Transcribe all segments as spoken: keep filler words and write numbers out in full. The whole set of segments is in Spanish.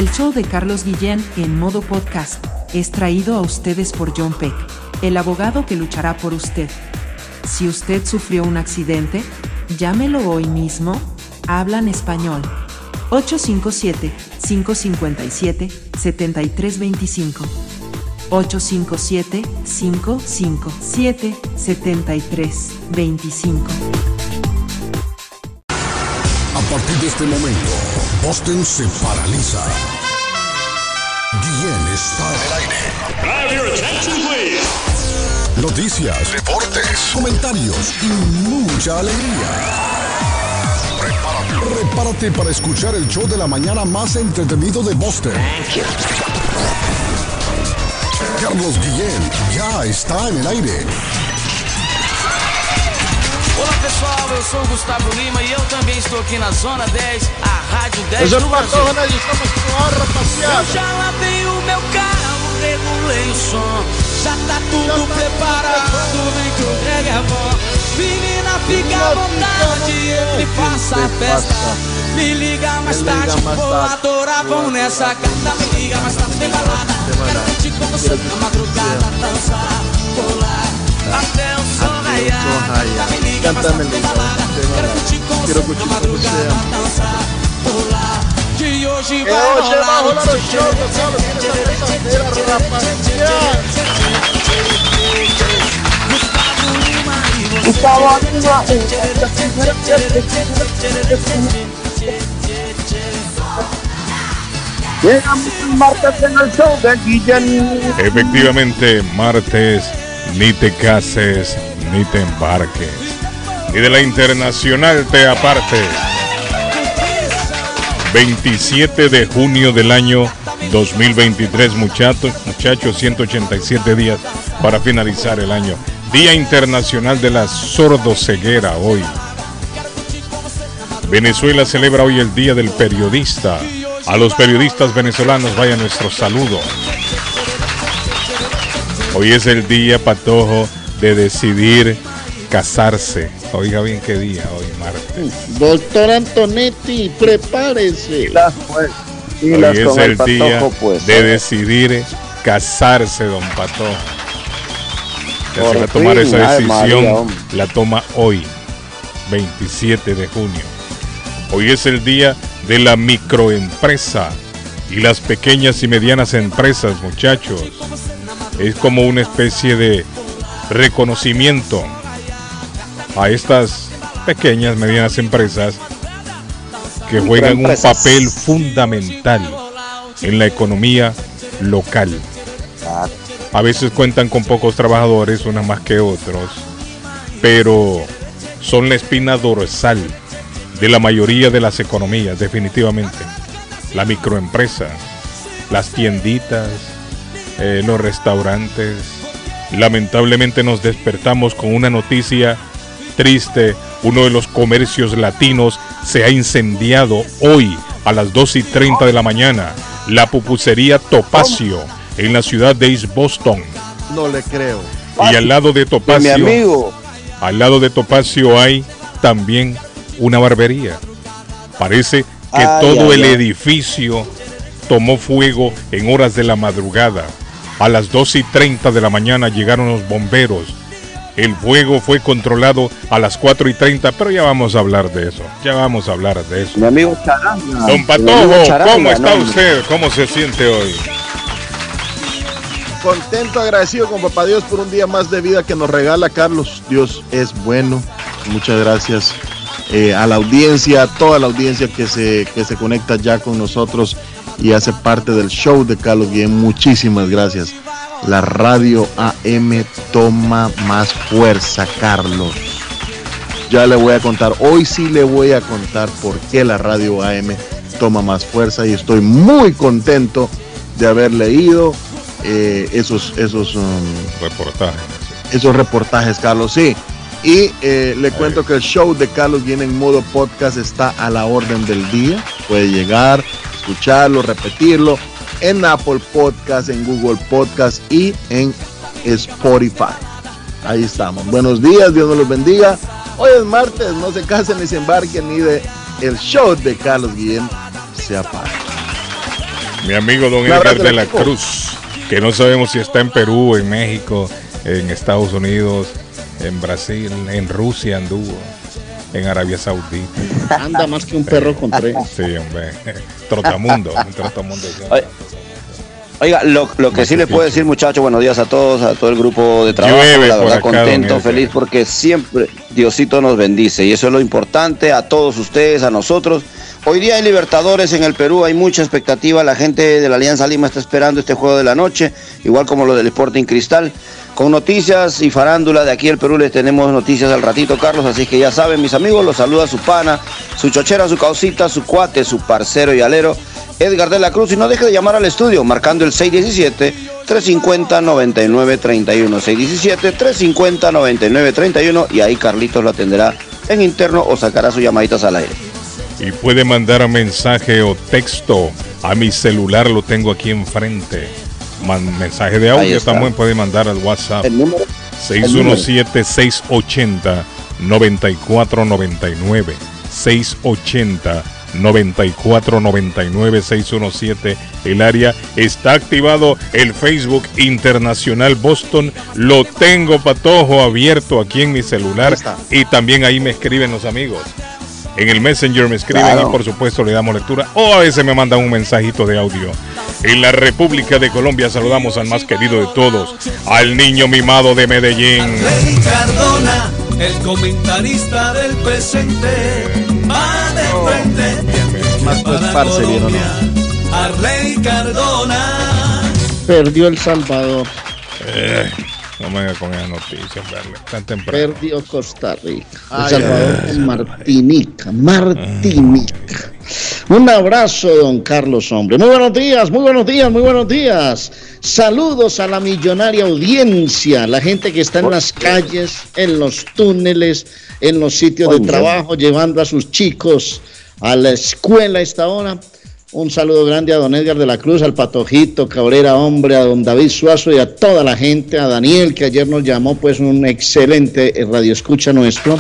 El show de Carlos Guillén en modo podcast es traído a ustedes por John Peck, el abogado que luchará por usted. Si usted sufrió un accidente, llámelo hoy mismo. Hablan español. ocho cinco siete, cinco cinco siete, siete tres dos cinco. ocho cinco siete, cinco cinco siete, siete tres dos cinco. A partir de este momento, Boston se paraliza. Guillén está en el aire. Have your attention, please. Noticias, deportes, comentarios y mucha alegría. Prepárate. Prepárate para escuchar el show de la mañana más entretenido de Boston. Carlos Guillén já está en el aire. Olá pessoal, eu sou o Gustavo Lima e eu também estou aqui na Zona dez, a Rádio dez Eu já do não Brasil. matou, né? Estamos com a rapaziada. Eu já lavei o meu carro, regulei o som, já tá tudo Já tá preparado, tudo vem que o reggae é bom. Menina, fica à vontade, eu me faço a festa. Me liga mais Me liga tarde, mais vou tarde. adorar, vão nessa carta. Me liga mais tarde, tem balada. Quero curtir com você na madrugada, dançar, pular, até o sol raiar. Me liga mais tarde, tem balada. Quero curtir com você na madrugada, dançar, pular. De hoje vai É, hoje vai rolar rolar o show do Carlos Guillén nessa terça-feira, rapaziada. Gustavo Lima e você. Gustavo Lima Llegamos el martes en el show de Guillén. Efectivamente, martes, ni te cases, ni te embarques, ni de la internacional te apartes. veintisiete de junio del año dos mil veintitrés, muchachos, muchachos, ciento ochenta y siete días para finalizar el año. Día Internacional de la Sordoceguera hoy. Venezuela celebra hoy el Día del Periodista. A los periodistas venezolanos vaya nuestro saludo. Hoy es el día, Patojo, de decidir casarse. Oiga bien qué día hoy, martes. Doctor Antonetti, prepárese. Las, pues, y Hoy las es con el el día patojo, pues. de decidir casarse, don Patojo. Que Por se va a tomar fin, esa ay, decisión, María, hombre. la toma hoy, veintisiete de junio. Hoy es el día de la microempresa y las pequeñas y medianas empresas, muchachos. Es como una especie de reconocimiento a estas pequeñas, medianas empresas que juegan un Microempresas. papel fundamental en la economía local. A veces cuentan con pocos trabajadores, unas más que otros, pero son la espina dorsal de la mayoría de las economías, definitivamente. La microempresa, las tienditas, eh, los restaurantes. Lamentablemente nos despertamos con una noticia triste. Uno de los comercios latinos se ha incendiado hoy a las dos y treinta de la mañana. La pupusería Topacio en la ciudad de East Boston. No le creo. Y al lado de De mi Topacio, amigo. al lado de Topacio hay también una barbería. Parece que Ay, todo ay, el ay. edificio tomó fuego en horas de la madrugada. A las dos y treinta de la mañana llegaron los bomberos. El fuego fue controlado a las cuatro y treinta, pero ya vamos a hablar de eso. Ya vamos a hablar de eso. Mi amigo Charanga. Don Mi amigo Patojo, Charanga, ¿cómo está no, usted? ¿Cómo se siente hoy? Contento, agradecido con Papá Dios por un día más de vida que nos regala Carlos. Dios es bueno. Muchas gracias eh, a la audiencia, a toda la audiencia que se, que se conecta ya con nosotros y hace parte del show de Carlos Guillén. Muchísimas gracias. La radio A M toma más fuerza, Carlos. Ya le voy a contar, hoy sí le voy a contar por qué la radio A M toma más fuerza y estoy muy contento de haber leído eh, esos, esos, um, Reportaje. esos reportajes, Carlos, sí. Y eh, le cuento que el show de Carlos Guillén en modo podcast está a la orden del día. Puede llegar, escucharlo, repetirlo en Apple Podcast, en Google Podcast y en Spotify. Ahí estamos. Buenos días, Dios nos los bendiga. Hoy es martes, no se casen ni se embarquen ni de el show de Carlos Guillén se apaga. Mi amigo don Edgar de la Cruz, que no sabemos si está en Perú, en México, en Estados Unidos, en Brasil, en Rusia anduvo, en Arabia Saudita. Anda más que un perro con tres. Sí, hombre. Trotamundo, un trotamundo. Oiga, lo, lo que sí les puedo decir, muchachos, buenos días a todos, a todo el grupo de trabajo, Llueve la verdad acá, contento, feliz, porque siempre Diosito nos bendice y eso es lo importante a todos ustedes, a nosotros. Hoy día hay Libertadores en el Perú, hay mucha expectativa, la gente de la Alianza Lima está esperando este juego de la noche, igual como lo del Sporting Cristal. Con noticias y farándula de aquí del Perú les tenemos noticias al ratito, Carlos, así que ya saben, mis amigos, los saluda su pana, su chochera, su causita, su cuate, su parcero y alero, Edgar de la Cruz, y no deje de llamar al estudio, marcando el seis uno siete, tres cinco cero, nueve nueve tres uno, seis uno siete, tres cinco cero, nueve nueve tres uno, y ahí Carlitos lo atenderá en interno o sacará sus llamaditas al aire. Y puede mandar mensaje o texto a mi celular, lo tengo aquí enfrente. Man, mensaje de audio también puede mandar al WhatsApp. El número seis uno siete, seis ocho cero, nueve cuatro nueve nueve. seis ocho cero, nueve cuatro nueve nueve. seis uno siete. El área está activado. El Facebook Internacional Boston lo tengo, Patojo, abierto aquí en mi celular. Y también ahí me escriben los amigos. En el Messenger me escriben, claro, y por supuesto le damos lectura. O a veces me mandan un mensajito de audio. En la República de Colombia saludamos al más querido de todos, al niño mimado de Medellín. Arley Cardona, el comentarista del presente, va de oh, frente más pues para parce, Colombia. Arley Cardona. Perdió El Salvador. Eh. No me haga con esa noticia, tan temprano. Perdió Costa Rica. El Salvador con Martinica. Martinica. Un abrazo, don Carlos, hombre. Muy buenos días, muy buenos días, muy buenos días. Saludos a la millonaria audiencia, la gente que está en las calles, en los túneles, en los sitios de trabajo, llevando a sus chicos a la escuela a esta hora. Un saludo grande a don Edgar de la Cruz, al Patojito Cabrera, hombre, a don David Suazo y a toda la gente, a Daniel, que ayer nos llamó, pues un excelente radioescucha nuestro.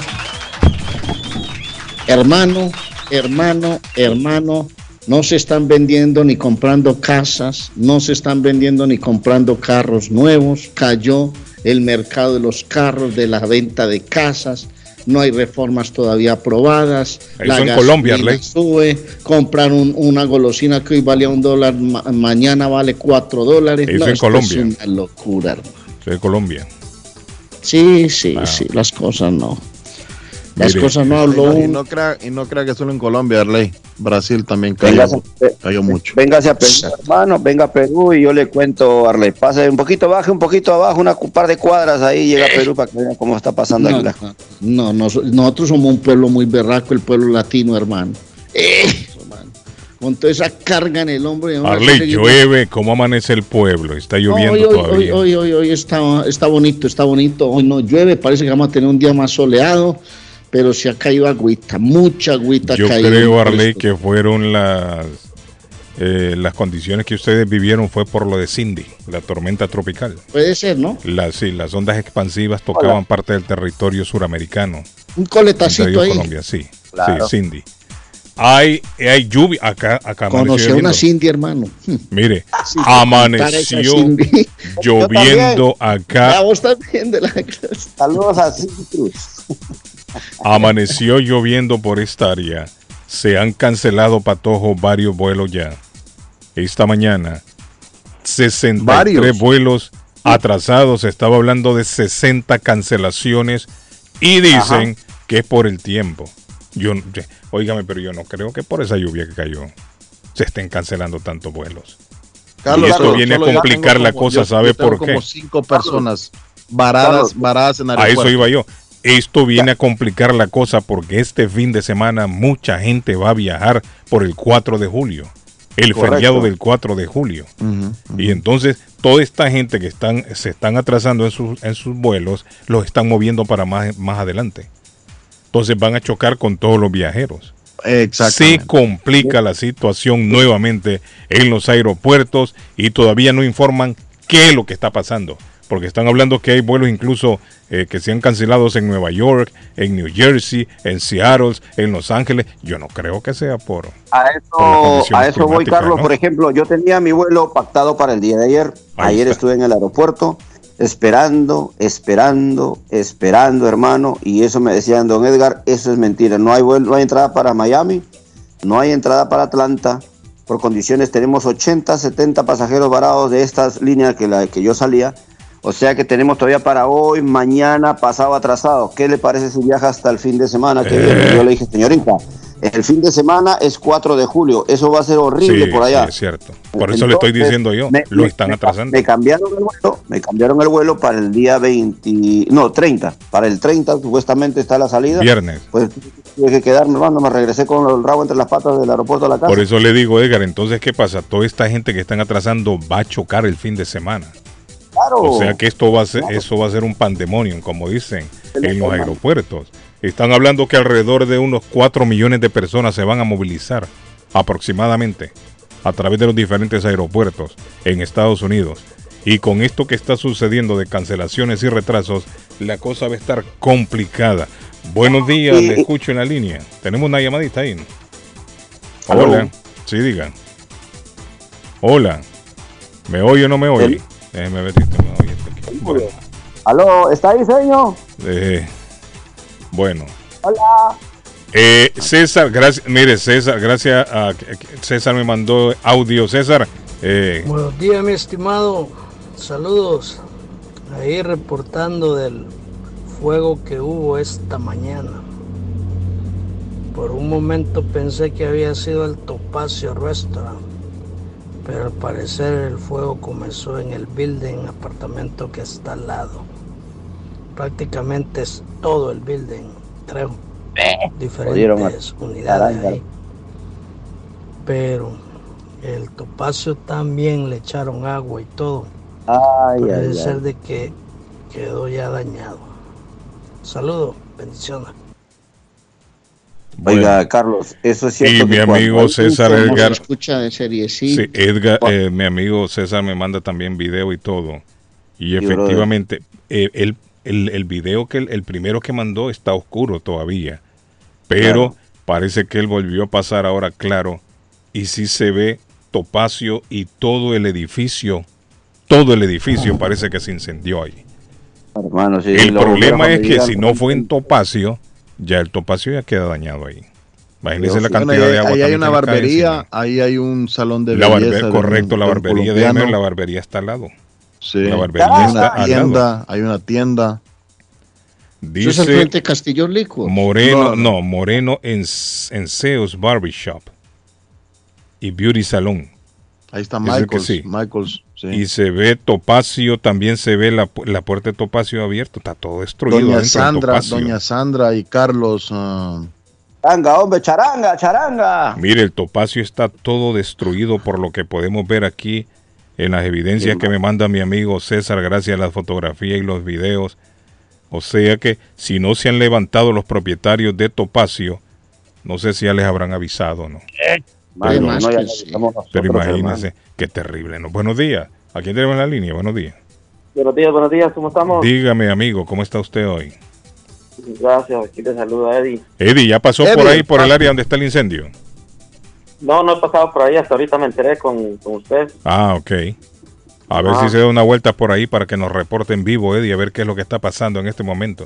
Hermano, hermano, hermano, no se están vendiendo ni comprando casas, no se están vendiendo ni comprando carros nuevos, cayó el mercado de los carros, de la venta de casas. No hay reformas todavía aprobadas. Eso la en Colombia, Arley. Sube, comprar un, una golosina que hoy valía un dólar, ma mañana vale cuatro dólares. Eso no, en Colombia. Es una locura, hermano. Eso en Colombia. Sí, sí, ah. sí, las cosas no. Las Mire, cosas no y habló. no, y no crea y no crea que solo en Colombia, Arley. Brasil también cayó, Véngase, cayó mucho. Véngase a Perú, hermano, venga a Perú y yo le cuento, Arley, pase un poquito, baje un poquito abajo, una un par de cuadras ahí, llega a Perú para que vean cómo está pasando No, aquí la... no, no, nosotros somos un pueblo muy berraco, el pueblo latino, hermano. Eh, hermano. Con toda esa carga en el hombro. Arley, llueve, ¿cómo amanece el pueblo? Está lloviendo no, hoy, todavía. Hoy, hoy, hoy, hoy está, está bonito, está bonito. Hoy no llueve, parece que vamos a tener un día más soleado. Pero se ha caído agüita, mucha agüita. Yo caído creo, Arley, que fueron las eh, las condiciones que ustedes vivieron fue por lo de Cindy, la tormenta tropical. Puede ser, ¿no? Las, sí, las ondas expansivas tocaban Hola. parte del territorio suramericano. Un coletacito ahí. Colombia, sí, claro. sí, Cindy. Hay, hay lluvia, acá, acá Conocí a una Cindy, hermano. Mire, sí, amaneció lloviendo acá. A vos también de la Cruz. Saludos a Cindy Cruz. Amaneció lloviendo por esta área. Se han cancelado, Patojo, varios vuelos ya. Esta mañana, sesenta y tres ¿Varios? vuelos atrasados. Estaba hablando de sesenta cancelaciones y dicen Ajá. que es por el tiempo. Yo, óigame, pero yo no creo que por esa lluvia que cayó se estén cancelando tantos vuelos. Carlos, y esto solo, viene solo a complicar la como, cosa, yo, ¿sabe yo por qué? Como cinco personas varadas, varadas en aeropuerto. A eso iba yo. Esto viene a complicar la cosa porque este fin de semana mucha gente va a viajar por el cuatro de julio, el Correcto. feriado del cuatro de julio. Uh -huh, uh -huh. Y entonces toda esta gente que están se están atrasando en sus, en sus vuelos, los están moviendo para más, más adelante. Entonces van a chocar con todos los viajeros. Se complica la situación nuevamente en los aeropuertos y todavía no informan qué es lo que está pasando. Porque están hablando que hay vuelos incluso eh, que se han cancelado en Nueva York, en New Jersey, en Seattle, en Los Ángeles. Yo no creo que sea por... A eso, a eso voy, Carlos. ¿No? Por ejemplo, yo tenía mi vuelo pactado para el día de ayer. Ahí ayer está. Estuve en el aeropuerto esperando, esperando, esperando, hermano. Y eso me decían, don Edgar, eso es mentira. No hay vuelo, no hay entrada para Miami, no hay entrada para Atlanta. Por condiciones tenemos ochenta, setenta pasajeros varados de estas líneas que, la, que yo salía. O sea que tenemos todavía para hoy, mañana, pasado, atrasado. ¿Qué le parece si viaja hasta el fin de semana que viene? Eh. Yo le dije, señorita, el fin de semana es cuatro de julio. Eso va a ser horrible sí, por allá. Sí, es cierto. Por Entonces, eso le estoy diciendo yo. Me, lo están me, atrasando. Me cambiaron el vuelo, me cambiaron el vuelo para el día veinte, no, treinta. Para el treinta supuestamente está la salida. Viernes. Pues tuve que quedarme, hermano. Me regresé con el rabo entre las patas del aeropuerto a la casa. Por eso le digo, Edgar, entonces, ¿qué pasa? Toda esta gente que están atrasando va a chocar el fin de semana. Claro, o sea que esto va a ser, claro. eso va a ser un pandemonium, como dicen en los aeropuertos. Están hablando que alrededor de unos cuatro millones de personas se van a movilizar aproximadamente a través de los diferentes aeropuertos en Estados Unidos. Y con esto que está sucediendo de cancelaciones y retrasos, la cosa va a estar complicada. Buenos días, sí. Le escucho en la línea. Tenemos una llamadita ahí, ¿no? Hola, sí, digan. Hola, ¿me oye o no me oye? ¿Sí? Déjeme ver si me oye. Bueno. Aló, ¿está ahí, señor? Eh, bueno. Hola. Eh, César, gracias. Mire, César, gracias a César me mandó audio. César. Eh, Buenos días, mi estimado. Saludos. Ahí reportando del fuego que hubo esta mañana. Por un momento pensé que había sido el Topacio Restaurant, pero al parecer el fuego comenzó en el building, apartamento que está al lado. Prácticamente es todo el building, tres eh, diferentes unidades ahí. Pero el Topacio también le echaron agua y todo. Ay, Puede ay, ser ay. de que quedó ya dañado. Saludos, bendiciones. Bueno. Oiga, Carlos, eso es cierto. Y mi amigo César Edgar. Escucha de serie, sí. Sí, Edgar, eh, mi amigo César me manda también video y todo. Y efectivamente, eh, el, el, el video que el, el primero que mandó está oscuro todavía. Pero claro, parece que él volvió a pasar ahora claro. Y sí se ve Topacio y todo el edificio. Todo el edificio parece que se incendió ahí. Hermano, sí, el problema es que si no fue en Topacio, ya el Topacio ya queda dañado ahí. Imagínense la cantidad bueno, ahí, de agua. Ahí hay una barbería, ahí hay un salón de la belleza. Barbe correcto, un, la barbería de Emer, la barbería está al lado. Sí. La barbería hay está una tienda, al lado. Hay una tienda. Dice ¿Eso es el frente Castillo Licuos? Moreno, no, no, Moreno en, en Seos Barbershop y Beauty Salon. Ahí está Michaels, sí. Michaels sí. Y se ve Topacio, también se ve la, la puerta de Topacio abierta, está todo destruido. Doña Sandra, Doña Sandra y Carlos. Uh... Charanga, hombre, charanga, charanga. Mire, el Topacio está todo destruido por lo que podemos ver aquí en las evidencias sí, que me manda mi amigo César, gracias a las fotografías y los videos. O sea que si no se han levantado los propietarios de Topacio, no sé si ya les habrán avisado, ¿no? Eh. Pero, no, no, sí. pero imagínense, hermano, qué terrible, ¿no? Buenos días. ¿A quién tenemos en la línea? Buenos días. Buenos días, buenos días, ¿cómo estamos? Dígame, amigo, ¿cómo está usted hoy? Gracias, aquí te saluda Eddie. Eddie, ¿ya pasó Eddie, por ahí, por el área donde está el incendio? No, no he pasado por ahí, hasta ahorita me enteré con, con usted. Ah, ok. A ver ah. si se da una vuelta por ahí para que nos reporte en vivo, Eddie, a ver qué es lo que está pasando en este momento.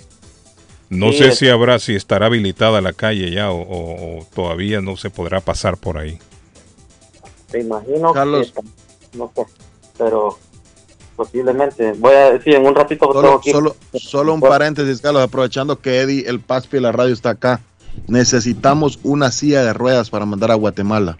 No sí, sé es... si habrá, si estará habilitada la calle ya o, o, o todavía no se podrá pasar por ahí. Te imagino Carlos. que no sé, pero posiblemente. Voy a decir en un ratito. Solo, aquí. solo, solo un paréntesis, Carlos, aprovechando que Eddie, el Paspi de la radio está acá. Necesitamos una silla de ruedas para mandar a Guatemala.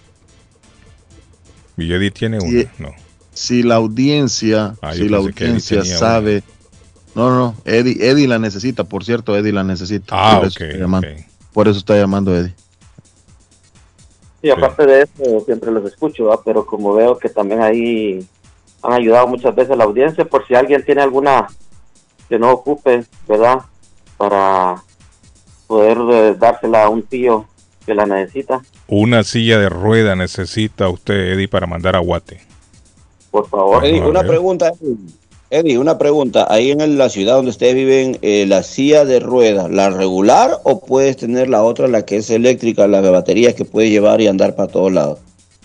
Y Eddie tiene si, una, no. Si la audiencia, ah, si la audiencia sabe... Una. No, no, Eddie, Eddie la necesita, por cierto, Eddie la necesita. Ah, por, okay, eso okay. por eso está llamando Eddie. Sí, aparte sí. de eso, siempre los escucho, ¿verdad? Pero como veo que también ahí han ayudado muchas veces a la audiencia, por si alguien tiene alguna que no ocupe, ¿verdad? Para poder eh, dársela a un tío que la necesita. Una silla de rueda necesita usted, Eddie, para mandar a Guate. Por favor. Eddie, una pregunta, Eddie. Eddie, una pregunta. Ahí en la ciudad donde ustedes viven, eh, ¿la silla de ruedas, la regular o puedes tener la otra, la que es eléctrica, la de baterías que puedes llevar y andar para todos lados?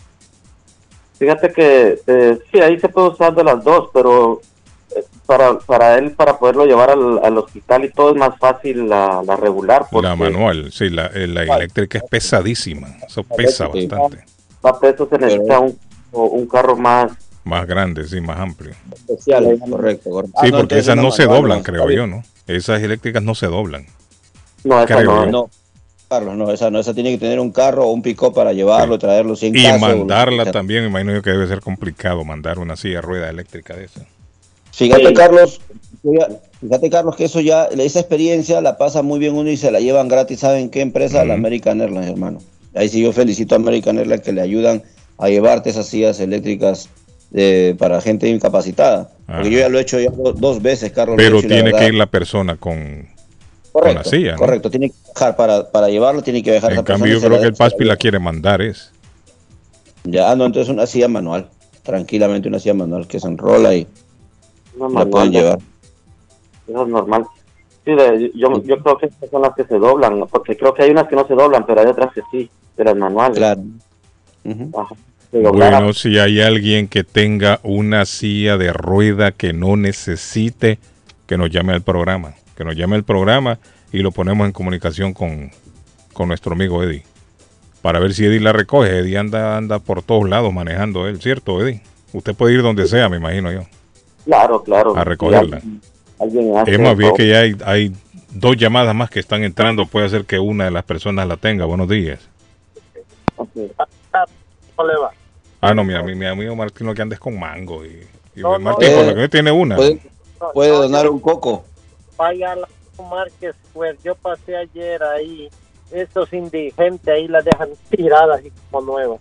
Fíjate que eh, sí, ahí se puede usar de las dos, pero eh, para para él, para poderlo llevar al, al hospital y todo, es más fácil la, la regular. Porque la manual, sí, la, la eléctrica es pesadísima. Eso pesa bastante. Para peso se necesita un, un carro más... Más grande, sí, más amplio. Especial, correcto, correcto. Sí, Ah, no, porque esas no manual, se doblan, no, creo yo, ¿no? Esas eléctricas no se doblan. No, esa creo no, yo. no. Carlos, no, esa no, esa tiene que tener un carro o un pick-up para llevarlo, sí. traerlo sin Y caso, mandarla o... también, me imagino yo que debe ser complicado mandar una silla de rueda eléctrica de esa. Fíjate, sí. Carlos, fíjate, Carlos, que eso ya, esa experiencia la pasa muy bien uno y se la llevan gratis, ¿saben qué empresa? Uh-huh. La American Airlines, hermano. Ahí sí yo felicito a American Airlines que le ayudan a llevarte esas sillas eléctricas de, para gente incapacitada. Ah. Porque yo ya lo he hecho ya dos veces, Carlos. Pero tiene que ir la persona con, correcto, con la silla, ¿no? Correcto, tiene que dejar para, para llevarlo, tiene que dejar. En cambio, yo creo que el Paspi la quiere mandar, es. Ya, no, entonces una silla manual. Tranquilamente una silla manual que se enrola y no, la pueden llevar. Eso es normal. Sí, de, yo, yo creo que estas son las que se doblan, porque creo que hay unas que no se doblan, pero hay otras que sí, de las manuales. Claro. Uh-huh. Ajá. Bueno, si hay alguien que tenga una silla de rueda que no necesite, que nos llame al programa, que nos llame al programa y lo ponemos en comunicación con, con nuestro amigo Eddie, para ver si Eddie la recoge. Eddie anda, anda por todos lados manejando él, ¿cierto, Eddie? Usted puede ir donde sea, me imagino yo. Claro, claro. A recogerla. Alguien, alguien es más bien que ya hay, hay dos llamadas más que están entrando, puede ser que una de las personas la tenga. Buenos días. Okay. ¿Cómo le va? Ah, no, mira, mi, mi amigo Martín lo que anda es con mango. Y, y no, Martín, no, con lo que tiene una. ¿Puede, puede donar un coco? Vaya a la Márquez Square. Yo pasé ayer ahí. Estos indigentes ahí la dejan tiradas y como nuevas.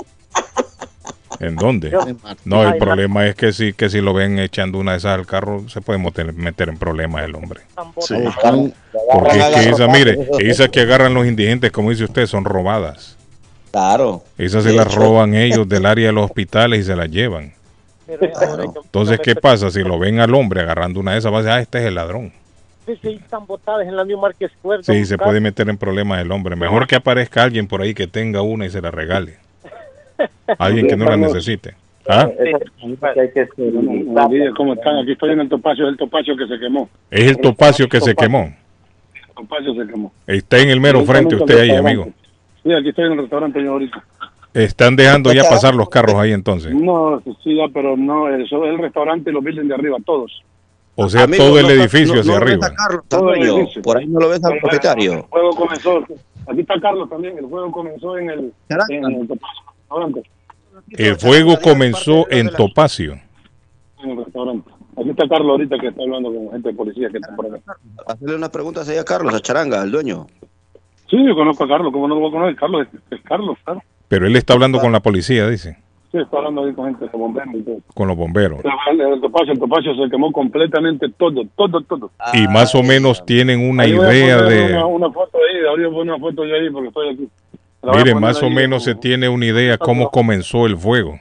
¿En dónde? Yo, no, el problema es que si, que si lo ven echando una de esas al carro, se puede meter, meter en problemas el hombre. Sí. Porque es que esa, mire, esas que agarran los indigentes, como dice usted, son robadas. Claro. Esas se las roban ellos del área de los hospitales y se las llevan. Claro. Entonces, ¿qué pasa? Si lo ven al hombre agarrando una de esas, va a decir, ah, este es el ladrón. Sí, sí, están botadas en la New Market Square. Sí, se puede meter en problemas el hombre. Mejor que aparezca alguien por ahí que tenga una y se la regale. Alguien que no la necesite. ¿Ah? ¿Cómo están? Aquí estoy en el topacio, es el topacio que se quemó. Es el topacio que se quemó. El topacio se quemó. Está en el mero frente usted ahí, amigo. Sí, aquí estoy en el restaurante yo ahorita. ¿Están dejando ya pasar los carros ahí entonces? No, sí, ya, pero no, eso es el restaurante y los buildings de arriba, todos. O sea, amigo, todo el edificio no, hacia no arriba. Carlos, todo el edificio. Por ahí no lo ves al propietario. El juego comenzó, aquí está Carlos también, el juego comenzó en el, en el restaurante. El fuego comenzó en Topacio. En el restaurante. Aquí está Carlos ahorita que está hablando con gente de policía que está por acá. Hacerle unas preguntas ahí a Carlos, a Charanga, al dueño. Sí, yo conozco a Carlos, ¿cómo no lo voy a conocer? Carlos es, es Carlos, claro. Pero él está hablando con la policía, dice. Sí, está hablando ahí con gente de los bomberos y todo. Con los bomberos. El, el, topacio, el topacio se quemó completamente todo, todo, todo. Y más o menos tienen una ahí idea de... Una, una foto ahí, ahorita voy a poner una foto yo ahí porque estoy aquí. Mire, más o menos se tiene una idea cómo comenzó el fuego.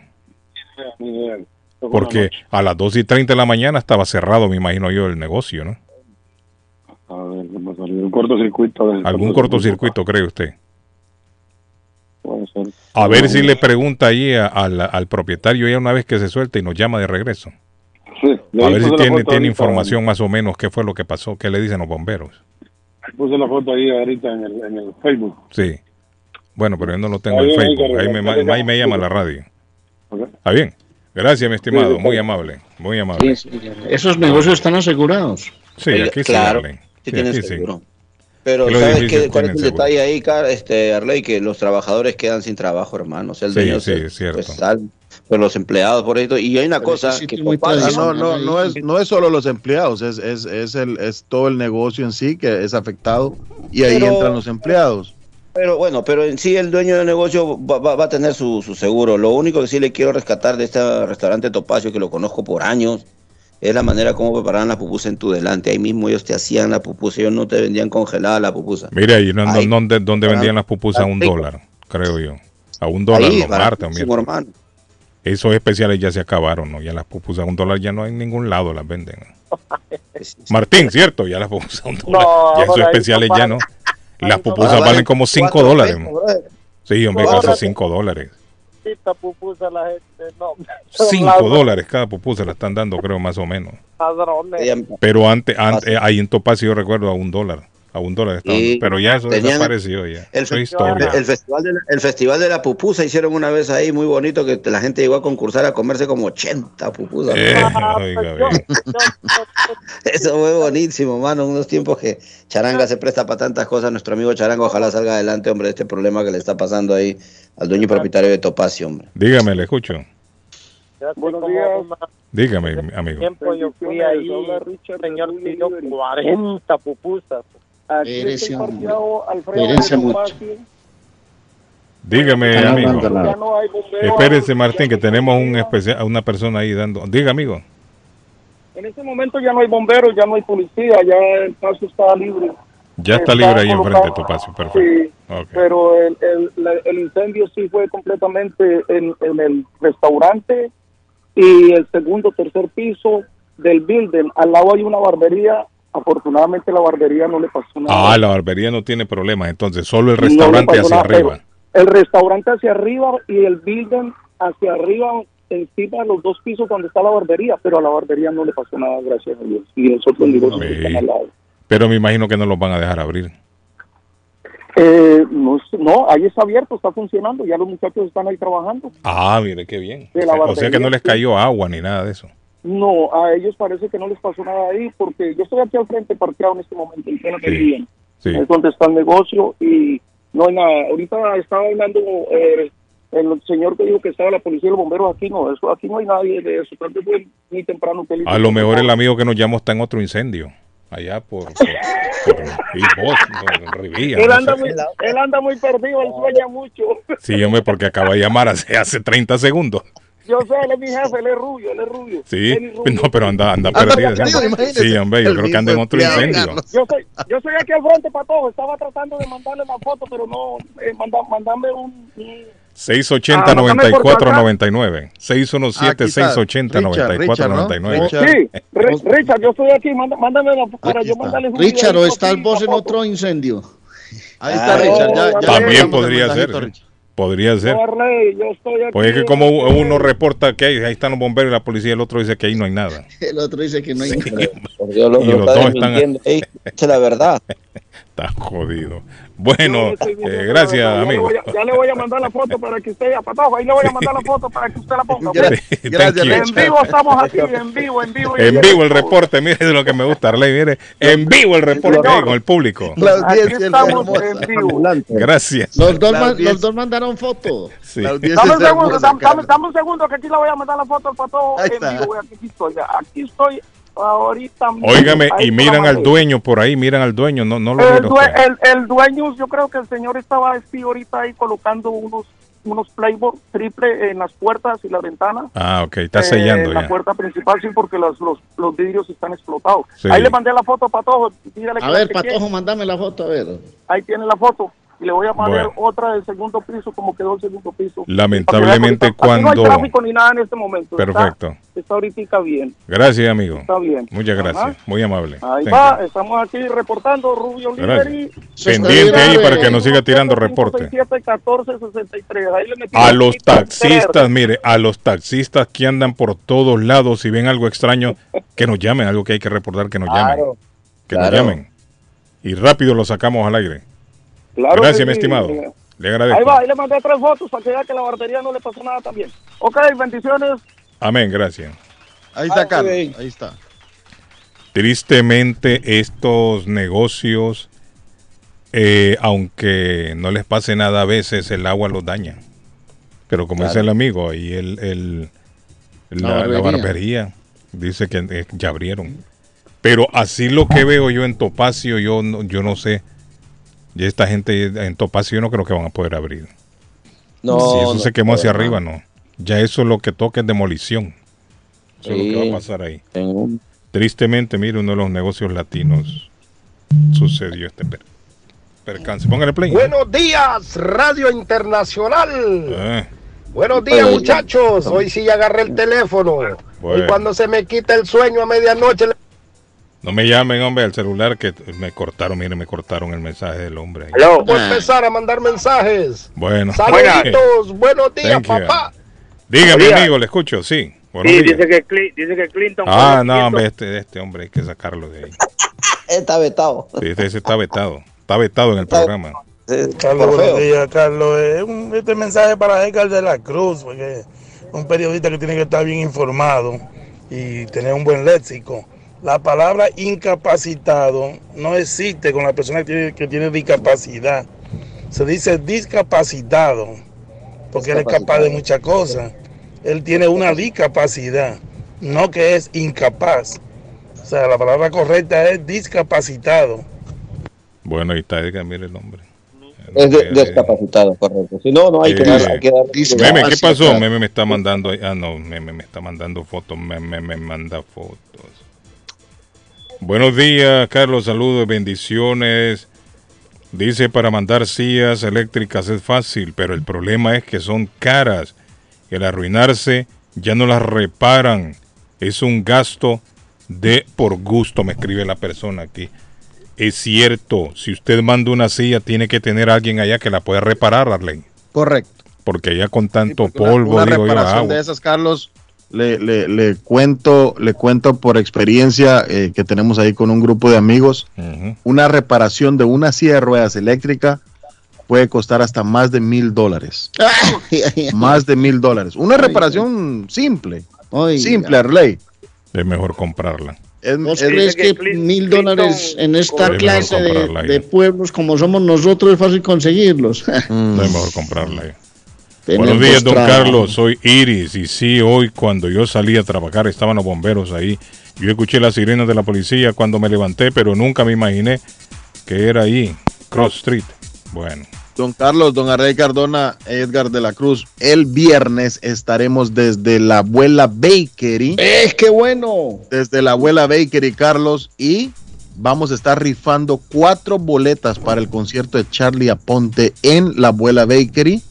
Porque a las dos y treinta de la mañana estaba cerrado, me imagino yo, el negocio, ¿no? A ver, un cortocircuito. ¿Algún cortocircuito, cree usted? Puede ser. A ver si le pregunta ahí a, a la, al propietario ya una vez que se suelta y nos llama de regreso. Sí, a ver si tiene, tiene información más o menos qué fue lo que pasó, qué le dicen los bomberos. Puse la foto ahí ahorita en el, en el Facebook. Sí. Bueno, pero yo no lo tengo ahí en Facebook. Ahí me, ahí me llama la radio. Okay. ¿Está bien? Gracias, mi estimado. Muy amable. Muy amable. Sí, sí. Esos negocios están asegurados. Sí, aquí claro, sí, sí tienen sí, seguro. Sí. Pero ¿sabes qué, cuál es el seguro? Detalle ahí, este, Arley? Que los trabajadores quedan sin trabajo, hermano. O sea, el dueño sí, sí, se, es cierto. Pues, sal, pero los empleados por ahí. Y hay una pero cosa que pasa, no, no, no es, no es solo los empleados, es, es, es, el, es todo el negocio en sí que es afectado y ahí pero, entran los empleados. Pero bueno, pero en sí el dueño del negocio va, va, va a tener su, su seguro. Lo único que sí le quiero rescatar de este restaurante Topacio, que lo conozco por años, es la manera como preparaban la pupusa en tu delante. Ahí mismo ellos te hacían la pupusa, ellos no te vendían congelada la pupusa. Mira, ahí no, no, donde, donde vendían las pupusas a un dólar, creo yo. A un dólar ahí, los martes. hermano. Esos especiales ya se acabaron, ¿no? Ya las pupusas a un dólar ya no hay en ningún lado, las venden. Martín, ¿cierto? Ya las pupusas a un dólar. No, ya esos ahora ahí especiales no ya valen. no. Las pupusas valen valen como cinco cuatro dólares. pesos, brother. Sí, hombre, Ahora casi sí. cinco dólares. Esta pupusa la gente, no. cinco dólares cada pupusa la están dando, creo, más o menos. Ladrones. Pero antes, antes ahí en Topacio yo recuerdo a un dólar. A un dólar estaban, Y pero ya eso tenían- desapareció ya. El, Eso fe- es historia. el festival de la, el festival de la pupusa hicieron una vez ahí muy bonito que la gente llegó a concursar a comerse como ochenta pupusas. Eh, Ah, oiga, pues bien. Eso fue buenísimo, mano. Unos tiempos que Charanga se presta para tantas cosas. Nuestro amigo Charanga, ojalá salga adelante, hombre, de este problema que le está pasando ahí al dueño y propietario de Topacio, hombre. Dígame, le escucho. Buenos días. Dígame, mi amigo. Tiempo yo fui ahí, el señor pidió cuarenta pupusas. Aquí Espérese, estoy hombre. parqueado al frente Espérese de mucho. Dígame, Ya no amigo. anda nada. no hay bombero. Espérese, Martín, que tenemos un especial, a una persona ahí dando. Diga, amigo. En este momento ya no hay bomberos, ya no hay policía, ya el paso está libre. Ya está Está libre ahí enfrente de colocado. Topacio. Perfecto. Sí, Ok. pero el, el, la- el incendio sí fue completamente en, en el restaurante y el segundo, tercer piso del building. Al lado hay una barbería. Afortunadamente la barbería no le pasó nada. Ah, la barbería no tiene problemas, entonces solo el No le restaurante pasó hacia nada, arriba. pero El restaurante hacia arriba y el building hacia arriba, encima de los dos pisos donde está la barbería, pero a la barbería no le pasó nada, gracias a Dios. Y los otros negocios que están al lado. Pero me imagino que no los van a dejar abrir. Eh, no, sé, no, ahí está abierto, está funcionando, ya los muchachos están ahí trabajando. Ah, mire qué bien. De la O sea, o sea que no les barbería, cayó agua ni nada de eso. No, a ellos parece que no les pasó nada ahí, porque yo estoy aquí al frente parqueado en este momento, en plena Meridian. Sí. Es donde está el negocio y no hay nada. Ahorita estaba hablando eh, el señor que dijo que estaba la policía y los bomberos aquí, no, eso aquí no hay nadie de eso, tanto fue muy temprano que él A lo mejor el amigo que nos llamó está en otro incendio. Allá por, por, por East Boston, por Rivilla, Él no anda, sé. muy, él anda muy perdido, él sueña mucho. Sí, hombre, porque acaba de llamar hace, hace treinta segundos. Yo sé, él es mi jefe, él es rubio, él es rubio. Sí, Él es rubio. no, pero anda, anda, Anda perdido. perdido, ¿sí? imagínese. Sí, hombre, yo El creo que anda en mismo otro empleado, incendio. Carlos. Yo soy, yo soy aquí al frente para todos, estaba tratando de mandarle la foto, pero no, eh, manda, mandame un... un- seis ochenta, Ah, noventa y cuatro, mándame por WhatsApp. noventa y nueve. seis uno siete, seis ochenta, noventa y cuatro, noventa y nueve. Sí, Ri- Richard, yo estoy aquí, manda- mándame la, para yo mandarles un Richard, ¿o videíto estás así, vos en la otro incendio? Ahí está Richard, ya, ya También le mandamos podría el ser. mensajito, sí. Podría ser. No, Rey, yo estoy aquí. Pues es que como uno reporta que hay, ahí están los bomberos y la policía, el otro dice que ahí no hay nada. El otro dice que no hay nada. Por Dios, lo, Y lo los está dos están- desmintiendo. Ey, echa la verdad. Está jodido. Bueno, Yo estoy viendo eh, la gracias, verdad. Ya le amigo. voy a- Ya le voy a mandar la foto para que usted, a Patojo, ahí le voy a mandar la foto para que usted la ponga. ¿ok? Sí, Gracias, thank you. En vivo estamos aquí, en vivo, en vivo. y En en vivo el reporte, mire de lo que me gusta, Arley, mire, en vivo el reporte ahí con el público. La Aquí audiencia es estamos hermosa. en vivo. Gracias. Los dos, La ma- audiencia- los dos mandaron foto. Sí. La audiencia Dame un es segundo, hermosa, dame, dame- Carlos. dame un segundo que aquí le voy a mandar la foto al Patojo Ahí en está. vivo. Aquí estoy, ya, aquí estoy ahorita mismo. Óigame, Ahí y te miran la al mandé. dueño por ahí, miran al dueño, no, no lo El, vieron. due- el, el dueño, yo creo que el señor estaba sí, ahorita ahí colocando unos unos playboard triple en las puertas y las ventanas. Ah, ok, está Eh, sellando en la ya. puerta principal, sí, porque los, los, los vidrios están explotados. Sí. Ahí le mandé la foto a Patojo. Dígale que A la ver, chequee. Patojo, mandame la foto, a ver. Ahí tiene la foto. Y le voy a mandar Bueno. otra del segundo piso, como quedó el segundo piso. Lamentablemente, Aquí no hay cuando- tráfico ni nada en este momento. Perfecto. Está, está ahorita bien. Gracias, amigo. Está bien. Muchas Ajá. gracias, muy amable. Ahí Thank va, you. estamos aquí reportando Rubio Gracias. Liberi. Pendiente ahí para que nos siga tirando reporte. catorce sesenta y tres. Ahí le metí A un los poquito de taxistas, terror. mire, a los taxistas que andan por todos lados, si ven algo extraño, que nos llamen, algo que hay que reportar, que nos llamen. Claro, Que claro. nos llamen. Y rápido lo sacamos al aire. Claro Gracias, que mi sí. estimado. Le agradezco. Ahí va, ahí le mandé tres fotos para que vea que la barbería no le pasó nada también. Ok, bendiciones. Amén, gracias. Ahí está Ah, Carlos, sí. ahí está. Tristemente estos negocios, eh, aunque no les pase nada a veces, el agua los daña. Pero como dice el amigo, ahí el, el, la, La la barbería. barbería dice que eh, ya abrieron. Pero así lo que veo yo en Topacio, yo no, yo no sé. Y esta gente en Topacio yo no creo que van a poder abrir. No, si eso no se quemó hacia puede, arriba, no. Ya eso lo que toca es demolición. Eso es lo que Sí. va a pasar ahí. En un- Tristemente, mire, uno de los negocios latinos sucedió este per percance. Póngale play. Buenos días, Radio Internacional. Eh, Buenos días, muchachos. Hoy sí agarré el teléfono. Bueno. Y cuando se me quita el sueño a medianoche... le- No me llamen, hombre, al celular que me cortaron, miren, me cortaron el mensaje del hombre. ahí. Voy a empezar a mandar mensajes. Bueno. Saluditos, buenos días, Thank you. papá. Dígame, Buenos días. amigo, le escucho, sí. Buenos Sí, días. dice que, Cli- dice que Clinton... Ah, fue no, electo. hombre, este, este hombre hay que sacarlo de ahí. Está vetado. Sí, este, ese está vetado. Está vetado en el programa. Carlos, buenos días, Carlos. Eh, un- este mensaje para Edgar de la Cruz, porque un periodista que tiene que estar bien informado y tener un buen léxico. La palabra incapacitado no existe con la persona que tiene, que tiene discapacidad. Se dice discapacitado, porque él es capaz de muchas cosas. Él tiene una discapacidad, no que es incapaz. O sea, la palabra correcta es discapacitado. Bueno, ahí está Edgar, mire el nombre. Es de- discapacitado, correcto. Si no, no hay que Eh, dar. Hay que dar Meme, ¿qué pasó? Meme me está mandando. Ah, no, Meme me está mandando fotos. Meme me manda fotos. Buenos días, Carlos. Saludos, bendiciones. Dice: para mandar sillas eléctricas es fácil, pero el problema es que son caras. Y al arruinarse, ya no las reparan. Es un gasto de por gusto, me escribe la persona aquí. Es cierto, si usted manda una silla, tiene que tener a alguien allá que la pueda reparar, Arlene. Correcto. Porque allá con tanto Una- polvo, una digo yo, reparación agua. de esas, Carlos, le, le, le cuento le cuento por experiencia eh, que tenemos ahí con un grupo de amigos. Ujú. Una reparación de una silla de ruedas eléctrica puede costar hasta más de mil dólares. Más de mil dólares. Una reparación simple. Simple, Arley. Es mejor comprarla. Es, ¿Vos es- crees que mil dólares en esta Es clase mejor de, comprarla de ya. pueblos como somos nosotros es fácil conseguirlos? No es mejor comprarla ya. Tenemos Buenos días, don trabajo. Carlos. Soy Iris. Y sí, hoy cuando yo salí a trabajar estaban los bomberos ahí. Yo escuché las sirenas de la policía cuando me levanté, pero nunca me imaginé que era ahí, Cross Street. Bueno. Don Carlos, don Arley Cardona, Edgar de la Cruz, el viernes estaremos desde la Abuela Bakery. ¡Eh, qué bueno! Desde la Abuela Bakery, Carlos, y vamos a estar rifando cuatro boletas para el concierto de Charlie Aponte en la Abuela Bakery.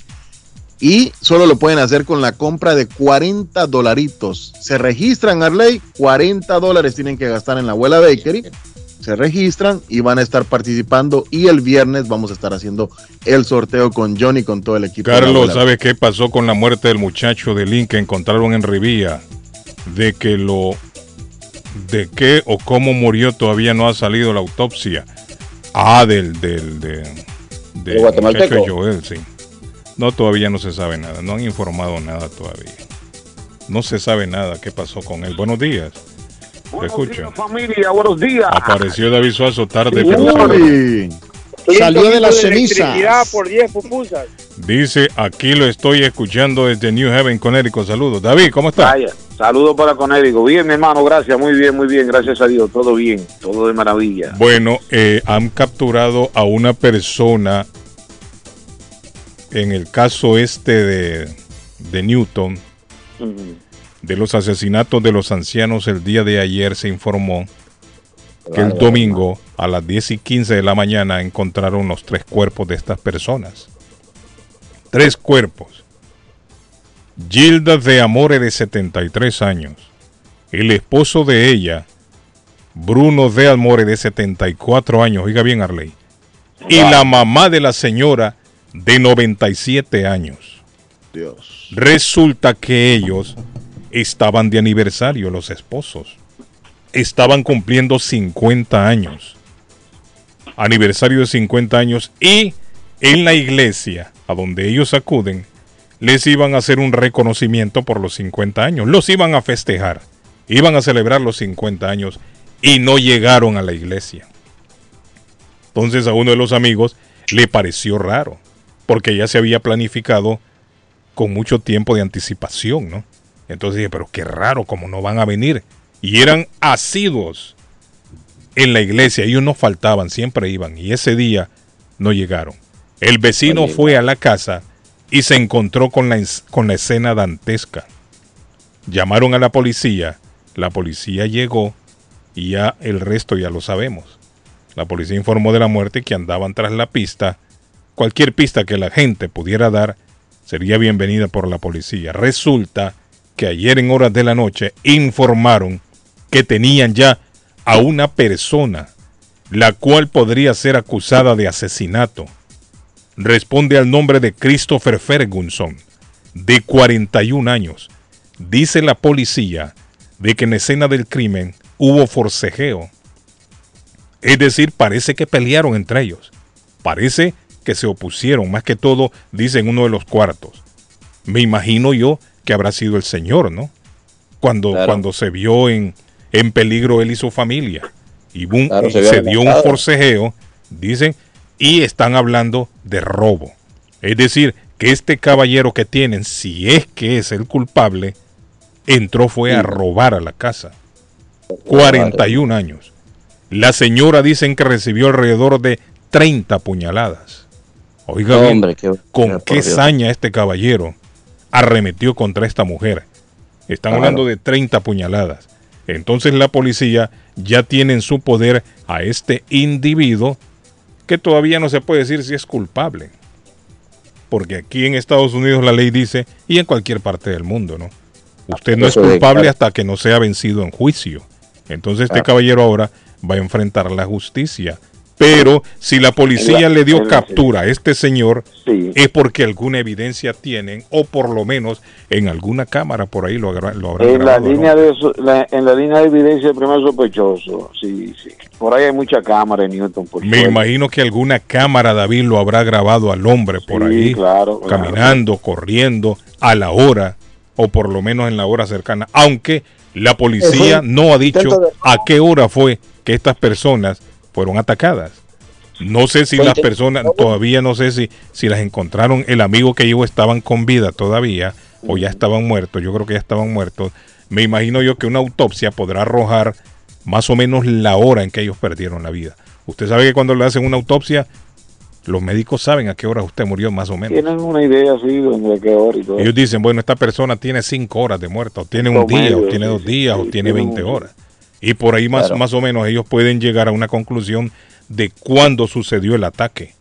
Y solo lo pueden hacer con la compra de cuarenta dolaritos. Se registran, Arley, cuarenta dólares tienen que gastar en la Abuela Bakery. Se registran y van a estar participando. Y el viernes vamos a estar haciendo el sorteo con Johnny, con todo el equipo. de la Carlos, Abuela ¿sabes qué pasó con la muerte del muchacho de Lynn que encontraron en Rivía? De que lo... De qué o cómo murió todavía no ha salido la autopsia. Ah, del... del de, del ¿El guatemalteco? muchacho Joel, sí. No, todavía no se sabe nada. No han informado nada todavía. No se sabe nada qué pasó con él. Buenos días. Te escucho. Familia, buenos días. Apareció David Suazo tarde, Sí, pero Uy. salió. Salió de las Electricidad cenizas. por diez pupusas. Dice, aquí lo estoy escuchando desde New Haven, Connecticut. Saludos. David, ¿cómo estás? Vaya, saludos para Conérico. Bien, mi hermano, gracias, muy bien, muy bien, gracias a Dios, todo bien, todo de maravilla. Bueno, eh, han capturado a una persona en el caso este de, de Newton, Ujú. de los asesinatos de los ancianos. El día de ayer se informó que el Claro, domingo a las diez y quince de la mañana encontraron los tres cuerpos de estas personas. Tres cuerpos. Gilda de Amore, de setenta y tres años. El esposo de ella, Bruno de Amore, de setenta y cuatro años. Oiga bien, Arley. Y la mamá de la señora, de noventa y siete años. Dios. Resulta que ellos estaban de aniversario, los esposos. Estaban cumpliendo cincuenta años. Aniversario de cincuenta años. Y en la iglesia a donde ellos acuden, les iban a hacer un reconocimiento por los cincuenta años. Los iban a festejar. Iban a celebrar los cincuenta años y no llegaron a la iglesia. Entonces a uno de los amigos le pareció raro, porque ya se había planificado con mucho tiempo de anticipación, ¿no? Entonces dije, pero qué raro, como no van a venir. Y eran asiduos en la iglesia, ellos no faltaban, siempre iban, y ese día no llegaron. El vecino fue a la casa y se encontró con la, es- con la escena dantesca. Llamaron a la policía, la policía llegó y ya el resto ya lo sabemos. La policía informó de la muerte, que andaban tras la pista. Cualquier pista que la gente pudiera dar, sería bienvenida por la policía. Resulta que ayer en horas de la noche informaron que tenían ya a una persona la cual podría ser acusada de asesinato. Responde al nombre de Christopher Ferguson, de cuarenta y un años. Dice la policía de que en escena del crimen hubo forcejeo. Es decir, parece que pelearon entre ellos. Parece que se opusieron, más que todo, dice, en uno de los cuartos. Me imagino yo que habrá sido el señor, ¿no? Cuando, claro. cuando se vio en, en peligro él y su familia. Y, boom, claro, y se, se dio un forcejeo, dicen, y están hablando de robo. Es decir, que este caballero que tienen, si es que es el culpable, entró fue sí. a robar a la casa. cuarenta y un años. La señora dicen que recibió alrededor de treinta puñaladas. Oiga no, bien, hombre, qué, con qué saña este caballero arremetió contra esta mujer. Están claro. hablando de treinta puñaladas. Entonces la policía ya tiene en su poder a este individuo que todavía no se puede decir si es culpable. Porque aquí en Estados Unidos la ley dice, y en cualquier parte del mundo, ¿no? Usted no es culpable hasta que no sea vencido en juicio. Entonces este caballero ahora va a enfrentar la justicia. Pero si la policía la, le dio captura a este señor, sí. es porque alguna evidencia tienen, o por lo menos en alguna cámara por ahí lo, agra, lo habrán en grabado, la línea ¿no? de la, En la línea de evidencia del primer sospechoso, sí, sí. Por ahí hay mucha cámara en Newton. Por Me suerte. imagino que alguna cámara, David, lo habrá grabado al hombre por sí, ahí, claro, caminando, claro. corriendo, a la hora, o por lo menos en la hora cercana. Aunque la policía no ha dicho a qué hora fue que estas personas fueron atacadas. No sé si las personas, todavía no sé si, si las encontraron, el amigo que ellos estaban con vida todavía, o ya estaban muertos, yo creo que ya estaban muertos. Me imagino yo que una autopsia podrá arrojar más o menos la hora en que ellos perdieron la vida. Usted sabe que cuando le hacen una autopsia, los médicos saben a qué hora usted murió más o menos. Tienen una idea así de qué hora y todo. Ellos dicen, bueno, esta persona tiene cinco horas de muerto, o tiene un día, o tiene dos días, o tiene veinte horas. Y por ahí más, claro. más o menos ellos pueden llegar a una conclusión de cuándo sucedió el ataque.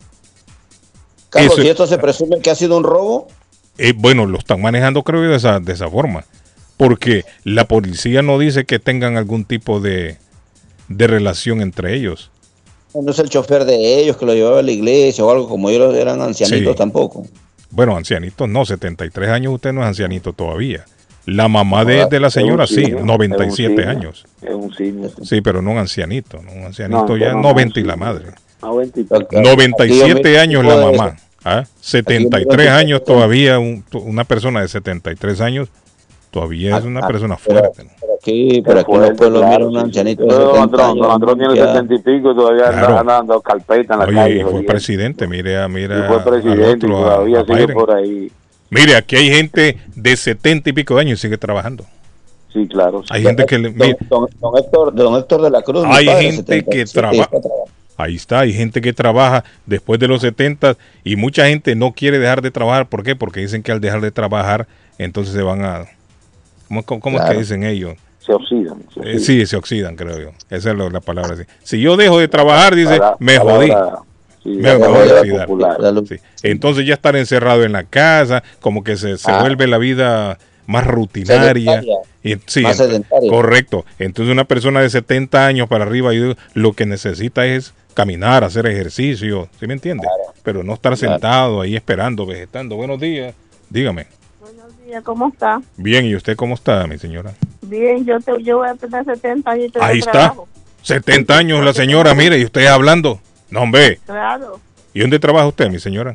Carlos, Eso, ¿y esto se presume que ha sido un robo? Eh, bueno, lo están manejando creo de esa, de esa forma. Porque la policía no dice que tengan algún tipo de, de relación entre ellos. No es el chofer de ellos que lo llevaba a la iglesia o algo, como ellos eran ancianitos sí. tampoco. Bueno, ancianitos no, setenta y tres años usted no es ancianito todavía. La mamá de, de la señora sí, senior, noventa y siete años. Es un senior. Sí, pero no un ancianito, no un ancianito no, ya no, noventa y la madre. noventa y noventa y siete años la mamá. ¿Ah? setenta y tres años todavía, un, una persona de setenta y tres años todavía es una persona fuerte. ¿No? Pero aquí, pero aquí no puedo mirar un ancianito de setenta años. Don Andrés tiene setenta y pico y todavía claro. anda dando carpeta en la Oye, calle. Oye, fue presidente, mire, mira. Y fue presidente y todavía sigue por ahí. Mire, aquí hay gente de setenta y pico de años y sigue trabajando. Sí, claro. Sí. Hay gente que... Le, don, don, don, Héctor, don Héctor de la Cruz. Hay gente que trabaja. Ahí está, hay gente que trabaja después de los setenta y mucha gente no quiere dejar de trabajar. ¿Por qué? Porque dicen que al dejar de trabajar, entonces se van a... ¿Cómo, cómo, cómo claro. es que dicen ellos? Se oxidan. Se oxidan. Eh, sí, se oxidan, creo yo. Esa es la, la palabra. Sí. Si yo dejo de trabajar, dice, para, me para jodí. Ahora... Sí, me voy a oxidar. Sí. Entonces ya estar encerrado en la casa, como que se, se ah. vuelve la vida más rutinaria. Y, sí, más sedentaria. Correcto. Entonces una persona de setenta años para arriba lo que necesita es caminar, hacer ejercicio, ¿sí me entiende? Claro. Pero no estar claro. sentado ahí esperando, vegetando. Buenos días, dígame. Buenos días, ¿cómo está? Bien, ¿y usted cómo está, mi señora? Bien, yo, te, yo voy a tener setenta años y te ahí está, trabajo. setenta años la señora, mire, y usted hablando. No, hombre. Claro. ¿Y dónde trabaja usted, mi señora?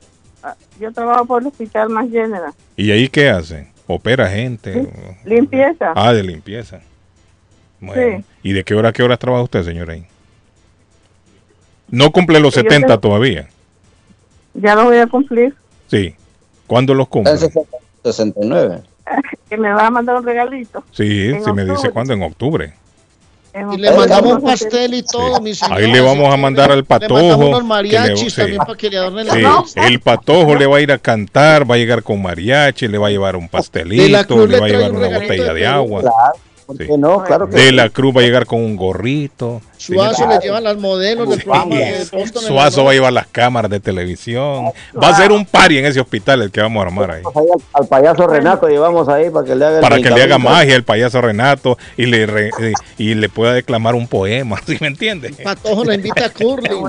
Yo trabajo por el Hospital Más General. ¿Y ahí qué hace? ¿Opera gente? Sí. Limpieza. Ah, de limpieza. Bueno. Sí. ¿Y de qué hora a qué horas trabaja usted, señora? Ahí? No cumple los setenta te... todavía. Ya lo voy a cumplir. Sí. ¿Cuándo los cumple? sesenta y nueve. Que me va a mandar un regalito. Sí, si me dice cuándo, en octubre. Y le mandamos un pastel y todo, sí. mi señor. Ahí le vamos a mandar al patojo. Le mandamos unos mariachis le, también sí. para que le adornen sí. la El patojo le va a ir a cantar, va a llegar con mariachi, le va a llevar un pastelito, le va a llevar una botella de, de agua. Claro, ¿Por Sí. qué no? Claro que De sí. la Cruz va a llegar con un gorrito. Suazo le lleva las modelos del programa de Boston. en Suazo la va a llevar las cámaras de televisión. Va a ser un party en ese hospital el que vamos a armar ahí. Ahí al, al payaso Renato llevamos ahí para que le haga el Para que le haga medicamento. magia el payaso Renato y le re- eh, y le pueda declamar un poema, ¿sí me entiende? Patojo la invita a curling.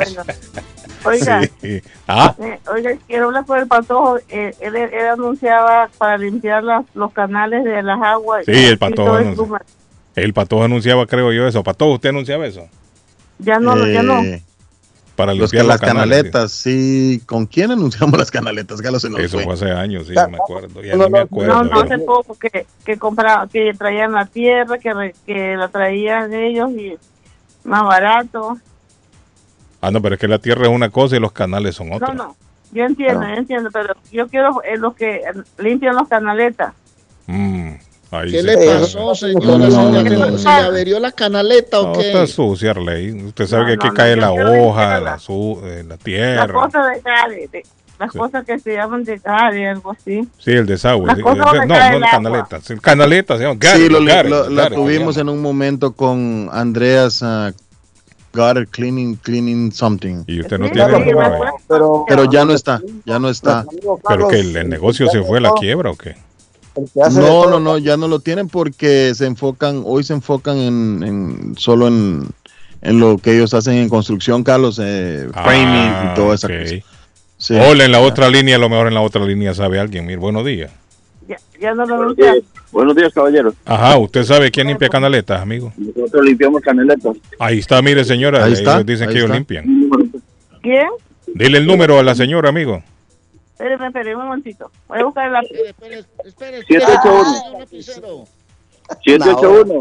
Oiga, Sí. Ah, eh, oiga, quiero hablar por el Patojo. Eh, él, él anunciaba para limpiar las, los canales de las aguas. sí, el y Patojo todo anuncia- eso. el Patojo anunciaba, creo yo, eso. Patojo, ¿usted anunciaba eso? Ya no, ya no. Eh, Para los limpiar que, los las canales, canaletas, sí. ¿Con quién anunciamos las canaletas? Carlos, se nos Eso fue. fue hace años, sí, me acuerdo. Ya No, ni me no, acuerdo. No, no ya. hace poco que, que compraba, que traían la tierra, que, re- que la traían ellos y más barato. Ah, no, pero es que la tierra es una cosa y los canales son otra. No, no, yo entiendo, Ah. yo entiendo, pero yo quiero eh, los que limpian los canaletas. Mm, ahí ¿Qué sí le está. pasó, señora? ¿Se le, averió- se le averió la canaleta o No, qué? está sucia, Arley. Usted sabe No, que aquí no, no, cae yo la quiero hoja, limpiarla. la, su- eh, la Las tierra. cosas de cade, de- las cosas que se llaman de cade, algo así. Sí, el desagüe. Las sí. cosas No, donde no, cae no el agua. canaletas. Sí, canaletas, se llaman. Sí, Gary, lo, Gary, lo- la Gary, tuvimos se en un momento con Andreas uh, Gutter Cleaning, Cleaning Something. Y usted no Sí, tiene sí, número me ahí. acuerdo. Pero, Pero ya no está, ya no está. Pero que el, el negocio se fue a la quiebra o qué? el que hace de No, todo- no, no, ya no lo tienen porque se enfocan, hoy se enfocan en, en solo en, en lo que ellos hacen en construcción, Carlos, eh, framing Ah, y toda esa ok. cosa. Sí. Hola, en la otra línea, a lo mejor en la otra línea sabe alguien. Mir, buenos días. Ya, ya no lo anuncian. Buenos días, caballeros. Ajá, ¿usted sabe quién limpia canaletas, amigo? Nosotros limpiamos canaletas. Ahí está, mire, señora. Ahí ellos está, dicen ahí que ellos está. limpian. ¿Quién? Dile el número a la señora, amigo. Espéreme, espéreme un momentito. Voy a buscar la... Espere, espere, espere, siete espere. ocho uno. Ah, un lapicero. siete ocho uno,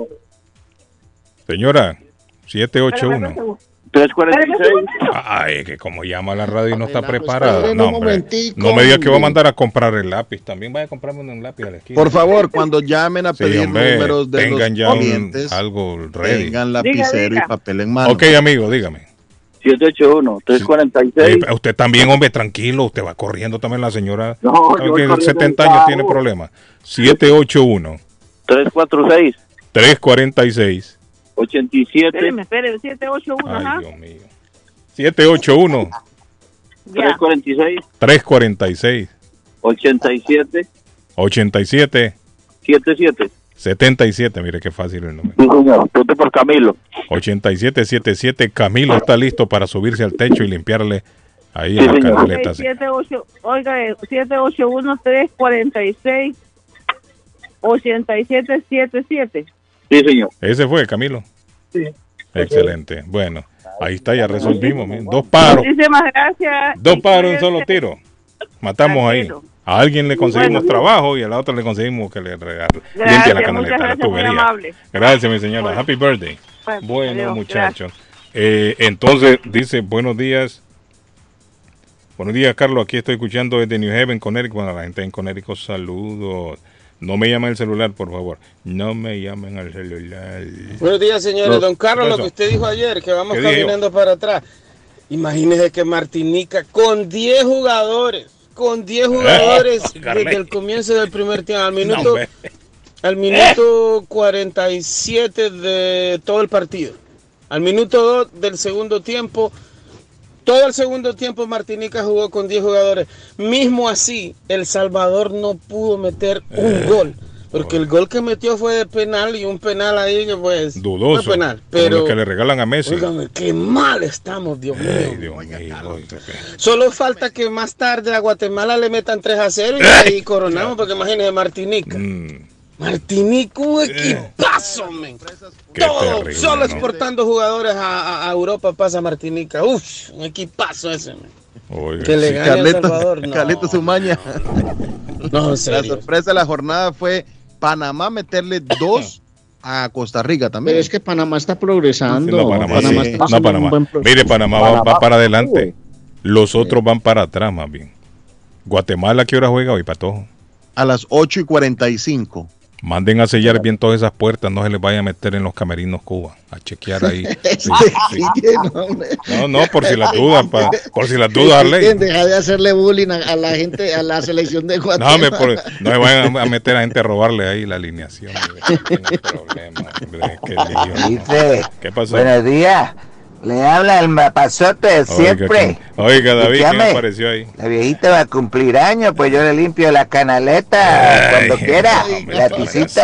Señora, siete ocho Espéreme un uno. segundo. tres cuarenta y seis. Ay, que como llama a la radio y no está Abelardo, preparada. esperen No, un hombre. momentico, No me diga que va a hombre. mandar a comprar el lápiz. También vaya a comprarme un lápiz a la esquina. Por favor, cuando llamen a Sí, pedir hombre, números de tengan los ya un- clientes, algo ready. tengan lapicero diga. y papel en mano. Ok, amigo, dígame. siete ocho uno, tres cuarenta y seis. Eh, usted también, hombre, tranquilo. Usted va corriendo también la señora. No, Sabe yo voy que corriendo setenta un años carro. tiene problemas. siete ocho uno, tres cuatro seis, tres cuarenta y seis. ochenta y siete, Espéreme, espéreme, siete ocho uno, Ay, ajá. Dios mío. siete ocho uno, tres Ya. cuarenta y seis, tres cuarenta y seis, ochenta y siete, ochenta y siete, setenta y siete. setenta y siete. Mire qué fácil el número. Sí, señor. Vote por Camilo. ochenta y siete setenta y siete. Camilo está listo para subirse al techo y limpiarle ahí en Sí, la señor. canaleta. Ok, siete ocho, oiga, eh, siete ocho uno, tres cuarenta y seis, ochenta y siete setenta y siete. Sí, señor. Ese fue, Camilo. Sí. Excelente. Bueno, ahí está, ya resolvimos. miren. Dos paros. Muchísimas gracias. Dos paros en un Cuídense. solo tiro. Matamos ahí. Tranquilo. A alguien le conseguimos Bueno. trabajo y a la otra le conseguimos que le regale. Gracias, Limpia la muchas canaleta, la gracias, muy tubería. amable. Gracias, mi señora. Bueno. Happy birthday. Bueno, Bueno, adiós, muchachos. Eh, entonces, dice, buenos días. Buenos días, Carlos. Aquí estoy escuchando desde New Haven, Connecticut. Bueno, la gente en Connecticut, saludos. No me llamen el celular, por favor. No me llamen al celular. Buenos días, señores. No, Don Carlos, ¿qué lo pasó? que usted dijo ayer, que vamos ¿Qué dijo? caminando para atrás. Imagínese que Martinica, con diez jugadores, con diez jugadores Carmen. desde el comienzo del primer tiempo, al No, minuto, hombre. al minuto cuarenta y siete de todo el partido. Al minuto dos del segundo tiempo, todo el segundo tiempo Martinica jugó con diez jugadores. Mismo así, El Salvador no pudo meter un Eh, gol. Porque el gol que metió fue de penal y un penal ahí que pues... Dudoso. Fue penal, Como pero... lo que le regalan a Messi. Óigame, qué mal estamos, Dios mío. Ay, Dios mío, oiga, qué- Solo falta que más tarde a Guatemala le metan tres a cero y ahí coronamos, porque imagínense Martinica. Mm, Martinica, un equipazo, men. qué Todo, terrible, solo ¿no? exportando jugadores a, a- a Europa pasa Martinica. Uf, un equipazo ese, men. Oiga, Que le sí. gane a El Carleto, Salvador. No, Carleto Sumaña. no, en La serio. sorpresa de la jornada fue Panamá meterle dos a Costa Rica también. Pero es que Panamá está progresando. No, Panamá, sí. está No, haciendo un Panamá. buen pro- Mire, Panamá va, va para adelante. Los otros van para atrás, más bien. Guatemala, ¿qué hora juega hoy, Patojo? A las ocho y cuarenta y cinco. Manden a sellar bien todas esas puertas, no se les vaya a meter en los camerinos Cuba, a chequear ahí. Sí, sí. No, no, por si las dudas, pa, por si las dudas, Arley. Deja de hacerle bullying a, a la gente, a la selección de Guatemala. No, me, por, no me vayan a meter a gente a robarle ahí la alineación. No problema, hombre, qué lío. Dice, ¿Qué pasó? Buenos días. Le habla el mapazote de siempre. Oiga, David, ¿qué me apareció ahí? La viejita va a cumplir años, pues yo le limpio la canaleta cuando Ay, quiera. hombre, Lapicito.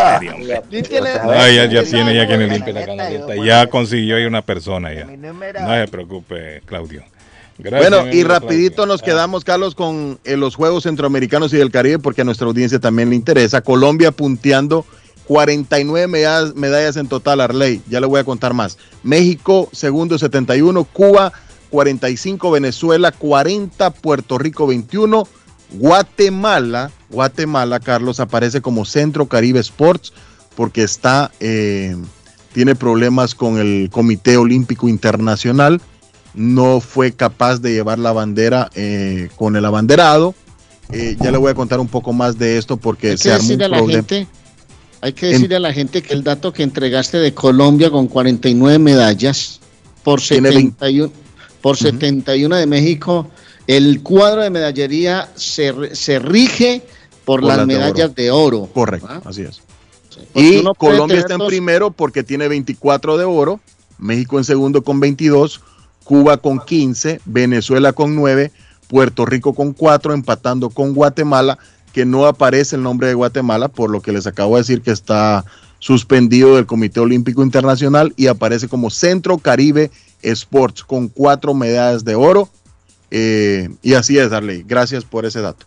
Ah, ya, ya tiene, ya quien le limpia la canaleta. Ya consiguió ahí una persona ya. No se preocupe, Claudio. Gracias, bueno, y rapidito Claudio. Nos quedamos, Carlos, con eh, los Juegos Centroamericanos y del Caribe, porque a nuestra audiencia también le interesa. Colombia punteando cuarenta y nueve medallas, medallas en total, Arley, ya le voy a contar más. México, segundo, setenta y uno, Cuba, cuarenta y cinco, Venezuela, cuarenta, Puerto Rico, veintiuno, Guatemala, Guatemala, Carlos, aparece como Centro Caribe Sports, porque está, eh, tiene problemas con el Comité Olímpico Internacional, no fue capaz de llevar la bandera eh, con el abanderado. Eh, ya le voy a contar un poco más de esto, porque se armó un problema. Hay que decirle a la gente que el dato que entregaste de Colombia con cuarenta y nueve medallas por setenta y uno, por setenta y uno de México, el cuadro de medallería se, se rige por, por las, las medallas de oro. De oro. Correcto, ¿ah? Así es. Sí, y Colombia está en dos... primero porque tiene veinticuatro de oro, México en segundo con veintidós, Cuba con quince, Venezuela con nueve, Puerto Rico con cuatro, empatando con Guatemala, que no aparece el nombre de Guatemala, por lo que les acabo de decir que está suspendido del Comité Olímpico Internacional, y aparece como Centro Caribe Sports con cuatro medallas de oro. Eh, y así es, Arley. Gracias por ese dato.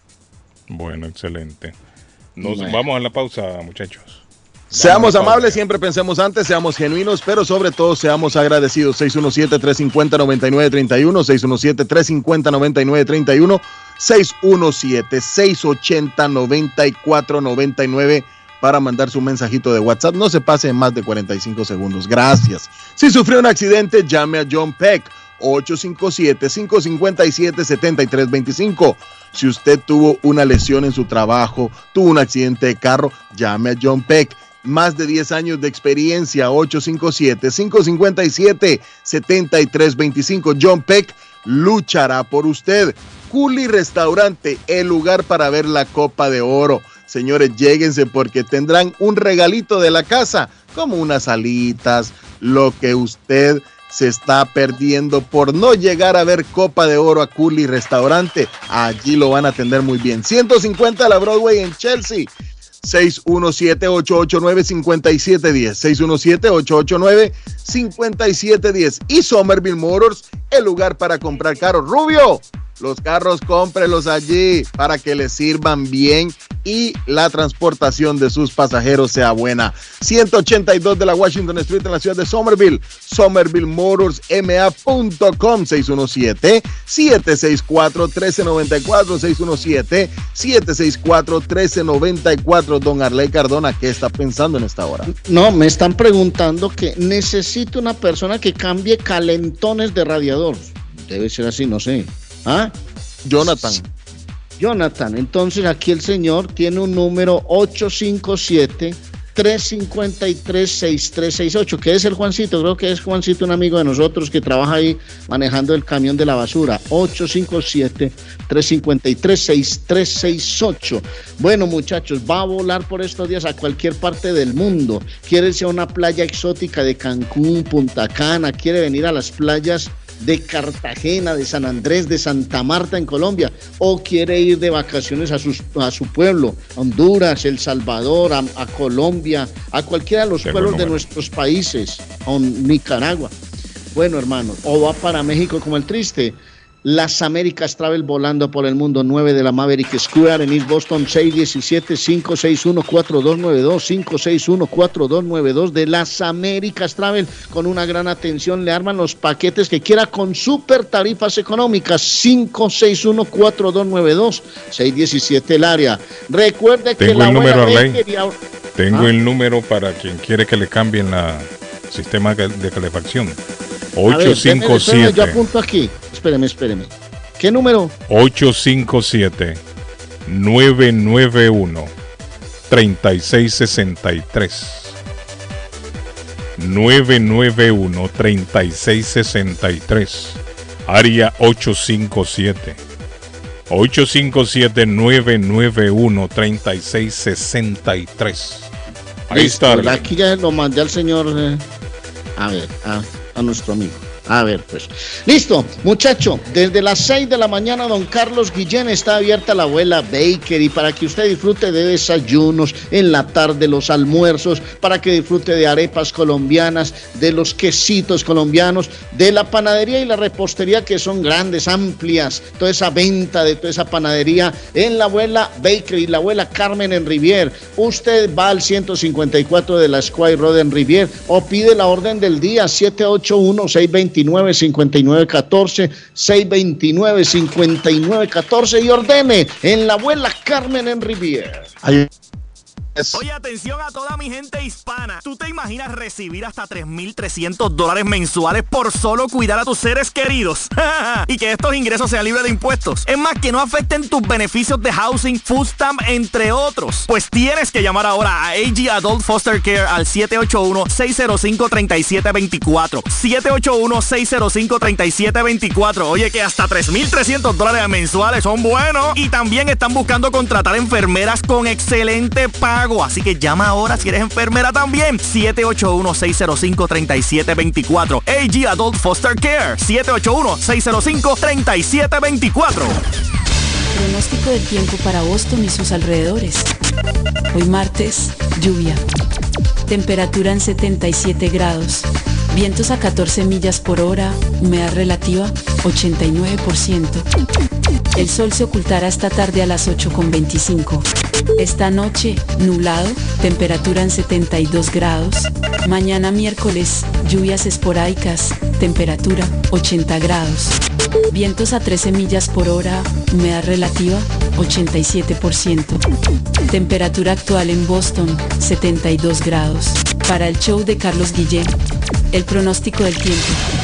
Bueno, excelente. Nos bueno. vamos a la pausa, muchachos. Seamos amables, siempre pensemos antes, seamos genuinos, pero sobre todo seamos agradecidos. seis uno siete, tres cinco cero, nueve nueve tres uno, seis uno siete, tres cinco cero, nueve nueve tres uno, seis uno siete, seis ocho cero, nueve cuatro nueve nueve para mandar su mensajito de WhatsApp. No se pase en más de cuarenta y cinco segundos. Gracias. Si sufrió un accidente, llame a John Peck, ocho cinco siete, cinco cinco siete, siete tres dos cinco. Si usted tuvo una lesión en su trabajo, tuvo un accidente de carro, llame a John Peck. Más de diez años de experiencia, ocho cinco siete, cinco cinco siete, siete tres dos cinco. John Peck luchará por usted. Culi Restaurante, el lugar para ver la Copa de Oro. Señores, lléguense porque tendrán un regalito de la casa, como unas alitas, lo que usted se está perdiendo por no llegar a ver Copa de Oro a Culi Restaurante. Allí lo van a atender muy bien. ciento cincuenta la Broadway en Chelsea. seis uno siete, ocho ocho nueve, cinco siete uno cero, seis uno siete, ocho ocho nueve, cinco siete uno cero. Y Somerville Motors, el lugar para comprar carros. Rubio, los carros cómprelos allí para que les sirvan bien y la transportación de sus pasajeros sea buena. ciento ochenta y dos de la Washington Street en la ciudad de Somerville. Somerville Motors M A punto com. seis uno siete, siete seis cuatro, uno tres nueve cuatro, seis uno siete, siete seis cuatro, uno tres nueve cuatro. Don Arley Cardona, ¿qué está pensando en esta hora? No, me están preguntando que necesito una persona que cambie calentones de radiador. Debe ser así, no sé. ¿Ah? Jonathan. Jonathan, entonces aquí el señor tiene un número ocho cinco siete, tres cinco tres, seis tres seis ocho, que es el Juancito, creo que es Juancito, un amigo de nosotros que trabaja ahí manejando el camión de la basura. Ocho cinco siete, tres cinco tres, seis tres seis ocho. Bueno, muchachos, va a volar por estos días a cualquier parte del mundo. Quiere irse a una playa exótica de Cancún, Punta Cana, quiere venir a las playas de Cartagena, de San Andrés, de Santa Marta en Colombia, o quiere ir de vacaciones a, sus, a su pueblo, Honduras, El Salvador, a, a Colombia, a cualquiera de los Qué pueblos bueno, de nuestros países, a Nicaragua. Bueno, hermano, o va para México como el triste. Las Américas Travel volando por el mundo, nueve de la Maverick Square en East Boston, seis uno siete, cinco seis uno, cuatro dos nueve dos, cinco seis uno, cuatro dos nueve dos de Las Américas Travel, con una gran atención, le arman los paquetes que quiera con super tarifas económicas, cinco seis uno, cuatro dos nueve dos, seis uno siete el área. Recuerde que Tengo la el número, Arley. Quería... Tengo ¿Ah? el número para quien quiere que le cambien la sistema de calefacción. ocho cinco siete. Yo apunto aquí. Espéreme, espéreme. ¿Qué número? ocho cinco siete, nueve nueve uno, treinta y seis sesenta y tres. nueve nueve uno, treinta y seis sesenta y tres. Área ocho cinco siete. ocho cinco siete, nueve nueve uno, treinta y seis sesenta y tres. Ahí Listo, está. aquí ya lo mandé al señor. Eh, a ver, a, a nuestro amigo. A ver, pues. Listo, muchacho. Desde las seis de la mañana, don Carlos Guillén, está abierta la abuela Bakery para que usted disfrute de desayunos, en la tarde los almuerzos, para que disfrute de arepas colombianas, de los quesitos colombianos, de la panadería y la repostería que son grandes, amplias. Toda esa venta de toda esa panadería en la abuela Bakery, la abuela Carmen en Rivier. Usted va al ciento cincuenta y cuatro de la Square Road en Rivier o pide la orden del día siete ocho uno, seis dos nueve, cinco nueve uno cuatro, seis dos nueve, cinco nueve uno cuatro y ordene en la abuela Carmen en Rivier. Ahí. Oye, atención a toda mi gente hispana. ¿Tú te imaginas recibir hasta tres mil trescientos dólares mensuales por solo cuidar a tus seres queridos? Y que estos ingresos sean libres de impuestos. Es más, que no afecten tus beneficios de housing, food stamp, entre otros. Pues tienes que llamar ahora a A G Adult Foster Care al siete ocho uno, seis cero cinco, tres siete dos cuatro. siete ocho uno, seis cero cinco, tres siete dos cuatro. Oye, que hasta tres mil trescientos dólares mensuales son buenos. Y también están buscando contratar enfermeras con excelente pago. Así que llama ahora si eres enfermera también. siete ocho uno, seis cero cinco, tres siete dos cuatro. A G Adult Foster Care. siete ocho uno, seis cero cinco, tres siete dos cuatro. Pronóstico del tiempo para Boston y sus alrededores. Hoy martes, lluvia. Temperatura en setenta y siete grados. Vientos a catorce millas por hora. Humedad relativa, ochenta y nueve por ciento. El sol se ocultará esta tarde a las ocho con veinticinco. Esta noche, nublado, temperatura en setenta y dos grados. Mañana miércoles, lluvias esporádicas, temperatura ochenta grados. Vientos a trece millas por hora, humedad relativa ochenta y siete por ciento. Temperatura actual en Boston, setenta y dos grados. Para el show de Carlos Guillén, el pronóstico del tiempo.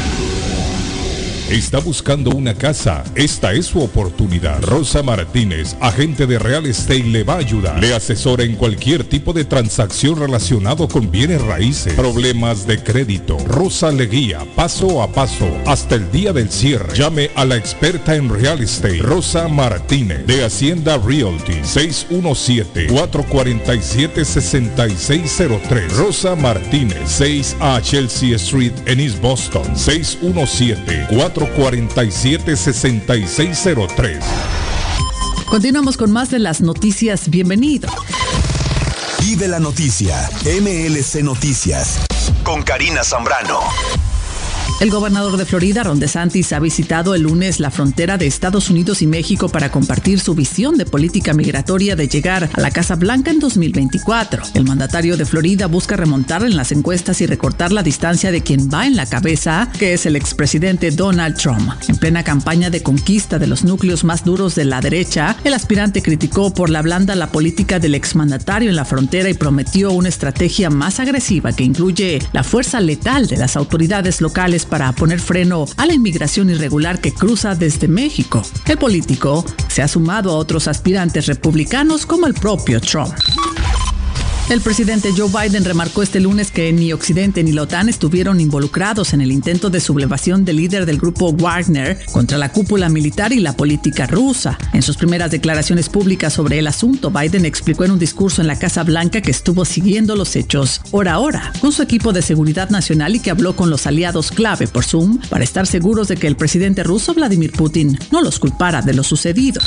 ¿Está buscando una casa? Esta es su oportunidad. Rosa Martínez, agente de Real Estate, le va a ayudar. Le asesora en cualquier tipo de transacción relacionado con bienes raíces, problemas de crédito. Rosa le guía paso a paso hasta el día del cierre. Llame a la experta en Real Estate, Rosa Martínez, de Hacienda Realty, seis uno siete, cuatro cuatro siete, seis seis cero tres. Rosa Martínez, seis a Chelsea Street en East Boston, seis uno siete, cuatro cuatro siete, seis seis cero tres. Continuamos con más de las noticias. Bienvenido. Vive la noticia. M L C Noticias. Con Karina Zambrano. El gobernador de Florida, Ron DeSantis, ha visitado el lunes la frontera de Estados Unidos y México para compartir su visión de política migratoria de llegar a la Casa Blanca en dos mil veinticuatro. El mandatario de Florida busca remontar en las encuestas y recortar la distancia de quien va en la cabeza, que es el expresidente Donald Trump. En plena campaña de conquista de los núcleos más duros de la derecha, el aspirante criticó por la blanda la política del exmandatario en la frontera y prometió una estrategia más agresiva que incluye la fuerza letal de las autoridades locales para poner freno a la inmigración irregular que cruza desde México. El político se ha sumado a otros aspirantes republicanos como el propio Trump. El presidente Joe Biden remarcó este lunes que ni Occidente ni la OTAN estuvieron involucrados en el intento de sublevación del líder del grupo Wagner contra la cúpula militar y la política rusa. En sus primeras declaraciones públicas sobre el asunto, Biden explicó en un discurso en la Casa Blanca que estuvo siguiendo los hechos hora a hora con su equipo de seguridad nacional y que habló con los aliados clave por Zoom para estar seguros de que el presidente ruso Vladimir Putin no los culpara de lo sucedido.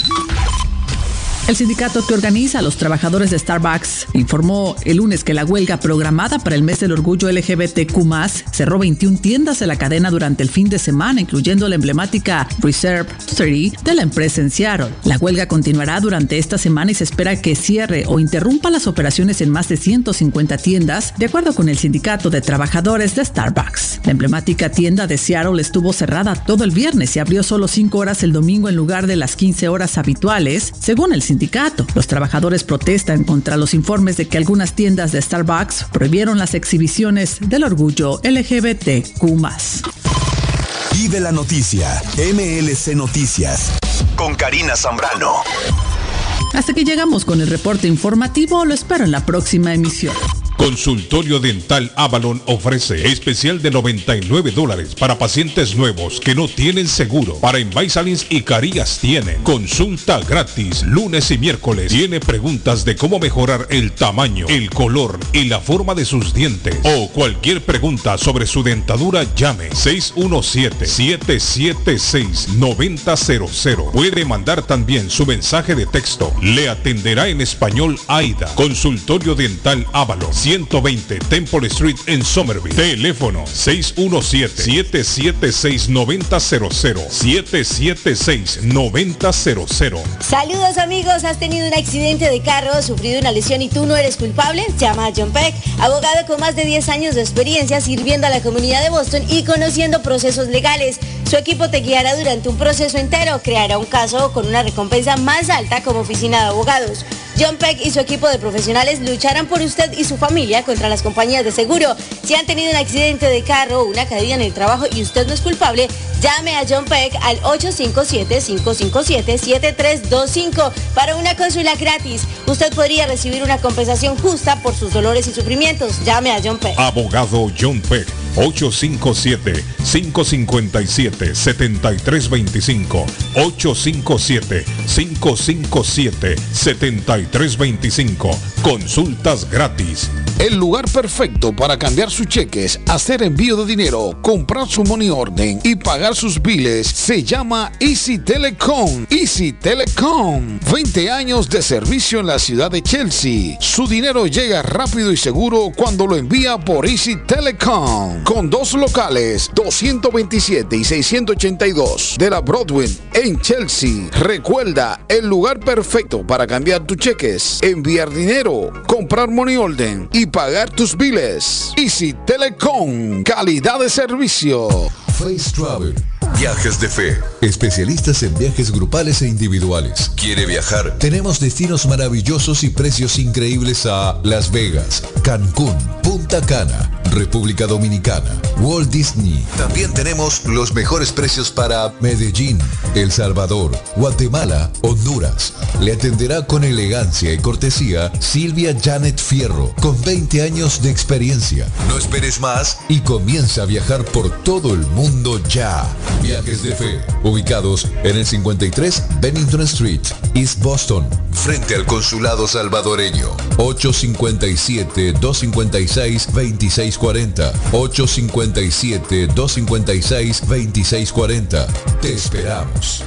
El sindicato que organiza a los trabajadores de Starbucks informó el lunes que la huelga programada para el mes del orgullo L G B T Q más, cerró veintiuna tiendas de la cadena durante el fin de semana, incluyendo la emblemática Reserve treinta de la empresa en Seattle. La huelga continuará durante esta semana y se espera que cierre o interrumpa las operaciones en más de ciento cincuenta tiendas, de acuerdo con el sindicato de trabajadores de Starbucks. La emblemática tienda de Seattle estuvo cerrada todo el viernes y abrió solo cinco horas el domingo en lugar de las quince horas habituales, según el sindicato. Sindicato. Los trabajadores protestan contra los informes de que algunas tiendas de Starbucks prohibieron las exhibiciones del orgullo L G B T Q más. Vive la noticia. M L C Noticias. Con Karina Zambrano. Hasta que llegamos con el reporte informativo, lo espero en la próxima emisión. Consultorio Dental Avalon ofrece especial de noventa y nueve dólares para pacientes nuevos que no tienen seguro. Para Invisalins y Carías tienen consulta gratis lunes y miércoles. Tiene preguntas de cómo mejorar el tamaño, el color y la forma de sus dientes o cualquier pregunta sobre su dentadura, llame seis uno siete, siete siete seis, nueve cero cero cero. Puede mandar también su mensaje de texto. Le atenderá en español Aida. Consultorio Dental Avalon, ciento veinte Temple Street en Somerville. Teléfono seis uno siete, siete siete seis, nueve cero cero, siete siete seis, nueve cero cero. Saludos amigos, ¿has tenido un accidente de carro, sufrido una lesión y tú no eres culpable? Llama a John Peck, abogado con más de diez años de experiencia sirviendo a la comunidad de Boston y conociendo procesos legales. Su equipo te guiará durante un proceso entero, creará un caso con una recompensa más alta como oficina de abogados. John Peck y su equipo de profesionales lucharán por usted y su familia contra las compañías de seguro. Si han tenido un accidente de carro o una caída en el trabajo y usted no es culpable, llame a John Peck al ocho cinco siete, cinco cinco siete, siete tres dos cinco para una consulta gratis. Usted podría recibir una compensación justa por sus dolores y sufrimientos. Llame a John Peck. Abogado John Peck, ocho cinco siete, cinco cinco siete, siete tres dos cinco, ocho cinco siete, cinco cinco siete, siete tres dos cinco. Consultas gratis. El lugar perfecto para cambiar sus cheques, hacer envío de dinero, comprar su money order y pagar sus biles se llama Easy Telecom. Easy Telecom. veinte años de servicio en la ciudad de Chelsea. Su dinero llega rápido y seguro cuando lo envía por Easy Telecom. Con dos locales, doscientos veintisiete y seiscientos ochenta y dos de la Broadway en Chelsea. Recuerda, el lugar perfecto para cambiar tus cheques, enviar dinero, comprar money order y pagar tus biles. Easy Telecom, calidad de servicio. Face Travel, viajes de fe, especialistas en viajes grupales e individuales. ¿Quiere viajar? Tenemos destinos maravillosos y precios increíbles a Las Vegas, Cancún, Punta Cana, República Dominicana, Walt Disney. También tenemos los mejores precios para Medellín, El Salvador, Guatemala, Honduras. Le atenderá con elegancia y cortesía Silvia Janet Fierro, con veinte años de experiencia. No esperes más y comienza a viajar por todo el mundo ya. Viajes de Fe, ubicados en el cincuenta y tres Bennington Street, East Boston, frente al consulado salvadoreño. ocho cinco siete, dos cinco seis, dos seis cuatro cero, ocho cinco siete, dos cinco seis, dos seis cuatro cero. Te esperamos.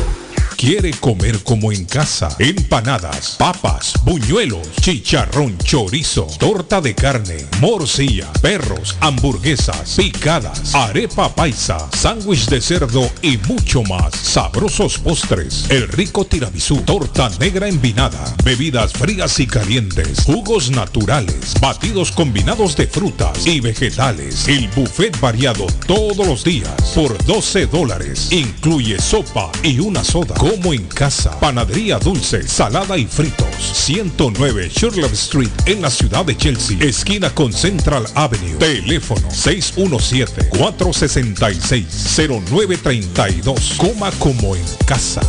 ¿Quiere comer como en casa? Empanadas, papas, buñuelos, chicharrón, chorizo, torta de carne, morcilla, perros, hamburguesas, picadas, arepa paisa, sándwich de cerdo y mucho más. Sabrosos postres, el rico tiramisú, torta negra envinada, bebidas frías y calientes, jugos naturales, batidos combinados de frutas y vegetales. El buffet variado todos los días por doce dólares. Incluye sopa y una soda. Como en casa. Panadería dulce, salada y fritos. ciento nueve Shirley Street en la ciudad de Chelsea, esquina con Central Avenue. Teléfono seis uno siete, cuatro seis seis, cero nueve tres dos. Coma como en casa.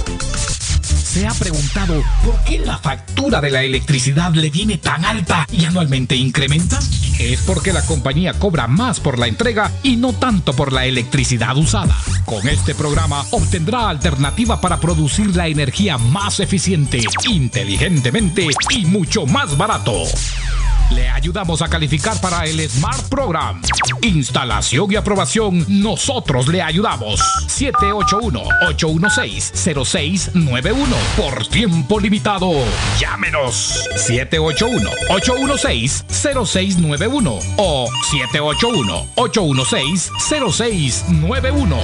¿Se ha preguntado por qué la factura de la electricidad le viene tan alta y anualmente incrementa? Es porque la compañía cobra más por la entrega y no tanto por la electricidad usada. Con este programa obtendrá alternativa para producir la energía más eficiente, inteligentemente y mucho más barato. Le ayudamos a calificar para el Smart Program. Instalación y aprobación, nosotros le ayudamos. siete ocho uno, ocho uno seis, cero seis nueve uno. Por tiempo limitado. Llámenos. siete ocho uno, ocho uno seis, cero seis nueve uno o siete ocho uno, ocho uno seis, cero seis nueve uno.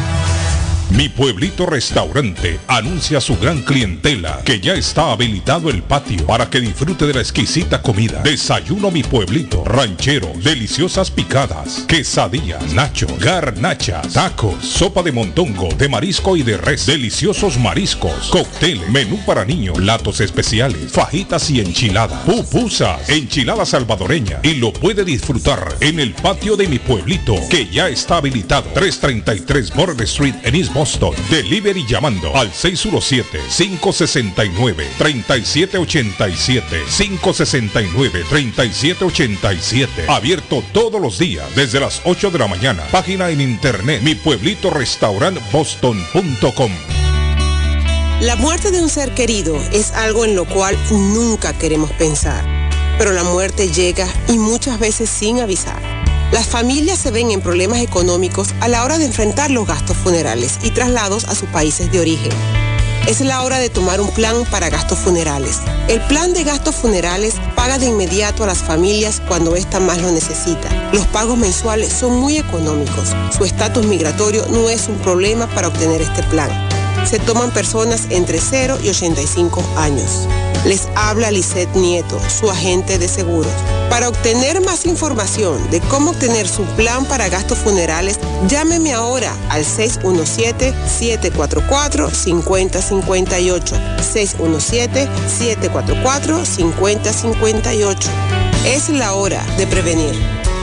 Mi Pueblito Restaurante anuncia a su gran clientela que ya está habilitado el patio para que disfrute de la exquisita comida. Desayuno Mi Pueblito, ranchero, deliciosas picadas, quesadillas, nacho, garnachas, tacos, sopa de mondongo, de marisco y de res, deliciosos mariscos, cócteles, menú para niños, platos especiales, fajitas y enchiladas, pupusas, enchilada salvadoreña, y lo puede disfrutar en el patio de Mi Pueblito, que ya está habilitado. trescientos treinta y tres Border Street en East Boston. Delivery llamando al seis uno siete, cinco seis nueve, tres siete ocho siete, cinco seis nueve, tres siete ocho siete. Abierto todos los días desde las ocho de la mañana. Página en internet mi pueblito restaurant boston punto com. La muerte de un ser querido es algo en lo cual nunca queremos pensar, pero la muerte llega y muchas veces sin avisar. Las familias se ven en problemas económicos a la hora de enfrentar los gastos funerales y traslados a sus países de origen. Es la hora de tomar un plan para gastos funerales. El plan de gastos funerales paga de inmediato a las familias cuando ésta más lo necesita. Los pagos mensuales son muy económicos. Su estatus migratorio no es un problema para obtener este plan. Se toman personas entre cero y ochenta y cinco años. Les habla Lisette Nieto, su agente de seguros. Para obtener más información de cómo obtener su plan para gastos funerales, llámeme ahora al seis uno siete, siete cuatro cuatro, cinco cero cinco ocho. seis uno siete, siete cuatro cuatro, cinco cero cinco ocho. Es la hora de prevenir.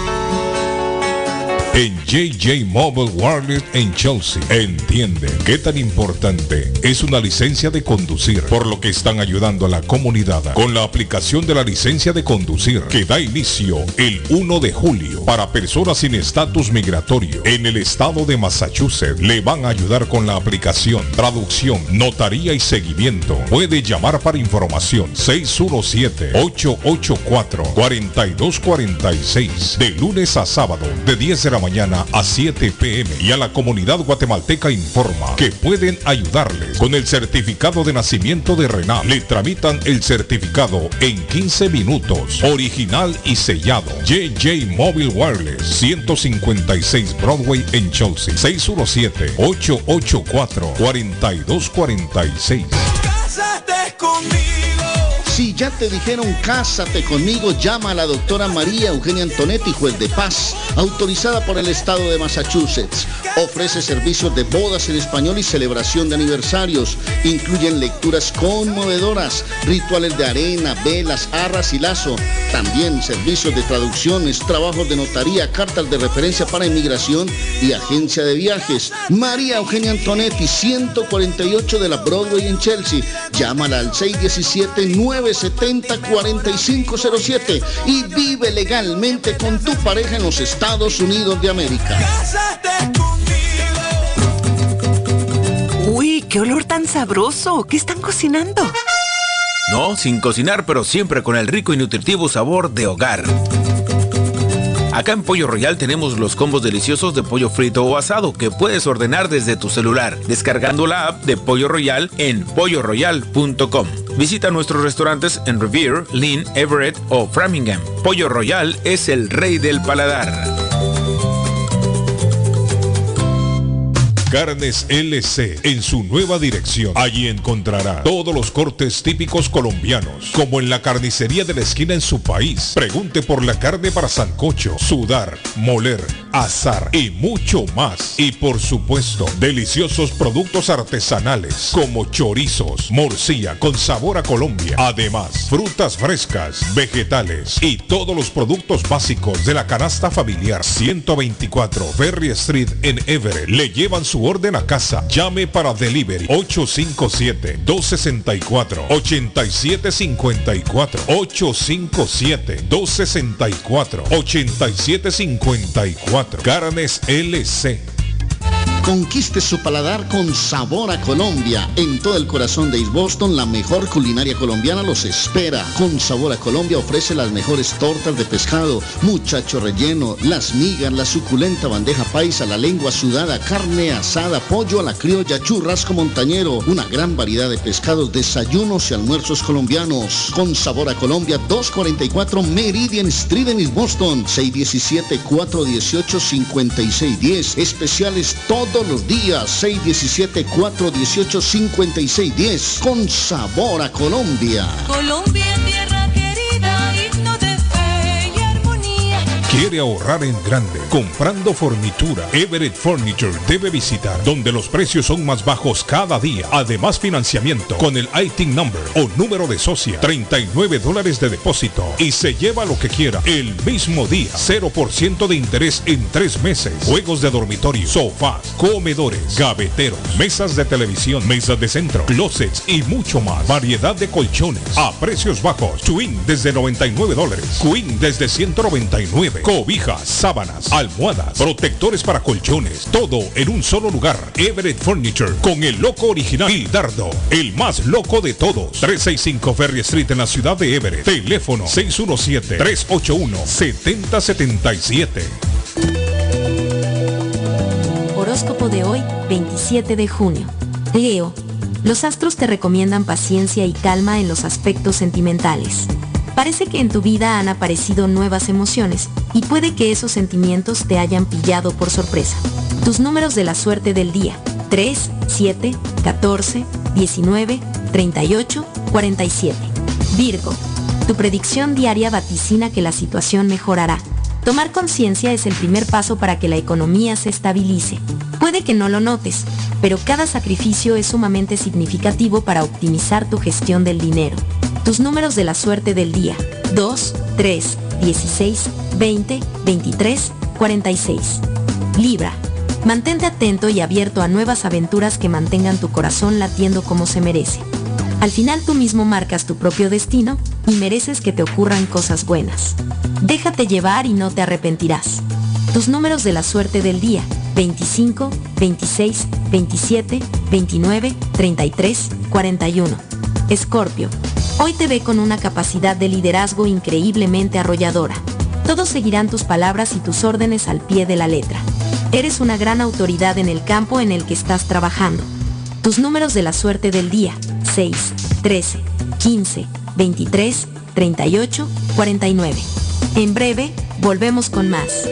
En J J Mobile Wireless en Chelsea entienden qué tan importante es una licencia de conducir, por lo que están ayudando a la comunidad con la aplicación de la licencia de conducir que da inicio el uno de julio para personas sin estatus migratorio en el estado de Massachusetts. Le van a ayudar con la aplicación, traducción, notaría y seguimiento. Puede llamar para información seis uno siete, ocho ocho cuatro, cuatro dos cuatro seis de lunes a sábado de diez de la mañana a siete p m y a la comunidad guatemalteca informa que pueden ayudarles con el certificado de nacimiento de Renal. Le tramitan el certificado en quince minutos, original y sellado. J J Mobile Wireless, ciento cincuenta y seis Broadway en Chelsea. Seis uno siete, ocho ocho cuatro, cuatro dos cuatro seis. Cásate conmigo. Si ya te dijeron cásate conmigo, llama a la doctora María Eugenia Antonetti, juez de paz, autorizada por el estado de Massachusetts. Ofrece servicios de bodas en español y celebración de aniversarios. Incluyen lecturas conmovedoras, rituales de arena, velas, arras y lazo. También servicios de traducciones, trabajos de notaría, cartas de referencia para inmigración y agencia de viajes. María Eugenia Antonetti, ciento cuarenta y ocho de la Broadway en Chelsea. Llámala al seis uno siete, nueve siete cero, cuatro cinco cero siete y vive legalmente con tu pareja en los Estados Unidos de América. Uy, qué olor tan sabroso. ¿Qué están cocinando? No, sin cocinar, pero siempre con el rico y nutritivo sabor de hogar. Acá en Pollo Royal tenemos los combos deliciosos de pollo frito o asado que puedes ordenar desde tu celular, descargando la app de Pollo Royal en pollo royal punto com. Visita nuestros restaurantes en Revere, Lynn, Everett o Framingham. Pollo Royal es el rey del paladar. Carnes L C en su nueva dirección. Allí encontrará todos los cortes típicos colombianos, como en la carnicería de la esquina en su país. Pregunte por la carne para sancocho, sudar, moler, asar y mucho más. Y por supuesto, deliciosos productos artesanales como chorizos, morcilla con sabor a Colombia. Además, frutas frescas, vegetales y todos los productos básicos de la canasta familiar. ciento veinticuatro Ferry Street en Everett. Le llevan su orden a casa. Llame para delivery ocho cinco siete, dos seis cuatro, ocho siete cinco cuatro, ocho cinco siete, dos seis cuatro, ocho siete cinco cuatro. Carnes L C. Conquiste su paladar con sabor a Colombia. En todo el corazón de East Boston, la mejor culinaria colombiana los espera. Con Sabor a Colombia ofrece las mejores tortas de pescado, muchacho relleno, las migas, la suculenta bandeja paisa, la lengua sudada, carne asada, pollo a la criolla, churrasco montañero, una gran variedad de pescados, desayunos y almuerzos colombianos. Con Sabor a Colombia, doscientos cuarenta y cuatro Meridian Street en East Boston, seis uno siete, cuatro uno ocho, cinco seis uno cero. Especiales todos todos los días, seis uno siete, cuatro uno ocho, cinco seis uno cero, con Sabor a Colombia. Colombia, tierra querida, himno de fe y armonía. ¿Quiere ahorrar en grande comprando fornitura? Everett Furniture debe visitar, donde los precios son más bajos cada día. Además, financiamiento con el I T I N number o número de socia, treinta y nueve dólares de depósito y se lleva lo que quiera el mismo día. Cero por ciento de interés en tres meses. Juegos de dormitorio, sofás, comedores, gaveteros, mesas de televisión, mesas de centro, closets y mucho más. Variedad de colchones a precios bajos. Twin desde noventa y nueve dólares. Queen desde ciento noventa y nueve. Cobijas, sábanas, almohadas, protectores para colchones. Todo en un solo lugar. Everett Furniture con el loco original Gildardo, el más loco de todos. trescientos sesenta y cinco Ferry Street en la ciudad de Everett. Teléfono seis uno siete, tres ocho uno, siete cero siete siete. Horóscopo de hoy, veintisiete de junio. Leo. Los astros te recomiendan paciencia y calma en los aspectos sentimentales. Parece que en tu vida han aparecido nuevas emociones y puede que esos sentimientos te hayan pillado por sorpresa. Tus números de la suerte del día: tres, siete, catorce, diecinueve, treinta y ocho, cuarenta y siete. Virgo. Tu predicción diaria vaticina que la situación mejorará. Tomar conciencia es el primer paso para que la economía se estabilice. Puede que no lo notes, pero cada sacrificio es sumamente significativo para optimizar tu gestión del dinero. Tus números de la suerte del día: dos, tres, dieciséis, veinte, veintitrés, cuarenta y seis. Libra. Mantente atento y abierto a nuevas aventuras que mantengan tu corazón latiendo como se merece. Al final tú mismo marcas tu propio destino y mereces que te ocurran cosas buenas. Déjate llevar y no te arrepentirás. Tus números de la suerte del día: veinticinco, veintiséis, veintisiete, veintinueve, treinta y tres, cuarenta y uno. Escorpio. Hoy te ve con una capacidad de liderazgo increíblemente arrolladora. Todos seguirán tus palabras y tus órdenes al pie de la letra. Eres una gran autoridad en el campo en el que estás trabajando. Tus números de la suerte del día: seis, trece, quince, veintitrés, treinta y ocho, cuarenta y nueve. En breve, volvemos con más.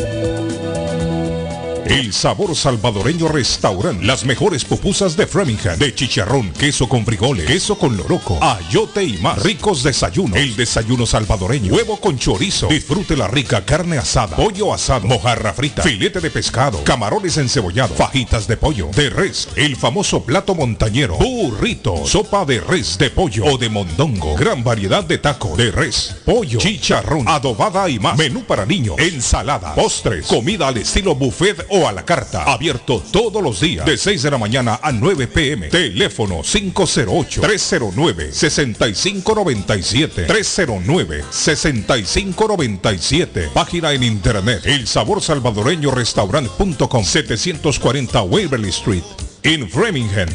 El Sabor Salvadoreño Restaurant. Las mejores pupusas de Framingham, de chicharrón, queso con frijoles, queso con loroco, ayote y más. Ricos desayunos. El desayuno salvadoreño. Huevo con chorizo. Disfrute la rica carne asada, pollo asado, mojarra frita, filete de pescado, camarones encebollados, fajitas de pollo, de res, el famoso plato montañero, burrito, sopa de res, de pollo o de mondongo. Gran variedad de tacos de res, pollo, chicharrón, adobada y más. Menú para niños, ensalada, postres, comida al estilo buffet o a la carta. Abierto todos los días de seis de la mañana a nueve pe eme. Teléfono cinco cero ocho, tres cero nueve, seis cinco nueve siete. tres cero nueve, seis cinco nueve siete. Página en internet el sabor salvadoreño restaurant punto com. setecientos cuarenta Waverly Street en Framingham.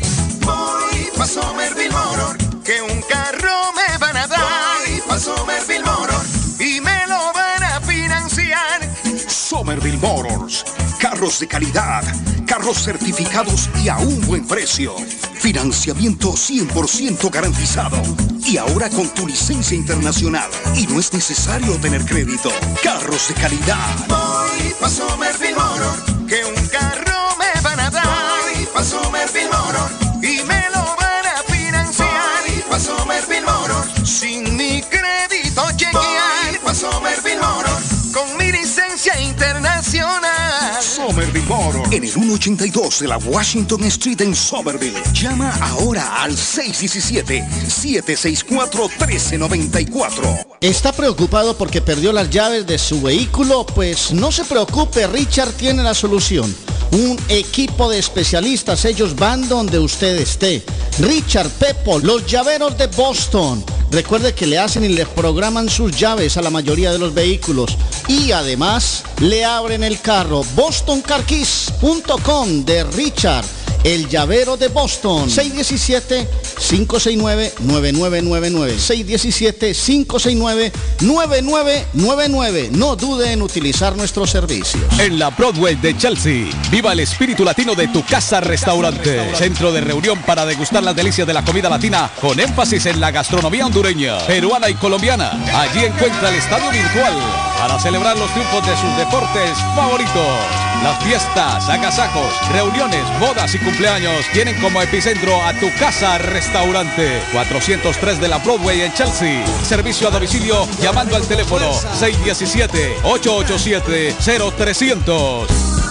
Voy pa' Somerville Motor, que un carro me van a dar. Voy pa' Somerville Motor y me lo van a financiar. Somerville Motors. Carros de calidad, carros certificados y a un buen precio. Financiamiento cien por ciento garantizado. Y ahora con tu licencia internacional. Y no es necesario tener crédito. Carros de calidad. Voy pa' Somerville Motor, que un carro me van a dar. Voy pa' Somerville Motor y me lo van a financiar. Voy pa' Somerville Motor, sin mi crédito chequear. Voy pa' Somerville Motor, con mi licencia internacional. Somerville Motor, en el ciento ochenta y dos de la Washington Street en Somerville. Llama ahora al seis uno siete, siete seis cuatro, uno tres nueve cuatro. ¿Está preocupado porque perdió las llaves de su vehículo? Pues no se preocupe, Richard tiene la solución. Un equipo de especialistas, ellos van donde usted esté. Richard Pepo, los llaveros de Boston. Recuerde que le hacen y le programan sus llaves a la mayoría de los vehículos. Y además, le abren el carro. boston car keys punto com de Richard, el llavero de Boston. seis uno siete, cinco seis nueve, nueve nueve nueve nueve. seis uno siete, cinco seis nueve, nueve nueve nueve nueve. No dude en utilizar nuestros servicios. En la Broadway de Chelsea, viva el espíritu latino de Tu Casa Restaurante. Centro de reunión para degustar las delicias de la comida latina con énfasis en la gastronomía hondureña, peruana y colombiana. Allí encuentra el estadio virtual, para celebrar los triunfos de sus deportes favoritos. Las fiestas, agasajos, reuniones, bodas y cumpleaños tienen como epicentro a Tu Casa Restaurante. cuatrocientos tres de la Broadway en Chelsea. Servicio a domicilio llamando al teléfono seis uno siete, ocho ocho siete, cero trescientos.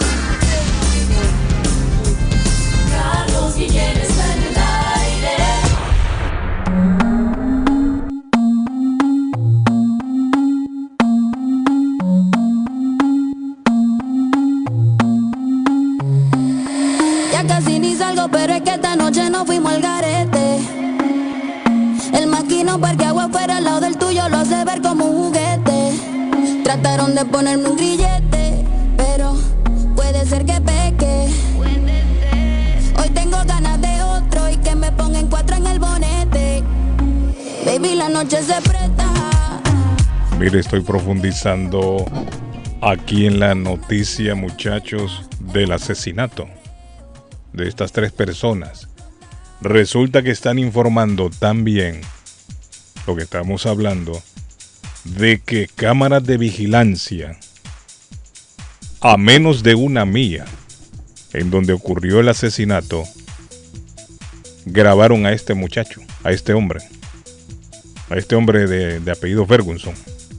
Casi ni salgo, pero es que esta noche nos fuimos al garete. El maquino parqueado afuera al lado del tuyo lo hace ver como un juguete. Trataron de ponerme un grillete, pero puede ser que peque. Hoy tengo ganas de otro y que me pongan cuatro en el bonete. Baby, la noche se presta. Mire, estoy profundizando aquí en la noticia, muchachos, del asesinato de estas tres personas. Resulta que están informando también lo que estamos hablando de que cámaras de vigilancia a menos de una milla en donde ocurrió el asesinato grabaron a este muchacho, a este hombre, a este hombre de, de apellido Ferguson.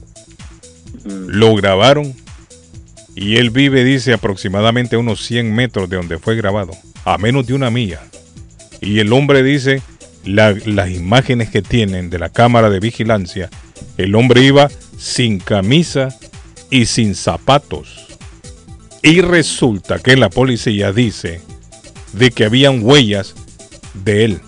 Lo grabaron y él vive, dice, aproximadamente a unos cien metros de donde fue grabado, a menos de una milla. Y el hombre dice, la, las imágenes que tienen de la cámara de vigilancia, el hombre iba sin camisa y sin zapatos. Y resulta que la policía dice de que habían huellas de él.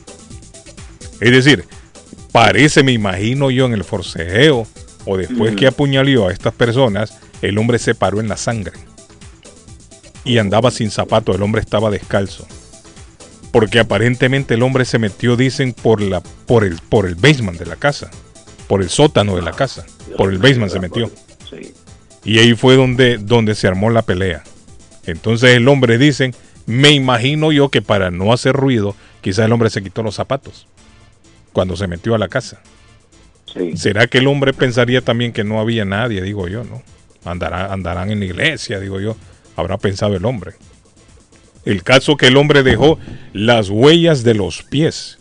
Es decir, parece, me imagino yo, en el forcejeo o después mm. que apuñaló a estas personas, el hombre se paró en la sangre. Y andaba sin zapatos, el hombre estaba descalzo. Porque aparentemente el hombre se metió, dicen, por la por el por el basement de la casa, por el sótano de la casa, por el basement se metió. Y ahí fue donde, donde se armó la pelea. Entonces el hombre, dicen, me imagino yo que para no hacer ruido, quizás el hombre se quitó los zapatos cuando se metió a la casa. Sí. ¿Será que el hombre pensaría también que no había nadie? Digo yo, ¿no? Andará, andarán en la iglesia, digo yo. Habrá pensado el hombre. El caso que el hombre dejó las huellas de los pies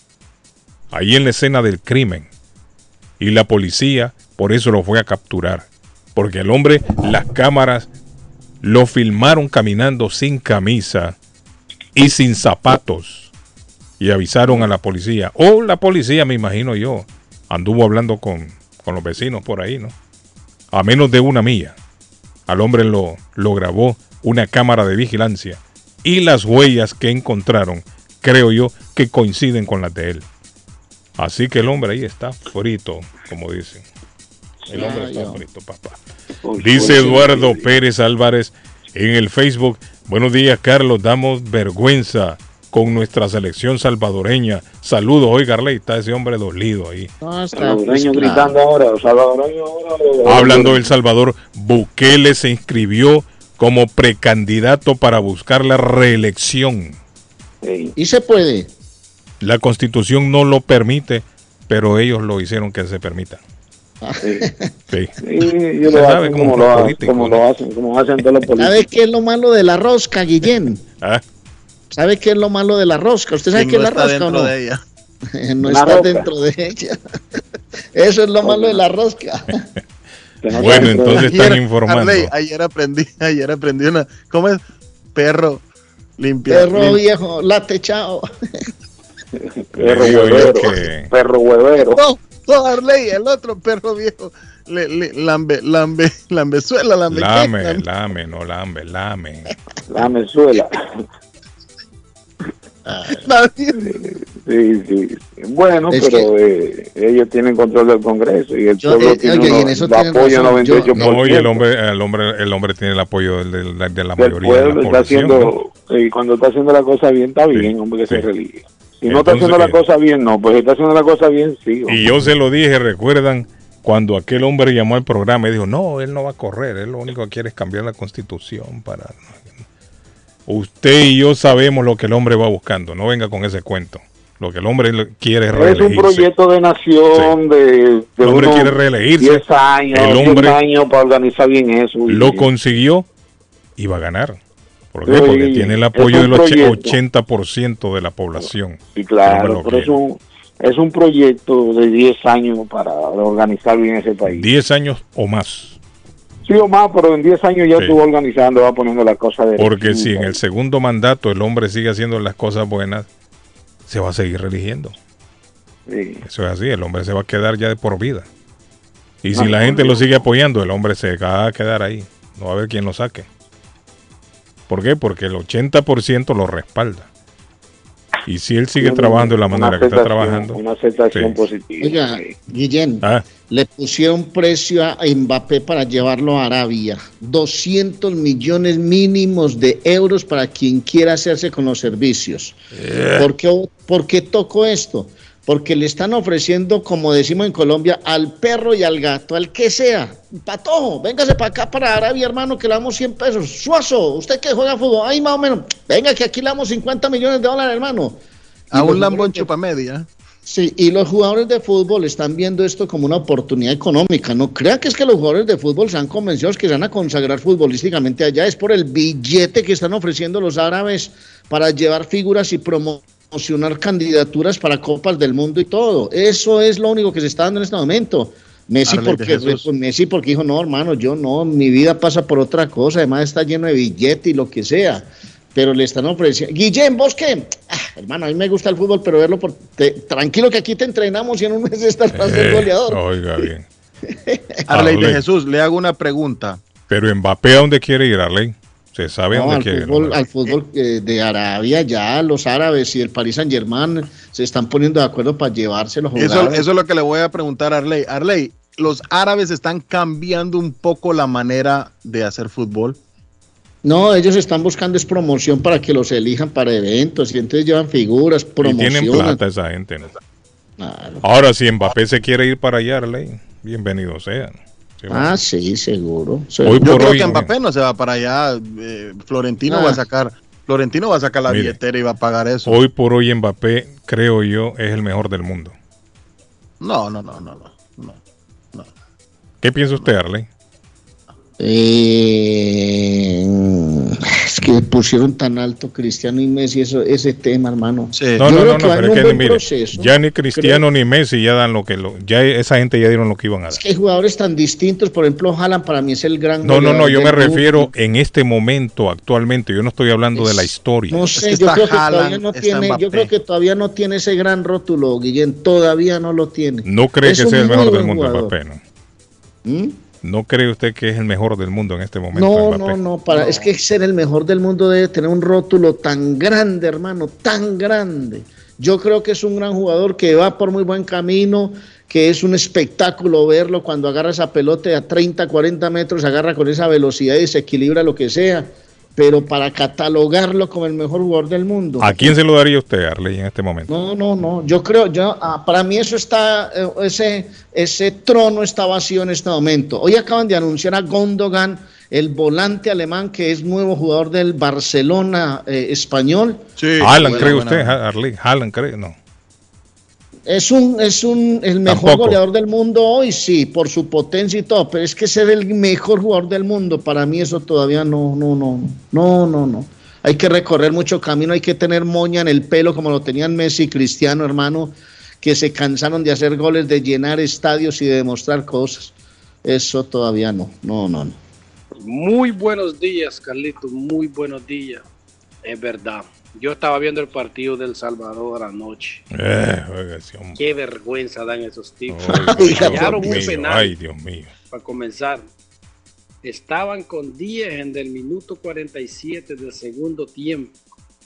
ahí en la escena del crimen. Y la policía por eso lo fue a capturar. Porque el hombre, las cámaras lo filmaron caminando sin camisa y sin zapatos. Y avisaron a la policía. O la policía, me imagino yo, anduvo hablando con, con los vecinos por ahí, ¿no? A menos de una milla. Al hombre lo, lo grabó una cámara de vigilancia. Y las huellas que encontraron, creo yo, que coinciden con las de él. Así que el hombre ahí está frito, como dicen. El hombre está frito, papá. Dice Eduardo Pérez Álvarez en el Facebook. Buenos días, Carlos. Damos vergüenza con nuestra selección salvadoreña. Saludos. Hoy, Garley, está ese hombre dolido ahí. No, está salvadoreño gritando ahora. Salvadoreño ahora. Hablando del Salvador, Bukele se inscribió como precandidato para buscar la reelección. Sí. Y se puede. La Constitución no lo permite, pero ellos lo hicieron que se permita. Sí. Sí. Sí, yo lo sabe cómo, cómo, lo, político, como ¿no? lo hacen, como hacen todos los políticos. ¿Sabe qué es lo malo de la rosca, Guillén? ¿Ah? ¿Sabe qué es lo malo de la rosca? ¿Usted sabe qué no es la rosca o no? De ella. No la está roca. Dentro de ella. Eso es lo malo de la rosca. Bueno, entonces ayer, están informando. Arley, ayer aprendí, ayer aprendí una, ¿cómo es? Perro limpia. Perro lim... viejo, latechao. Perro huevero. Que... Perro huevero. No, no, Arley, el otro perro viejo. Le, le, lambe, lambe, lambezuela, lambe. Lame, ¿qué? lame, no lambe, lame. Lamezuela. Sí, sí. Bueno, es pero que, eh, ellos tienen control del Congreso y el yo, pueblo eh, tiene oye, uno, en eso apoyo noventa y ocho por ciento. No, y el hombre, el hombre, el hombre tiene el apoyo de, de, de la mayoría pueblo de la está población. Haciendo, ¿no? Y cuando está haciendo la cosa bien, está bien, sí, hombre, que sí. se religue. Si Entonces, no está haciendo la cosa bien, no, pues si está haciendo la cosa bien, sí. Hombre. Y yo se lo dije, recuerdan, cuando aquel hombre llamó al programa y dijo, no, él no va a correr, él lo único que quiere es cambiar la Constitución para... Usted y yo sabemos lo que el hombre va buscando, no venga con ese cuento. Lo que el hombre quiere es Es reelegirse. un proyecto de nación Sí. de, de El hombre unos quiere reelegirse. diez años, El hombre diez años para organizar bien eso. lo Y- consiguió y va a ganar. ¿Por qué? Sí, Porque tiene el apoyo es del un och- proyecto. ochenta por ciento de la población. Sí, El claro, hombre lo pero es quiere. un, es un proyecto de diez años para organizar bien ese país. diez años o más. Sí o más, pero en diez años ya Sí. estuvo organizando, va poniendo las cosas de Porque si en el segundo mandato el hombre sigue haciendo las cosas buenas, se va a seguir religiendo. Sí. Eso es así, el hombre se va a quedar ya de por vida. Y si No, la por gente lo Dios. sigue apoyando, el hombre se va a quedar ahí. No va a haber quien lo saque. ¿Por qué? Porque el ochenta por ciento lo respalda. Y si él sigue Una- trabajando de la una manera que está aceptación, trabajando. Una aceptación sí. positiva. Oiga, Guillén, Ah. le pusieron precio a Mbappé para llevarlo a Arabia. doscientos millones mínimos de euros para quien quiera hacerse con los servicios. Eh. ¿Por qué, por qué tocó esto? Porque le están ofreciendo, como decimos en Colombia, al perro y al gato, al que sea. Patojo, véngase para acá, para Arabia, hermano, que le damos cien pesos. Suazo, usted que juega fútbol, ahí más o menos. Venga, que aquí le damos cincuenta millones de dólares, hermano. A Y un los lambón jugadores de- chupamedia. Sí, y los jugadores de fútbol están viendo esto como una oportunidad económica. No crean que es que los jugadores de fútbol se han convencido que se van a consagrar futbolísticamente allá. Es por el billete que están ofreciendo los árabes para llevar figuras y promocionar candidaturas para Copas del Mundo y todo. Eso es lo único que se está dando en este momento. Messi Arley de porque, Jesús. pues, Messi porque dijo, no, hermano, yo no, mi vida pasa por otra cosa. Además está lleno de billete y lo que sea. Pero le están ofreciendo. Guillén, ¿vos qué? Ah, hermano, a mí me gusta el fútbol, pero verlo por. te- tranquilo que aquí te entrenamos y en un mes estás para ser Eh, goleador. oiga bien. Arley de Arley. Jesús, le hago una pregunta. Pero Mbappé, ¿a dónde quiere ir, Arley? Se sabe a No, dónde al quiere ir. fútbol, ¿no? al fútbol eh, de Arabia, ya los árabes y el Paris Saint Germain se están poniendo de acuerdo para llevarse los Eso, jugadores. eso es lo que le voy a preguntar a Arley. Arley, ¿los árabes están cambiando un poco la manera de hacer fútbol? No, ellos están buscando es promoción para que los elijan para eventos y entonces llevan figuras, Y promocionan. tienen plata esa gente. ¿no? Claro. Ahora, si Mbappé se quiere ir para allá, Arley, bienvenido sea. Sí, Ah, sí, seguro. Hoy seguro. Yo por creo hoy, que Mbappé no se va para allá. eh, Florentino Ah. va a sacar, Florentino va a sacar la Mire, billetera y va a pagar eso. Hoy por hoy Mbappé, creo yo, es el mejor del mundo. No, no, no, no, no. no. ¿Qué piensa usted, Arley? Eh, es que pusieron tan alto Cristiano y Messi eso, ese tema, hermano. Sí. No, Yo no, creo no, que no, va en pero es un que buen mire, proceso. ya ni Cristiano ni Messi ya dan lo que lo, ya esa gente ya dieron lo que iban a dar. Es que hay jugadores tan distintos, por ejemplo, Haaland para mí es el gran No, no, no, goleador yo del me mundo. refiero en este momento, actualmente, yo no estoy hablando de la historia. No Es sé, que yo está creo que todavía Haaland, no está tiene, Mbappé. yo creo que todavía no tiene ese gran rótulo, Guillén, todavía no lo tiene. No cree Es que un sea el muy mejor del buen mundo, jugador. Mbappé, ¿no? ¿Mm? ¿No cree usted que es el mejor del mundo en este momento, No, Mbappé? no, no, para, es que ser el mejor del mundo debe tener un rótulo tan grande, hermano, tan grande. Yo creo que es un gran jugador que va por muy buen camino, que es un espectáculo verlo cuando agarra esa pelota a treinta, cuarenta metros, agarra con esa velocidad y se equilibra lo que sea, pero para catalogarlo como el mejor jugador del mundo. ¿A quién se lo daría usted, Arley, en este momento? No, no, no. Yo creo, yo, ah, para mí eso está, eh, ese, ese trono está vacío en este momento. Hoy acaban de anunciar a Gundogan, el volante alemán que es nuevo jugador del Barcelona eh, español. Sí, Haaland, buena, ¿cree buena. usted, Arley? Haaland, ¿cree? No. Es un, es un, el mejor Tampoco. goleador del mundo hoy, sí, por su potencia y todo, pero es que ser el mejor jugador del mundo, para mí eso todavía no, no, no, no, no, no. Hay que recorrer mucho camino, hay que tener moña en el pelo como lo tenían Messi y Cristiano, hermano, que se cansaron de hacer goles, de llenar estadios y de demostrar cosas. Eso todavía no, no, no, no. Muy buenos días, Carlitos, muy buenos días. Es verdad. Yo estaba viendo el partido del Salvador anoche. Eh, oiga, ese hombre. Qué vergüenza dan esos tipos. Oiga, Fallaron Dios un mío, penal. ay, Dios mío. Para comenzar. Estaban con diez en el minuto cuarenta y siete del segundo tiempo.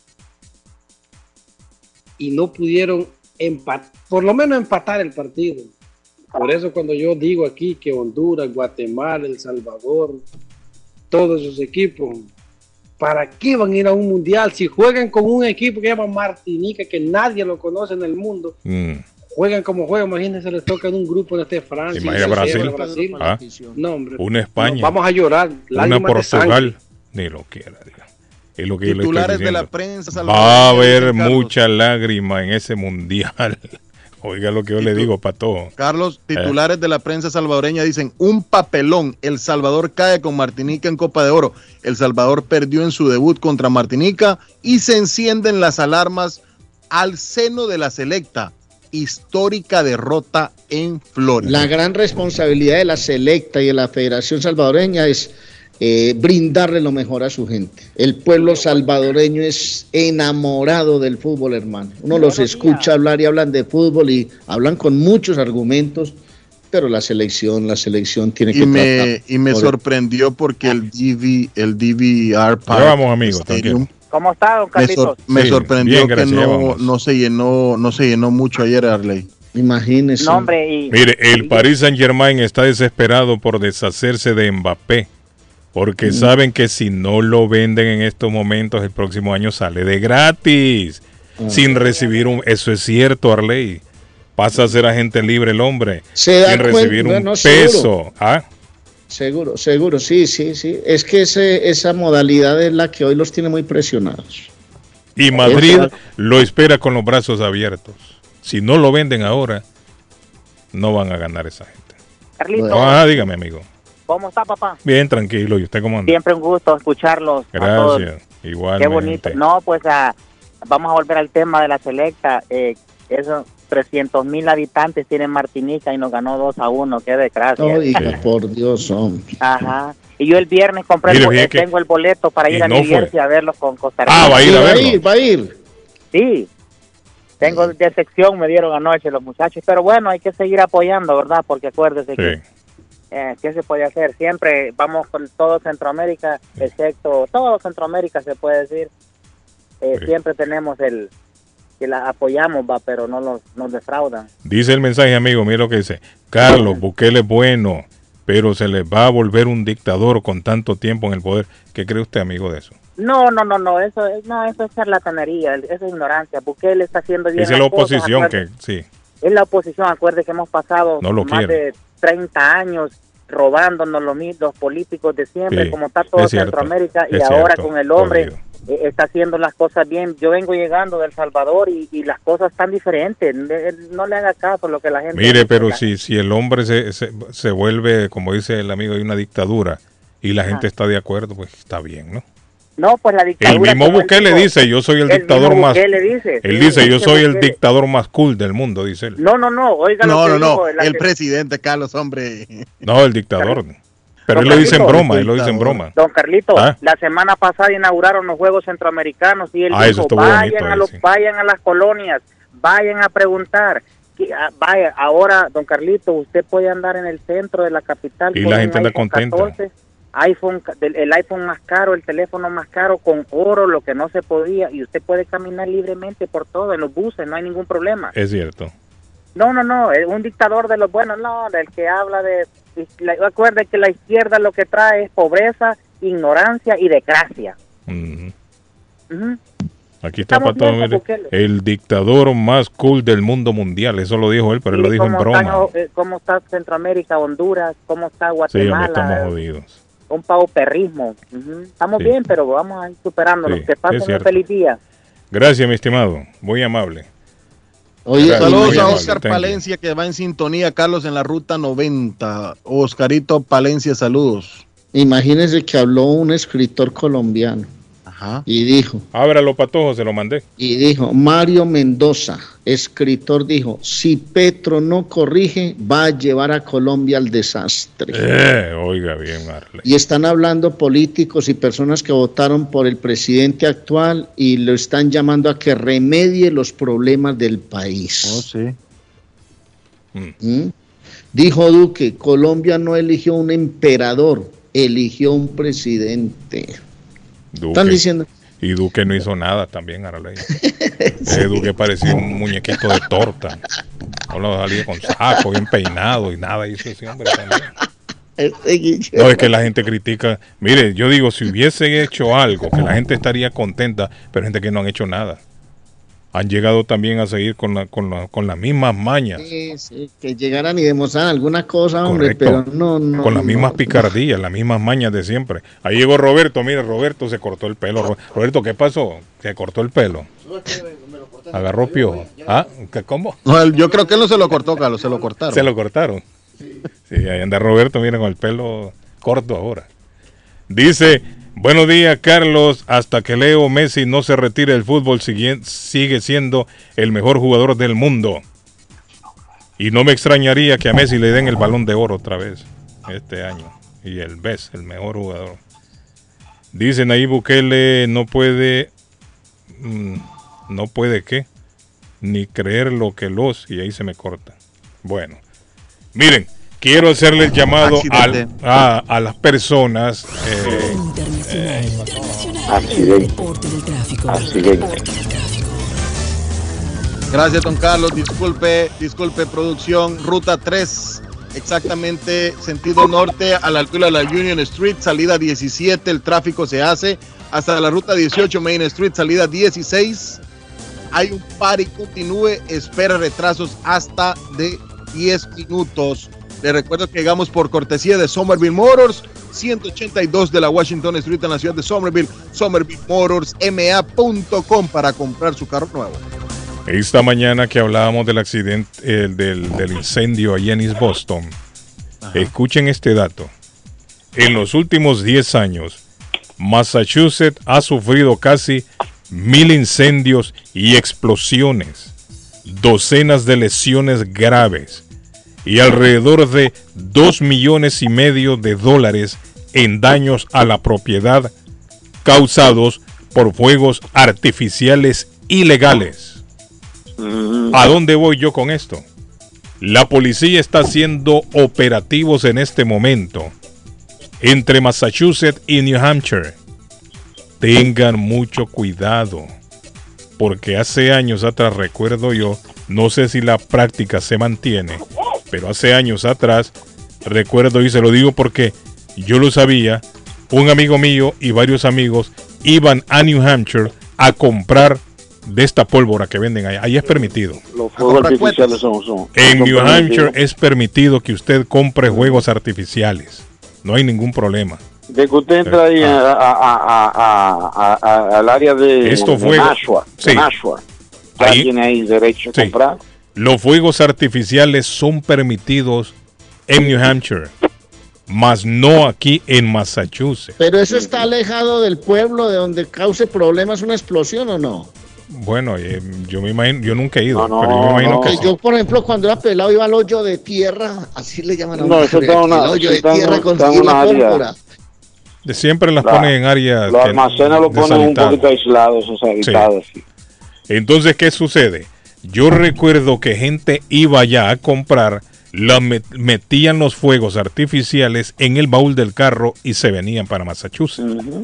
Y no pudieron empatar, por lo menos empatar el partido. Por eso cuando yo digo aquí que Honduras, Guatemala, El Salvador, todos esos equipos, ¿para qué van a ir a un mundial? Si juegan con un equipo que se llama Martinica, que nadie lo conoce en el mundo, Mm. juegan como juegan, imagínense, les toca en un grupo en este Francia, Imagina Inglaterra, Brasil. Brasil. Ah. No, hombre, Una España. no, vamos a llorar, Una lágrimas de sangre. Portugal. Ni lo quiera, diga. Es lo que yo le estoy Titulares de diciendo. la prensa Va a salvadoreña, haber dice Carlos. mucha lágrima en ese mundial. Oiga lo que yo le digo, Pato. Carlos, Eh. titulares de la prensa salvadoreña dicen, un papelón, El Salvador cae con Martinica en Copa de Oro. El Salvador perdió en su debut contra Martinica y se encienden las alarmas al seno de la selecta. Histórica derrota en Florida. La gran responsabilidad de la selecta y de la Federación Salvadoreña es eh, brindarle lo mejor a su gente. El pueblo salvadoreño es enamorado del fútbol, hermano. Uno los escucha hablar y hablan de fútbol y hablan con muchos argumentos, pero la selección, la selección tiene que Y me, tratar y me por- sorprendió porque el D V, el D V R Park Ya vamos, amigos, Stadium, ¿Cómo está, don me, Carlitos? sor- me Sí, sorprendió bien, gracias, que ya no, vamos. no se llenó, no se llenó mucho ayer, Arley. Imagínese. No, hombre, y... Mire, el Paris Saint Germain está desesperado por deshacerse de Mbappé, porque saben que si no lo venden en estos momentos, el próximo año sale de gratis, sin recibir un... Eso es cierto, Arley. Pasa a ser agente libre el hombre, Se da sin recibir cuenta, un no, peso. seguro. ¿Ah? Seguro, seguro, sí, sí, sí. Es que ese, esa modalidad es la que hoy los tiene muy presionados. Y Madrid lo espera con los brazos abiertos. Si no lo venden ahora, no van a ganar esa gente. Carlitos, Ah, dígame, amigo. ¿cómo está, papá? Bien, tranquilo. ¿Y usted cómo anda? Siempre un gusto escucharlos. a todos. Gracias. Igual. Qué bonito. No, pues ah, vamos a volver al tema de la selecta. Eh, esos trescientos mil habitantes tienen Martinica y nos ganó dos a uno. Qué desgracia. Oiga, por Dios, hombre. Ajá. Y yo el viernes compré Mire, el, fíjese eh, que- tengo el boleto para y ir a no New fue. Jersey a verlos con Costa Rica. Ah, va a ir a Va a verlo. ir, va a ir. Sí. Tengo de sección, me dieron anoche los muchachos. Pero bueno, hay que seguir apoyando, ¿verdad? Porque acuérdese que Sí. Eh, ¿qué se puede hacer? Siempre vamos con todo Centroamérica, excepto todo Centroamérica se puede decir. Eh, Sí. Siempre tenemos el que la apoyamos, va, pero no nos, nos defraudan. Dice el mensaje, amigo, mira lo que dice. Carlos, Bukele es bueno, pero se les va a volver un dictador con tanto tiempo en el poder. ¿Qué cree usted, amigo, de eso? No, no, no, no, eso es, no, eso es charlatanería, eso es ignorancia. Bukele está haciendo bien Dice la las cosas, oposición acuerde- que sí. Es la oposición, acuerde que hemos pasado No lo más quiere. de treinta años robándonos los mismos políticos de siempre, Sí, como está todo es cierto, Centroamérica, y es ahora cierto, con el hombre jodido. eh, está haciendo las cosas bien. Yo vengo llegando de El Salvador y, y las cosas están diferentes. Ne- No le haga caso a lo que la gente Mire, dice. pero La- si, si el hombre se, se, se vuelve, como dice el amigo, hay una dictadura y la gente está de acuerdo, pues está bien, ¿no? No, pues la El dictadura... mismo como él Bukele dijo, dice, yo soy el el dictador mismo más... Bukele dice, Él sí, dice, yo dice soy el Bukele. dictador más cool del mundo, dice él. No, no, no, oiga lo No, que no, no, dijo la el que- presidente Carlos, hombre. No, el dictador. Pero Don él lo dice en Carlito, broma, él lo dice en broma. Don Carlito, ¿Ah? la semana pasada inauguraron los Juegos Centroamericanos y él Ah, eso dijo, estuvo vayan bonito, a los, ese. vayan a las colonias, vayan a preguntar. Que, ah, vaya, ahora, don Carlito, usted puede andar en el centro de la capital Y con la un gente anda iPhone contenta. catorce, iPhone, ca- del- el iPhone más caro, el teléfono más caro, con oro, lo que no se podía, y usted puede caminar libremente por todo, en los buses, no hay ningún problema. Es cierto. No, no, no, es un dictador de los buenos, no, del que habla de... la- Acuerde que la izquierda lo que trae es pobreza, ignorancia y desgracia. Ujú. Ujú. Aquí está Estamos para todo, bien con mire, Bukele. el dictador más cool del mundo mundial. Eso lo dijo él, pero él lo Y dijo en cómo broma. están, eh, cómo está Centroamérica, Honduras, cómo está Sí, hombre, Guatemala, estamos eh, jodidos. un pauperrismo. Ujú. Estamos Sí. bien, pero vamos a ir superándolo. Sí, Que es pasen un cierto. feliz día. Gracias, mi estimado. Muy amable. Oye, Gracias, Saludos muy a amable. Oscar Thank you. Palencia que va en sintonía, Carlos, en la ruta noventa. Oscarito Palencia, saludos. Imagínense que habló un escritor colombiano Ajá. y dijo, Ábralo, Patojo, se lo mandé. y dijo, Mario Mendoza, escritor, dijo, si Petro no corrige, va a llevar a Colombia al desastre. Eh, oiga bien, Marley. Y están hablando políticos y personas que votaron por el presidente actual y lo están llamando a que remedie los problemas del país. Oh, sí. ¿Mm? Dijo Duque, Colombia no eligió un emperador, eligió un presidente. Duque. Están diciendo, Y Duque no hizo nada también, Arley. Ese Duque parecía un muñequito de torta. No lo salía con saco, bien peinado y nada hizo ese hombre también. este Guillermo- No, es que la gente critica. Mire, yo digo, si hubiese hecho algo, que la gente estaría contenta, pero hay gente que no han hecho nada. han llegado también a seguir con, la, con, la, con las mismas mañas. Sí, sí, que llegaran y demostraran alguna cosa, hombre, Correcto. pero no, no. Con las no, mismas no. picardías, las mismas mañas de siempre. Ahí llegó Roberto, mira, Roberto se cortó el pelo. Ro- Roberto, ¿qué pasó? Se cortó el pelo. Agarró piojo. ¿Ah? ¿Qué- ¿Cómo? No, él- yo creo que él no se lo cortó, Carlos, se lo cortaron. Se lo cortaron. Sí, ahí anda Roberto, mira, con el pelo corto ahora. Dice, buenos días, Carlos. Hasta que Leo Messi no se retire del fútbol, sigue, sigue siendo el mejor jugador del mundo. Y no me extrañaría que a Messi le den el Balón de Oro otra vez este año. Y el B E S, el mejor jugador. Dice Nayib Bukele, no puede... mm, no puede, ¿qué? Ni creer lo que los... Y ahí se me corta. Bueno. Miren, quiero hacerle el llamado al, a, a las personas. Eh, eh, Gracias, don Carlos. Disculpe, disculpe, producción. Ruta tres, exactamente sentido norte, a la altura de la Union Street, salida diecisiete. El tráfico se hace hasta la ruta dieciocho, Main Street, salida dieciséis. Hay un par y continúe. Espera retrasos hasta de diez minutos. Les recuerdo que llegamos por cortesía de Somerville Motors, ciento ochenta y dos de la Washington Street en la ciudad de Somerville. Somerville Motors M A punto com para comprar su carro nuevo. esta mañana que hablábamos del accidente, eh, del, del incendio allí en East Boston, ajá, escuchen este dato. En los últimos diez años, Massachusetts ha sufrido casi mil incendios y explosiones, docenas de lesiones graves y alrededor de dos millones y medio de dólares en daños a la propiedad causados por fuegos artificiales ilegales. ¿A dónde voy yo con esto? La policía está haciendo operativos en este momento entre Massachusetts y New Hampshire. Tengan mucho cuidado, porque hace años atrás, recuerdo yo, no sé si la práctica se mantiene, pero hace años atrás, recuerdo, y se lo digo porque yo lo sabía, un amigo mío y varios amigos iban a New Hampshire a comprar de esta pólvora que venden allá. Ahí es permitido. Los fuegos artificiales son, son En son New Hampshire permitidos. es permitido que usted compre juegos artificiales. No hay ningún problema. De que usted entra ahí a, a, a, a, a, a, al área de, Esto de fue- Nashua, de sí. Nashua. Ya Ahí- tiene ahí derecho a Sí. comprar. Los fuegos artificiales son permitidos en New Hampshire, mas no aquí en Massachusetts. Pero eso está alejado del pueblo de donde cause problemas una explosión, ¿o no? Bueno, eh, yo me imagino, yo nunca he ido, No, no, pero yo me imagino no. que Que sí. yo, por ejemplo, cuando era pelado iba al hoyo de tierra, así le llaman a No, un eso está en una- el hoyo eso de está en tierra, un- está en conseguir una la área. pólvora. De siempre las La- ponen en áreas Los que- almacenes lo ponen un deshabitadas. poquito aislados, deshabitados. Sí. Entonces, ¿qué sucede? Yo recuerdo que gente iba allá a comprar, la met- metían los fuegos artificiales en el baúl del carro y se venían para Massachusetts. Ujú.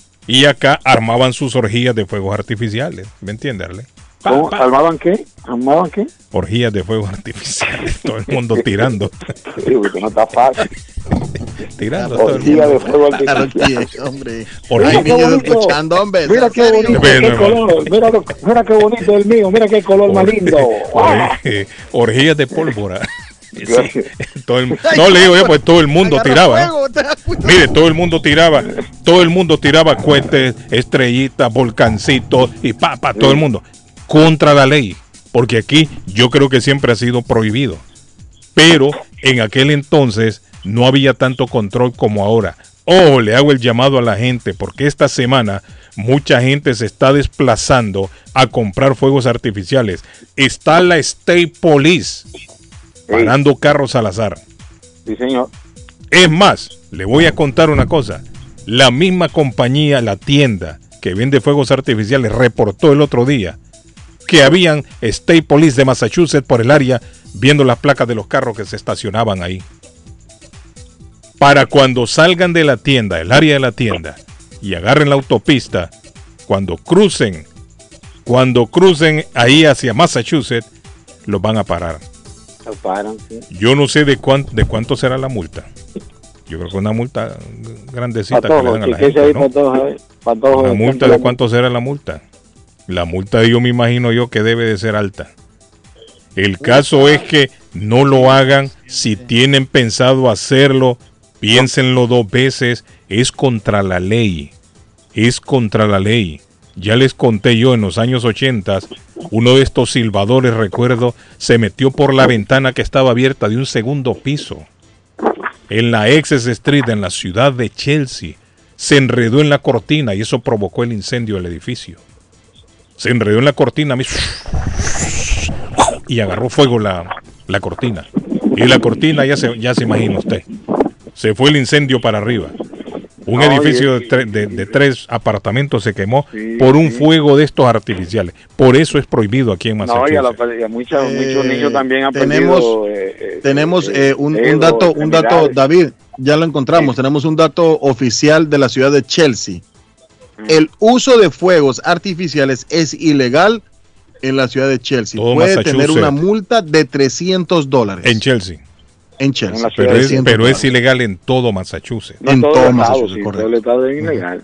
Y acá armaban sus orgías de fuegos artificiales, ¿me entiendes, Arle? ¿Cómo? ¿Armaban qué? ¿Armaban qué? Orgías de fuegos artificiales, todo el mundo tirando. Sí, porque no está fácil. Tirando todo el Orgía mundo. de fuego artificial. Claro, sí, hombre. Orgía. Hay Mira qué niños bonito. escuchando, hombre. Mira ¿en qué serio? bonito, Bueno, qué hermano. color. Mira, lo- mira qué bonito el mío. Mira qué color más lindo. Orgía- Orgías de pólvora. Sí, todo el- no le digo yo, pues todo el mundo Agarra tiraba, ¿no? fuego, te das cuenta. Mire, todo el mundo tiraba, todo el mundo tiraba cohetes, estrellitas, volcancitos y papa, todo el mundo contra la ley, porque aquí yo creo que siempre ha sido prohibido, pero en aquel entonces no había tanto control como ahora. Ojo, le hago el llamado a la gente, porque esta semana mucha gente se está desplazando a comprar fuegos artificiales. Está la State Police parando carros al azar. Sí, señor. Es más, le voy a contar una cosa. La misma compañía, la tienda que vende fuegos artificiales, reportó el otro día que habían State Police de Massachusetts por el área viendo las placas de los carros que se estacionaban ahí. Para cuando salgan de la tienda, el área de la tienda, y agarren la autopista, cuando crucen, cuando crucen ahí hacia Massachusetts, los van a parar. Se paran, sí. Yo no sé de cuánto, de cuánto será la multa. Yo creo que una multa grandecita Para que le todos, dan a la chequese gente, ahí ¿no? para todos, a ver, para todos, ¿Una eh, multa de cuánto será la multa? La multa yo me imagino yo que debe de ser alta. El caso es que no lo hagan. Si tienen pensado hacerlo, piénsenlo dos veces. Es contra la ley. Es contra la ley. Ya les conté yo en los años ochenta, uno de estos silbadores, recuerdo, se metió por la ventana que estaba abierta de un segundo piso. En la Essex Street, en la ciudad de Chelsea. Se enredó en la cortina y eso provocó el incendio del edificio. Se enredó en la cortina y agarró fuego la, la cortina. Y la cortina, ya se, ya se imagina usted, se fue el incendio para arriba. Un No, edificio y- de, tre- de- de tres apartamentos se quemó Sí, por un sí. fuego de estos artificiales. Por eso es prohibido aquí en No, Massachusetts. y a, la, y a muchos, muchos Eh, niños también han tenemos- perdido. eh, eh, Tenemos eh, eh, un, un dedos, dato, un dato, extremidades. David, ya lo encontramos. Tenemos un dato oficial de la ciudad de Chelsea. El uso de fuegos artificiales es ilegal en la ciudad de Chelsea. Todo Puede tener Massachusetts. una multa de trescientos dólares. En Chelsea. En Chelsea. Pero es, trescientos pero es dólares. ilegal en todo Massachusetts. No, en todo todo el estado, Massachusetts, sí, correcto. todo el estado es ilegal.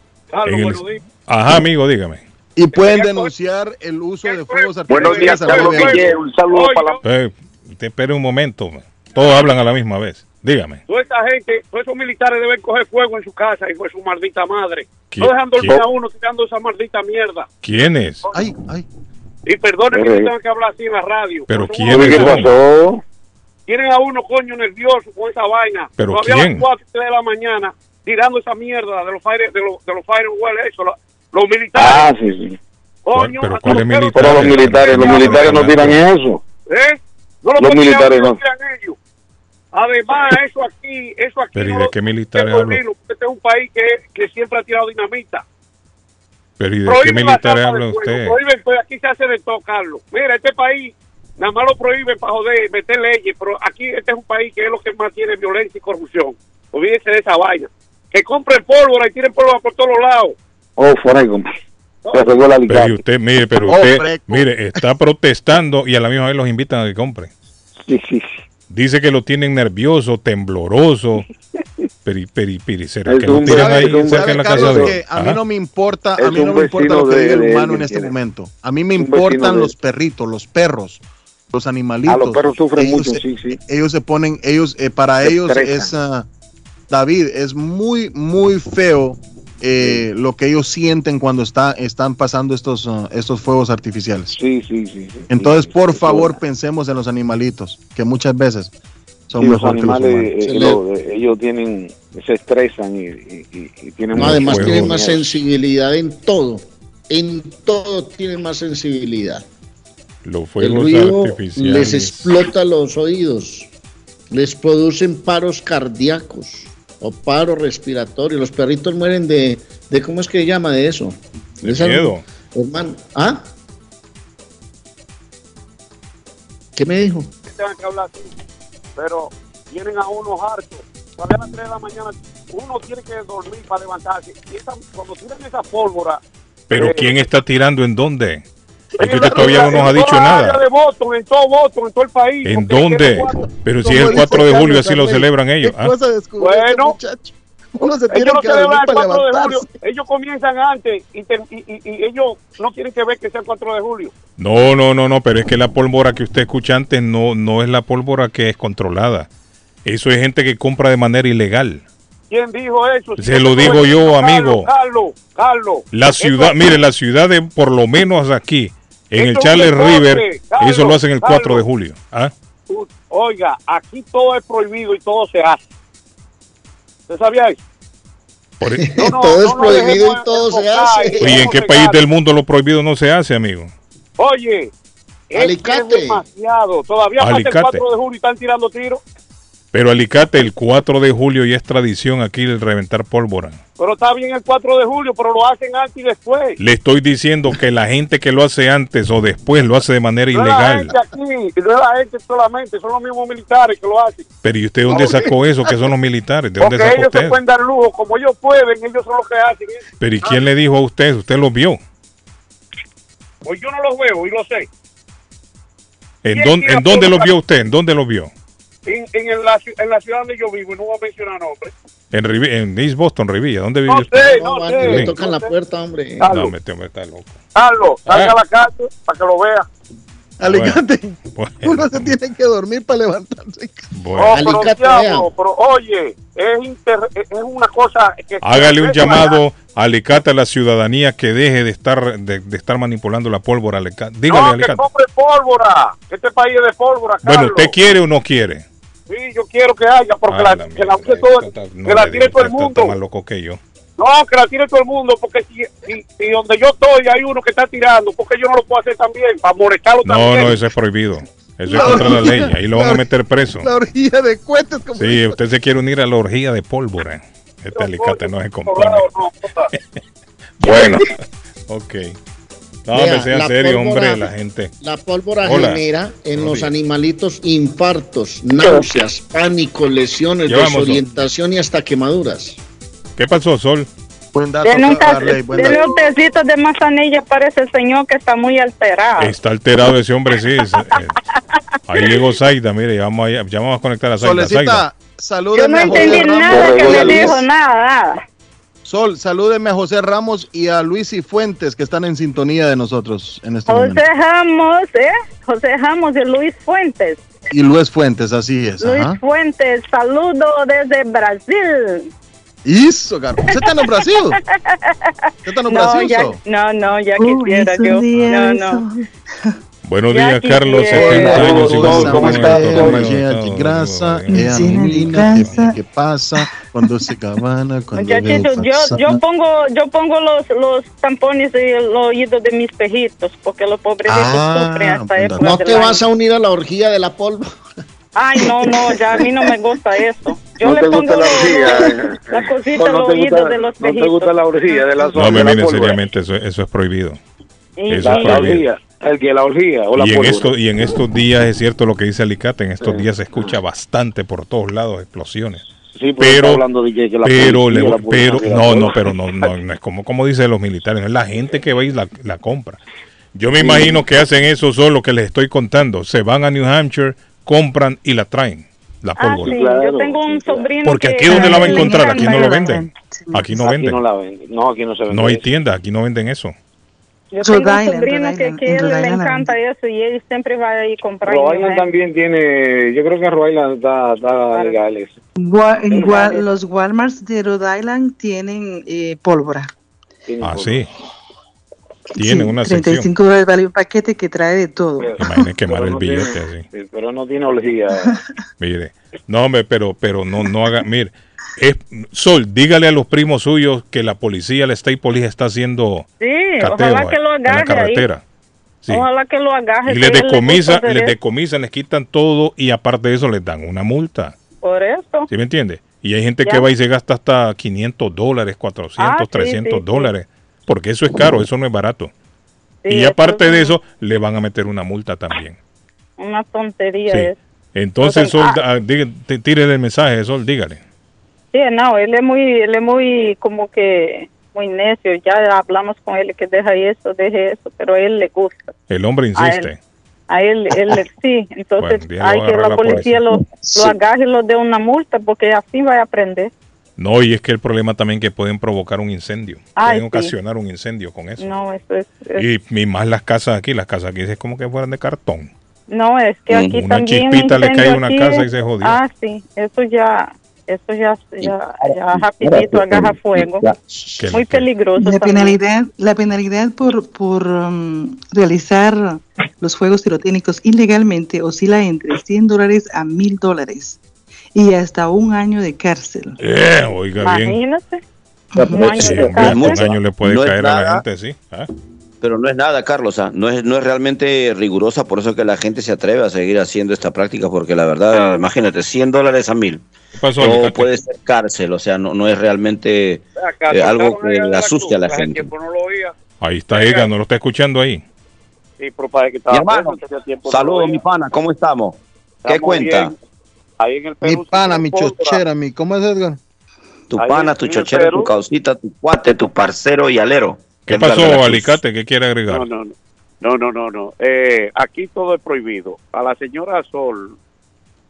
En el- Ajá, amigo, dígame. Y pueden denunciar el uso de fuegos Buenos días, artificiales al Carlos gobierno. Guille, un saludo para la... Eh, usted espere un momento. Todos hablan a la misma vez. Dígame. Toda esta gente, todos esos militares deben coger fuego en su casa y fue su maldita madre. ¿Qui- No dejan dormir quién? a uno tirando esa maldita mierda. ¿Quién es? Ay, ay. Y perdonen que Pero- yo tenga que hablar así en la radio. Pero son ¿quién unos- es? ¿Qué pasó? Tienen a uno, coño, nervioso con esa vaina. ¿Pero Todavía quién? a las cuatro de la mañana tirando esa mierda de los fire, de los, de los firewall, eso, lo- los militares. Ah, sí, sí. Coño, ¿Pero a cuáles los perros- militares? Pero los militares, los militares no tiran eso. ¿Eh? No lo Los pueden tirar, militares lo no. tiran ellos. Además, eso aquí, eso aquí. Pero ¿y no de lo- qué militares no lo habla? olvido, porque Este es un país que, que siempre ha tirado dinamita. Pero ¿y de qué Prohíben las militares armas habla de fuego, usted? prohíben, pues aquí se hace de todo, Carlos. Mira, este país nada más lo prohíben para joder, meter leyes, pero aquí este es un país que es lo que más tiene violencia y corrupción. Olvídense de esa vaina. Que compren pólvora y tiren pólvora por todos lados. Oh, fuera ahí, compa. Se regó la Pero y alicate. usted, mire, pero Oh, usted, freco. mire, está protestando y a la misma vez los invitan a que compren. Sí, sí, sí. Dice que lo tienen nervioso, tembloroso. Peri, peri, peri, ¿será Es que lo un- tiran ¿sabe- ahí sabe, cerca en la casa Carlos, de que él? a mí Ajá. no me importa, Es a mí no un me importa lo vecino que de- diga el de humano él en que este tiene. momento. A mí me Un vecino importan de- los perritos, los perros, los animalitos. Ah, los perros sufren Ellos mucho, se- sí, sí. Ellos se ponen, ellos, eh, para Se ellos estresan. es, ah, David, es muy, muy feo eh, lo que ellos sienten cuando está, están pasando estos, ah, estos fuegos artificiales. Sí, sí, sí. sí. Entonces, Sí, por sí, favor, sí. pensemos en los animalitos, que muchas veces son Sí, los mejor que los animales, humanos. eh, lo- eh, ellos tienen, se estresan y, y- y- y tienen No, mucho además fuego. tienen más miedo. sensibilidad en todo. En todo tienen más sensibilidad. Los El fuegos ruido artificiales. les explota los oídos, les producen paros cardíacos o paro respiratorio. Los perritos mueren de, de ¿cómo es que se llama de eso? De Esa- miedo. Hermano, ¿ah? ¿Qué me dijo? Que tengan que hablar así. Pero tienen a unos hartos. Todavía a las tres de la mañana uno tiene que dormir para levantarse. Y esa, cuando tiran esa pólvora. Pero eh, ¿quién está tirando en dónde? Es que en usted la- todavía no en nos ha toda dicho la nada. área de Boston, en todo Boston, en todo el país. ¿En porque dónde? tiene cuatro- Pero si Como es el dice cuatro de julio, Carlos así lo Armey, celebran ellos. ¿Qué ¿ah? cosa descubrió este Bueno. muchacho? Uno se Ellos tiene no que celebran dormir el para cuatro de julio. levantarse. Ellos comienzan antes y, ter- y, y- y ellos no tienen que ver que sea el cuatro de julio. No, no, no, no, pero es que la pólvora que usted escucha antes no, no es la pólvora que es controlada. Eso es gente que compra de manera ilegal. ¿Quién dijo eso? Se lo digo yo, Carlos, amigo. Carlos, Carlos. La Eso ciudad, aquí- mire, la ciudad de, por lo menos aquí, en Esto el es un Charles deporte, River, Carlos, eso lo hacen el cuatro de Carlos. julio. ¿Ah? U- Oiga, aquí todo es prohibido y todo se hace. ¿Usted sabía eso? Por e- No, no, Todo es no nos prohibido dejemos y todo se enfocar hace. y Oye, ¿en dejemos qué país cegar. del mundo lo prohibido no se hace, amigo? Oye, es Alicate. que es demasiado. Todavía pasa el Alicate. cuatro de julio y están tirando tiros. Pero Alicate, el cuatro de julio ya es tradición aquí el reventar pólvora. Pero está bien el cuatro de julio, pero lo hacen antes y después. Le estoy diciendo que la gente que lo hace antes o después lo hace de manera No es la ilegal. gente aquí, no es la gente solamente, son los mismos militares que lo hacen. Pero ¿y usted dónde sacó eso? Que son los militares. ¿De dónde Porque sacó ellos se usted? pueden dar lujo, como ellos pueden, ellos son los que hacen eso. Pero ¿y quién le dijo a usted? ¿Usted lo vio? Pues yo no los veo y lo sé. ¿En, ¿Quién dónde, tira ¿en dónde lo pólvora? vio usted? ¿En dónde lo vio? en, en, la, en la ciudad donde yo vivo, y no voy a mencionar nombres. En, Rivi- en East Boston, Rivilla, ¿dónde vive No usted? sé, No, no man, sé. le No tocan la sé. puerta, hombre. No, me tengo que estar loco. Carlos, salga Ah. a la calle para que lo vea. Alicante, Bueno, uno se tiene que dormir para levantarse. bueno. No, pero, Alicate, diablo, vea. pero oye, es, inter- es una cosa que... Hágale un llamado a Alicate a la ciudadanía que deje de estar de, de estar manipulando la pólvora. Alicate. Dígale, No, que Alicate. compre pólvora. Este país es de pólvora, Carlos. Bueno, ¿usted quiere o no quiere? Sí, yo quiero que haya, porque Ah, la, la que la, mierda, use todo, está- está- no que la le tire digo, todo el está- está mundo. más loco que yo. No, que la tire todo el mundo, porque si, si, si donde yo estoy hay uno que está tirando, porque yo no lo puedo hacer también, para molestarlo No, también. no, eso es prohibido. Eso es contra la ley. Ahí lo van a meter preso. La orgía de cohetes. Como Sí, usted se quiere unir a la orgía de pólvora. Este Alicate no se compone. Bueno, ok. No, Vea, hombre, sea la serio, pólvora- hombre, la gente. La pólvora Hola. genera en Buenos los días. animalitos infartos, náuseas, pánico, lesiones, Ya vamos, Sol. desorientación y hasta quemaduras. ¿Qué pasó, Sol? Buen dato, Tiene un, ta- Arley, buen tiene dato. un tecito de manzanilla para ese señor que está muy alterado. Está alterado ese hombre, sí. es- eh, ahí llegó Zaida, mire, ya vamos, a, ya vamos a conectar a Zaida. Zaida. Solecita, Yo salúdeme no a José entendí Ramos. nada que me Luis. dijo, nada, nada. Sol, salúdeme a José Ramos y a Luis y Fuentes, que están en sintonía de nosotros en este momento. José Ramos, ¿eh? José Ramos y Luis Fuentes. Y Luis Fuentes, así es. Luis Ajá. Fuentes, saludo desde Brasil. Eso, Carlos. ¿Usted está en Brasil? ¿Usted está en No, Brasil? ya, So? no, no, ya Uy, quisiera esos yo. días, No, no. Buenos Ya días, Carlos. quisiera. setenta años y Hola, vamos ¿cómo con está? esto, Toma Dios, llena de Dios, grasa, Dios, es Llena de adivina qué- grasa. qué pasa cuando se cabana, cuando Muchachitos, veo yo, pasar. yo pongo, yo pongo los, los tampones en el oído de mis pejitos, porque los pobrecitos Ah, sufren hasta buen época No del te año. vas a unir a la orgía de la pólvora. Ay, no, no, ya a mí no me gusta eso. Yo No le te pongo gusta la orgía. la cosita al No te oído gusta- de los no te pejitos. gusta la orgía de la No, me de la miren pólvora. seriamente, eso, eso es prohibido. Y- Eso La, es la prohibido. orgía. El que la orgía o la Y en, pólvora. esto, y en estos días es cierto lo que dice Alicate, en estos días se escucha bastante por todos lados explosiones. Sí, porque Pero, está hablando de que, que la pero, policía, le- la policía pero, hace la no, pólvora. no, pero no, no, no es como, como dicen los militares, es la gente que va y la, la compra. Yo me imagino que hacen eso solo que les estoy contando. Se van a New Hampshire, compran y la traen, la Ah, pólvora. sí, Claro, yo tengo un sobrino Porque que aquí donde la va a le encontrar, aquí encanta no lo eso. venden. Aquí no Aquí venden. no la venden. No, aquí no se vende. No hay eso. tienda, aquí no venden eso. Yo tengo Rhode un Island, sobrino Rhode que, Island, que en él Rhode le Island. encanta eso y él siempre va a ir a comprar. Rhode y Island no- también tiene, yo creo que Rhode Island está, está legal eso. Gua- en Pero Wa- vale. los Walmarts de Rhode Island tienen eh, pólvora. Tiene Ah, pólvora. sí. Tienen Sí, una treinta y sección. cinco dólares vale un paquete que trae de todo. Imagínense quemar Pero el no tiene- billete así. sí, pero no tiene orgía. Mire, no, hombre, pero, pero no, no haga, mire, es, Sol, dígale a los primos suyos que la policía, la State Police está haciendo Sí, cateo ojalá que lo en la agarre ahí. carretera. Sí. Ojalá que lo agarre. Y que les a él le gusta decomisan, hacer les eso. decomisan, les quitan todo y aparte de eso les dan una multa. Por eso. ¿Sí me entiende? Y hay gente Ya. que va y se gasta hasta quinientos dólares, cuatrocientos, Ah, sí, trescientos sí, sí. dólares, porque eso es caro, eso no es barato. Sí, y eso aparte es de un- eso, le van a meter una multa también. Una tontería Sí. es. Entonces, Entonces, Sol, ah, diga- t- tírele el mensaje, Sol, dígale. Sí, no, él es muy, él es muy como que muy necio. Ya hablamos con él que deja eso, deje eso, pero a él le gusta. El hombre A insiste. él, a él, él le- sí. Entonces Bueno, dígale, hay va a que agarrar la la policía. policía lo, Sí. lo agarre y lo dé una multa porque así va a aprender. No, y es que el problema también que pueden provocar un incendio. Ay, pueden sí. ocasionar un incendio con eso. No, eso es, es- Y, y más las casas aquí, las casas aquí es como que fueran de cartón. no, es que aquí Una también chispita le incendio cae a una aquí casa es- y se jodió. Ah, sí, eso ya, eso ya, ya, ya rapidito agarra fuego. Que- Muy peligroso La también. penalidad, la penalidad por, por um, realizar los juegos pirotécnicos ilegalmente oscila entre cien dólares a mil dólares y hasta un año de cárcel. Eh, oiga bien. Imagínate. Un año Sí, de hombre, cárcel. un año le puede No es caer a la nada. gente, sí. Ah. Pero no es nada, Carlos, ah, no es, no es realmente rigurosa, por eso que la gente se atreve a seguir haciendo esta práctica, porque la verdad, imagínate, cien dólares a mil. pasó, o Alicate? puede ser cárcel, o sea, no, no es realmente Acá, eh, algo sacaron allá que de la asuste a la cruz, gente. tiempo no lo oía. Ahí está Edgar, ¿no lo está escuchando ahí? Sí, pero para que Mi estaba hermano, preso, tenía tiempo no lo saludos, oía. mi pana, ¿cómo estamos? ¿Qué Estamos cuenta? bien. Ahí en el Mi Perú. pana, mi pólvora. chochera, mi. ¿Cómo es, Edgar? Tu Ahí pana, en- tu en el chochero, Perú. tu causita, tu cuate, tu parcero y alero. ¿Qué Edgar de la pasó, Cruz. Alicate? ¿Qué quiere agregar? No, no, no. No, no, no, no. Eh, aquí todo es prohibido. A la señora Sol,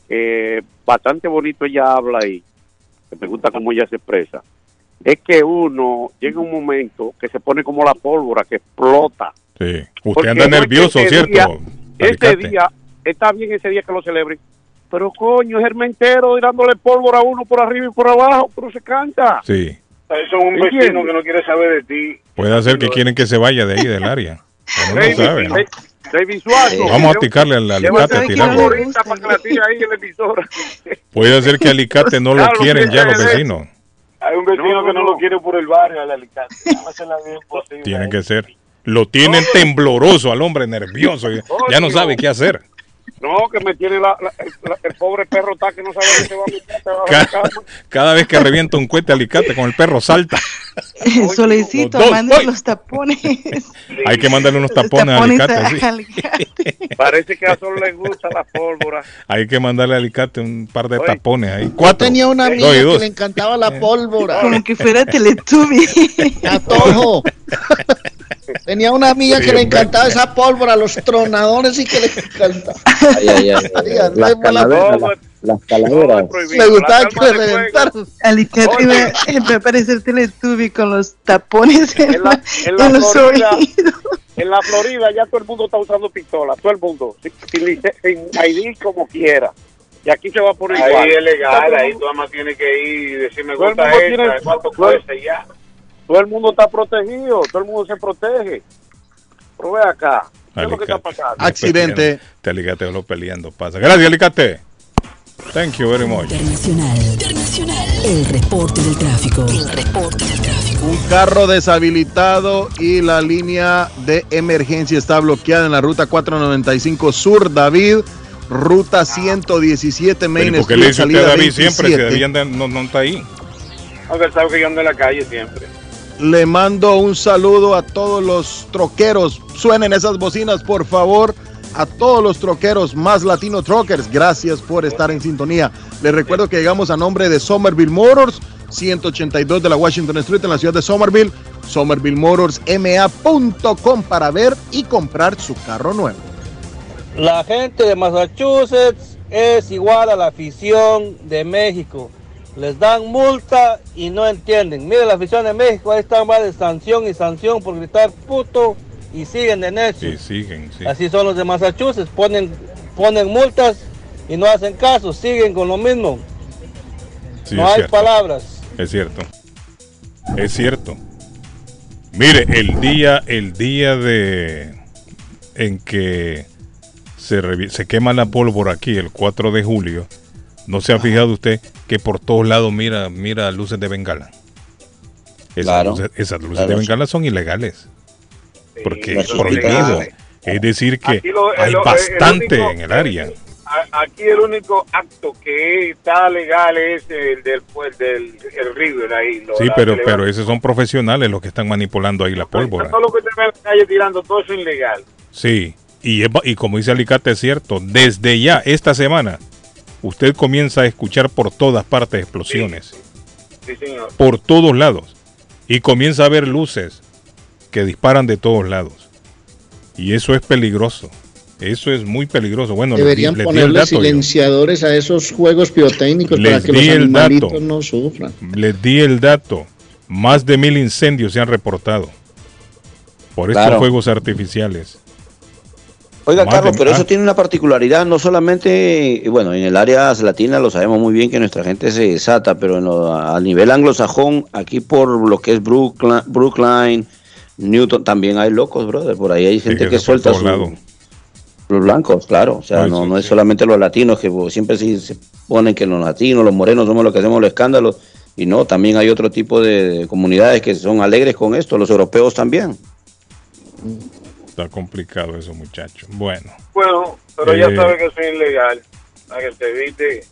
eh, bastante bonito ella habla ahí, que me gusta cómo ella se expresa, es que uno llega un momento que se pone como la pólvora, que explota. Sí. Usted anda nervioso, ese ¿cierto? Día, ese Alicate. día, está bien ese día que lo celebren, pero coño, es Hermentero tirándole pólvora a uno por arriba y por abajo, pero se canta. Sí. Eso es un vecino que no quiere saber de ti. Puede ser que quieren que se vaya de ahí del área. Uno no David, sabe, ¿no? David Suazo. Vamos a picarle al Alicate a tirarlo. Ahorita para que la tire ahí en la emisora. Puede ser que Alicate no lo Claro, quieren ya los de- vecinos. Hay un vecino no, que no, no lo quiere por el barrio, al Alicante. Vamos a hacerla bien posible. Tiene que ser. Lo tienen tembloroso al hombre, nervioso. Ya no sabe qué hacer. No, que me tiene la, la- el, la- el pobre perro está que no sabe dónde se va a meter debajo de la Cada, cama. cada vez que revienta un cohete Alicate con el perro salta. Solecito, Los dos, mande voy. los tapones. Hay que mandarle unos tapones, tapones a Alicate. a Sí. Parece que a Sol le gusta la pólvora. Hay que mandarle a Alicate un par de Oye. tapones ahí. Yo Cuatro. tenía una amiga Dos y que dos. le encantaba la pólvora. Como que fuera Teletubby. A todo. Tenía una amiga que le encantaba esa pólvora, los tronadores y que le encantaba. Ay, ay, ay, ay. Ay, Las andemos la- calaveras. las- Las calaveras. Le gustaba que le reventaran. Alicate Oye. va va a aparecer Teletubby con los tapones en, En la, en en la los Florida, oídos. en la Florida ya todo el mundo está usando pistola, todo el mundo, sin, sin, lic- sin I D como quiera. Y aquí se va a poner Ahí igual. es legal, Todo el ahí mundo- tú además tienes que ir y decir me todo el gusta mundo esta, tiene- cuánto todo el- cuesta y ya. Todo el mundo está protegido, todo el mundo se protege. Pero ve acá, ¿qué es lo que está Alicate. pasando? Accidente. Te Alicate lo peleando pasa. Gracias, Alicate. Thank you very much. Internacional. Internacional. El reporte del tráfico. El reporte del tráfico. Un carro deshabilitado y la línea de emergencia está bloqueada en la ruta cuatrocientos noventa y cinco Sur David, ruta ciento diecisiete Main Pero ¿por qué Street, le dice usted a salida David siempre si veintisiete. David anda- no, no está ahí? Aunque él sabe que yo ando en la calle siempre. Le mando un saludo a todos los troqueros. Suenen esas bocinas, por favor. A todos los troqueros, más Latino Truckers, gracias por estar en sintonía. Les recuerdo que llegamos a nombre de Somerville Motors, ciento ochenta y dos de la Washington Street en la ciudad de Somerville. Somerville Motors M A punto com para ver y comprar su carro nuevo. La gente de Massachusetts es igual a la afición de México. Les dan multa y no entienden. Mire la afición de México, ahí están más de sanción y sanción por gritar puto y siguen de necios. Sí, siguen, sí. Así son los de Massachusetts, ponen, ponen multas y no hacen caso, siguen con lo mismo. Sí, no es hay cierto. palabras. Es cierto. Es cierto. Mire, el día, el día de en que se, revi- se quema la pólvora aquí, el cuatro de julio, ¿no se ha fijado usted que por todos lados mira, mira luces de bengala? Esas Claro. luces, esas luces Claro. de bengala son ilegales. Porque es son prohibido. ilegales. Es decir que Aquí lo- el- hay el- el bastante único- en el área. A- Aquí el único acto que está legal es el del, pues, del el River ahí. lo- Sí, la pero, celebración. pero esos son profesionales los que están manipulando ahí la pólvora. Todo lo que te ve en la calle tirando, todo eso es ilegal. Sí, y, es ba- y como dice Alicate, es cierto, desde ya, esta semana, usted comienza a escuchar por todas partes explosiones, Sí, señor. por todos lados, y comienza a ver luces que disparan de todos lados. Y eso es peligroso, eso es muy peligroso. Bueno, les di- Deberían les di el ponerle dato yo. silenciadores a esos juegos pirotécnicos para Les que los di el animalitos dato. no sufran. Les di el dato, más de mil incendios se han reportado por estos Claro. fuegos artificiales. Oiga, Más Carlos, de- pero ah. eso tiene una particularidad, no solamente, bueno, en el área latina lo sabemos muy bien que nuestra gente se desata, pero en lo- a nivel anglosajón, aquí por lo que es Brookline, Brookline, Newton, también hay locos, brother, por ahí hay gente que que eso por suelta todos su- lados. los blancos, claro, o sea, Ay, no, sí, no es sí. solamente los latinos, que pues, siempre sí se ponen que los latinos, los morenos somos los que hacemos los escándalos, y no, también hay otro tipo de, de comunidades que son alegres con esto, los europeos también. Está complicado eso, muchacho. Bueno. Bueno, pero Eh, ya sabe que eso es ilegal. Para que te evite.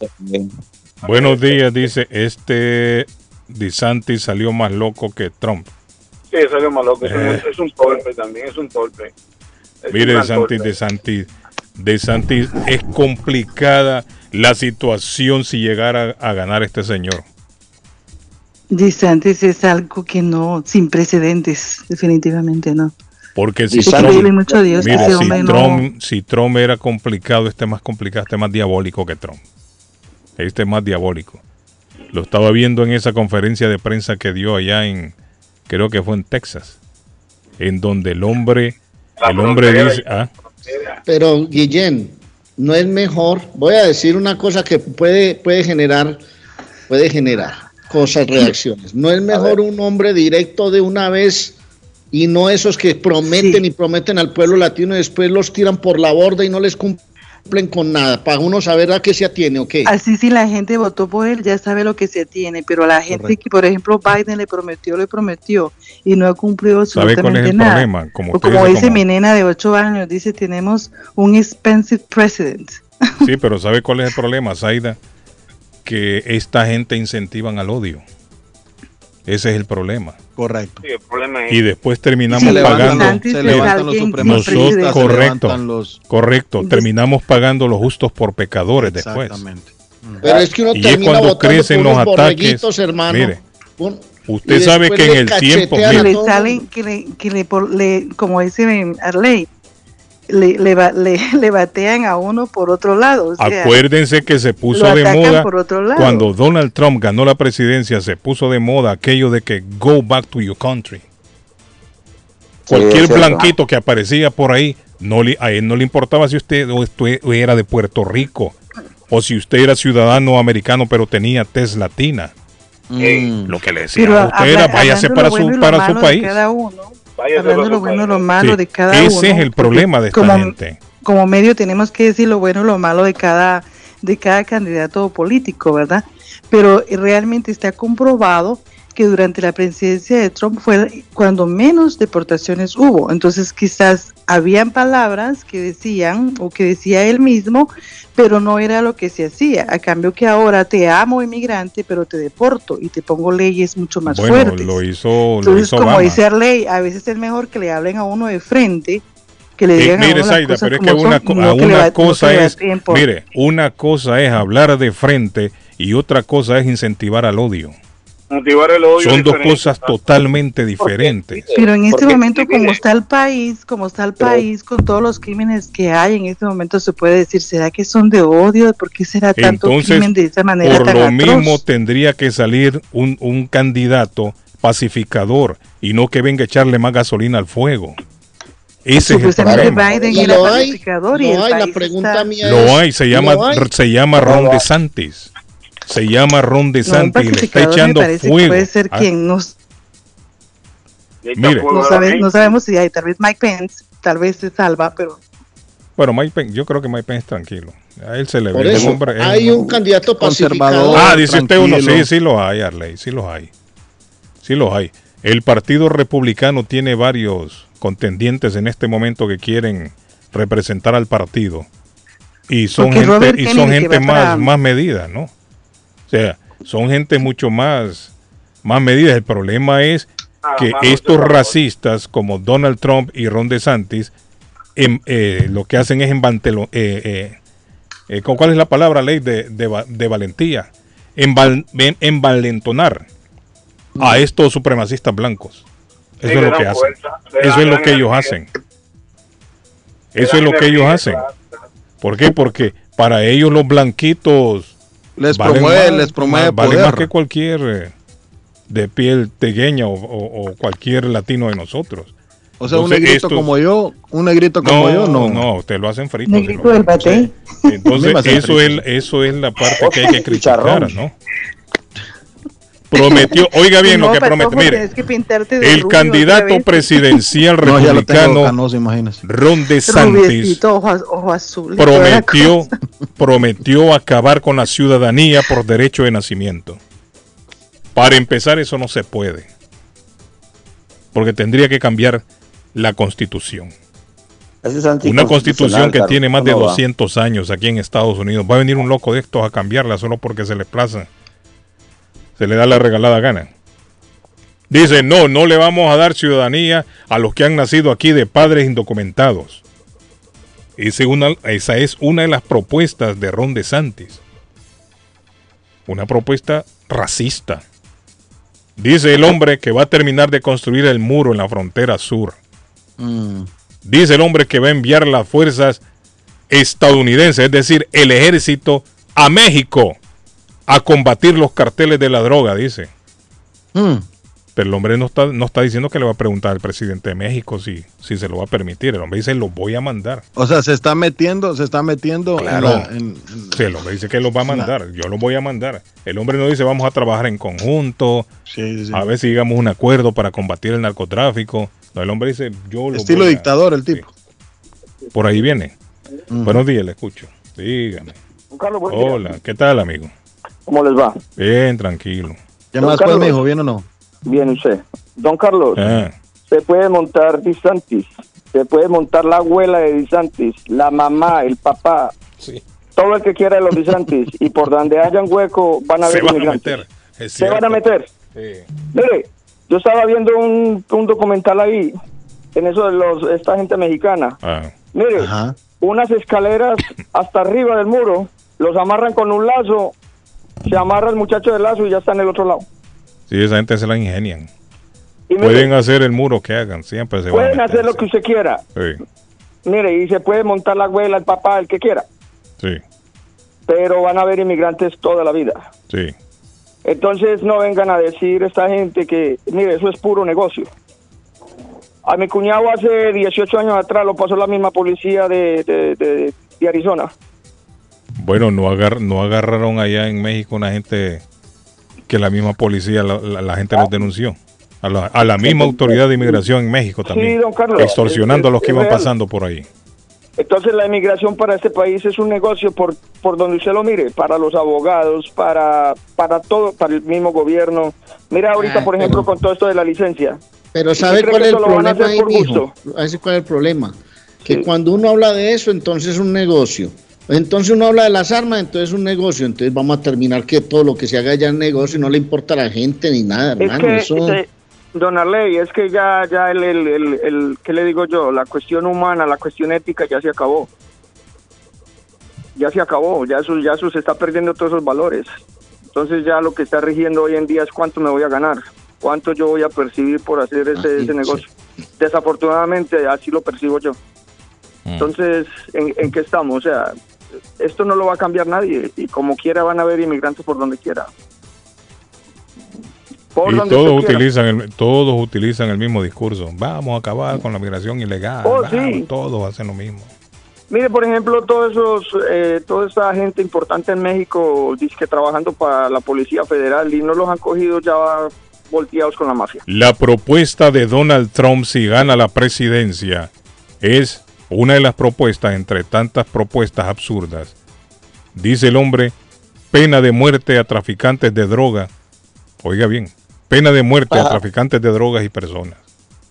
Buenos días, dice, este DeSantis salió más loco que Trump. Sí, eso es más loco. Es, un, Eh. es un golpe también, es un golpe. Es Mire, un gran DeSantis, golpe. DeSantis, DeSantis, es complicada la situación si llegara a ganar este señor. DeSantis es algo que no, sin precedentes, definitivamente no. Porque si Es Trump, increíble, mucho Dios, que mire, ese si hombre no- Trump, si Trump era complicado, este es más complicado, este es más diabólico que Trump. Este es más diabólico. Lo estaba viendo en esa conferencia de prensa que dio allá en, creo que fue en Texas, en donde el hombre, el hombre dice, ah, Pero, Guillén, no es mejor. Voy a decir una cosa que puede, puede generar, puede generar cosas, reacciones. No es mejor un hombre directo de una vez y no esos que prometen y prometen al pueblo latino y después los tiran por la borda y no les cumplen con nada, para uno saber a qué se atiene o qué. Así si la gente votó por él, ya sabe lo que se tiene, pero la gente Correcto. que, por ejemplo, Biden le prometió, le prometió y no ha cumplido ¿sabe cuál es absolutamente el nada. problema? Como O usted como dice, dice como- mi nena de ocho años, dice, tenemos un expensive president. sí, pero ¿sabe cuál es el problema, Zaida? Que esta gente incentivan al odio. Ese es el problema. Correcto. Sí, el problema es Y después terminamos Se levantan pagando. los- se levantan los supremacistas, Nosotros, se correcto, levantan los- correcto. Terminamos pagando los justos por pecadores después. Exactamente. Pero es que uno Y es termina cuando votando crecen por los unos ataques. borreguitos, hermano. Mire, Un- usted y sabe después que en le el tiempo, cachetean que a le todo. salen, que le, que le, por- le- como dice Arley, le, le, ba- le, le batean a uno por otro lado. O sea, acuérdense que se puso lo de atacan moda por otro lado. cuando Donald Trump ganó la presidencia, se puso de moda aquello de que go back to your country. Sí, Cualquier es cierto. blanquito que aparecía por ahí, no le, a él no le importaba si usted o esto e- o era de Puerto Rico o si usted era ciudadano americano pero tenía tez latina. Lo que le decía pero a usted habla- era váyase hablando para lo bueno y su lo para malo su de país. cada uno, Váyase hablando para lo su bueno y país. lo malo Sí, de cada ese uno. es el porque problema de esta como, gente. Como medio tenemos que decir lo bueno y lo malo de cada, de cada candidato político, ¿verdad? Pero realmente está comprobado que durante la presidencia de Trump fue cuando menos deportaciones hubo. Entonces quizás habían palabras que decían o que decía él mismo, pero no era lo que se hacía. A cambio que ahora te amo inmigrante, pero te deporto y te pongo leyes mucho más Bueno, fuertes. lo hizo, lo Entonces, hizo como Obama. dice Arley, a veces es mejor que le hablen a uno de frente, que le Eh, digan a mire, uno las Zaida, cosas pero es que como una, son, co- no a que le una ba- no cosa que le es, baten por- mire, una cosa es hablar de frente y otra cosa es incentivar al odio. motivar el odio. Son dos diferente. cosas totalmente diferentes. Pero en este Porque, momento, mire, como está el país, como está el país, con todos los crímenes que hay, en este momento se puede decir, ¿será que son de odio? ¿Por qué será tanto Entonces, crimen de esa manera por tan lo atroz? mismo tendría que salir un, un candidato pacificador y no que venga a echarle más gasolina al fuego. Ese es el Supuestamente problema. Biden Y era lo hay, pacificador y lo el hay, la país pregunta está- mía es, Lo hay, se llama, ¿lo hay? se llama Ron DeSantis. Se llama Ron No, un DeSantis y le está pacificador me echando parece que fuego. puede ser Ah, quien nos Le echa Mire. fuego no, a la sabe- gente. no sabemos si hay, tal vez Mike Pence, tal vez se salva, pero Bueno, Mike Pence, yo creo que Mike Pence es tranquilo. A él se le Por ve. eso, el hombre es hay un candidato pacificador. Ah, dice usted uno, tranquilo. sí, sí los hay, Arley, sí los hay. Sí los hay. El Partido Republicano tiene varios contendientes en este momento que quieren representar al partido. Y son Porque gente, Robert y son Kennedy, que gente va más, para- más medida, ¿no? O sea, son gente mucho más, más medida. El problema es que más estos conservador. racistas como Donald Trump y Ron DeSantis em- eh, lo que hacen es embantelo- eh, eh, eh, ¿cuál es la palabra, ley de, de, va- de valentía? Enval- en- envalentonar a estos supremacistas blancos. Eso Sí, es le lo que dan hacen. fuerza, le Eso dan- es le lo dan que ellos energía. hacen. Eso es lo que ellos hacen. ¿Por qué? Porque para ellos los blanquitos Les valen promueve, más- les promueve más- valen poder. más que cualquier eh, de piel tegueña o, o- o cualquier latino de nosotros. O sea, un Entonces, negrito estos- como yo, un negrito como yo, no. no, usted lo hacen frito. negrito se lo- del bate. Entonces, A mí me hacen eso es, frito. eso es la parte que hay que criticar, Chicharrón. ¿no? Prometió, oiga bien lo que prometió. Mire, Tienes que pintarte de el rubio candidato otra vez. presidencial No, ya lo tengo republicano canoso, imagínese. Ron DeSantis Rubiecito, ojo, az- ojo azul. y toda la prometió, cosa. prometió acabar con la ciudadanía por derecho de nacimiento. Para empezar, eso no se puede. Porque tendría que cambiar la constitución. Eso es Una anticonstitucional, constitución que Carlos. tiene más de Eso no va. doscientos años aquí en Estados Unidos. Va a venir un loco de estos a cambiarla solo porque se le plaza. Se le da la regalada gana. Dice, no, no le vamos a dar ciudadanía a los que han nacido aquí de padres indocumentados. Esa es una, esa es una de las propuestas de Ron DeSantis. Una propuesta racista. Dice el hombre que va a terminar de construir el muro en la frontera sur. Mm. Dice el hombre que va a enviar las fuerzas estadounidenses, es decir, el ejército, a México a combatir los carteles de la droga, dice. Mm. Pero el hombre no está, no está diciendo que le va a preguntar al presidente de México si, si se lo va a permitir. El hombre dice, lo voy a mandar. O sea, se está metiendo, se está metiendo Claro. en la- en- en- Sí, el hombre dice que los va a mandar. Yo los voy a mandar. El hombre no dice, vamos a trabajar en conjunto, sí, sí. a ver si llegamos a un acuerdo para combatir el narcotráfico. No, el hombre dice, yo lo estilo voy a- dictador el tipo. Por ahí viene. Ujú. Buenos días, le escucho. Dígame. Carlos, buen día. Hola, ¿qué tal, amigo? ¿Cómo les va? Bien, tranquilo. ¿Qué Don más pues, Carlos. mijo? ¿Bien o no? Bien, usted. Don Carlos, Ah, se puede montar DeSantis, se puede montar la abuela de DeSantis, la mamá, el papá, sí. todo el que quiera de los DeSantis, y por donde haya un hueco van a Se haber van a inmigrantes. meter. Es Se van a cierto. meter. Sí. Mire, yo estaba viendo un, un documental ahí, en eso de los esta gente mexicana. Ah, Mire, unas escaleras hasta arriba del muro, los amarran con un lazo, se amarra el muchacho del lazo y ya está en el otro lado. sí, esa gente se la ingenian. Y mire, Pueden hacer el muro que hagan, siempre se van a pueden meter. hacer lo que usted quiera. Sí, Mire, y se puede montar la abuela, el papá, el que quiera. sí, Pero van a haber inmigrantes toda la vida. sí. Entonces no vengan a decir esta gente que, mire, eso es puro negocio. A mi cuñado hace dieciocho años atrás lo pasó la misma policía de, de, de, de Arizona. Bueno, no, agar, no agarraron allá en México una gente que la misma policía, la, la, la gente los denunció. A la, a la misma autoridad de inmigración en México también. Sí, don Carlos. Extorsionando Es- a los que es iban real. pasando por ahí. Entonces la inmigración para este país es un negocio por, por donde usted lo mire, para los abogados, para, para todo, para el mismo gobierno. Mira ahorita, Ah, por ejemplo, pero- con todo esto de la licencia. Pero ¿Usted ¿sabe cree cuál que es el eso lo van a problema hacer ahí, por mijo? gusto? ¿Ese cuál es el problema? Que cuando uno habla de eso, entonces es un negocio. Entonces uno habla de las armas, entonces es un negocio. Entonces vamos a terminar que todo lo que se haga ya es negocio y no le importa a la gente ni nada, Es hermano. que, eso... eh, don Arley, es que ya, ya el, el, el, el- ¿qué le digo yo? La cuestión humana, la cuestión ética ya se acabó. Ya se acabó, ya eso, ya eso se está perdiendo todos esos valores. Entonces ya lo que está rigiendo hoy en día es cuánto me voy a ganar, cuánto yo voy a percibir por hacer ese, ese negocio. Desafortunadamente así lo percibo yo. Entonces, ¿en, ¿en qué estamos? O sea, esto no lo va a cambiar nadie y como quiera van a haber inmigrantes por donde quiera. Por Y donde todos usted quiera. utilizan, el, todos utilizan el mismo discurso. Vamos a acabar con la migración ilegal. Oh, vamos, sí. Todos hacen lo mismo. Mire, por ejemplo, todos esos, eh, toda esa gente importante en México, que trabajando para la Policía Federal y no los han cogido ya volteados con la mafia. La propuesta de Donald Trump si gana la presidencia es una de las propuestas entre tantas propuestas absurdas. Dice el hombre, pena de muerte a traficantes de droga. Oiga bien, pena de muerte a Ah. traficantes de drogas y personas.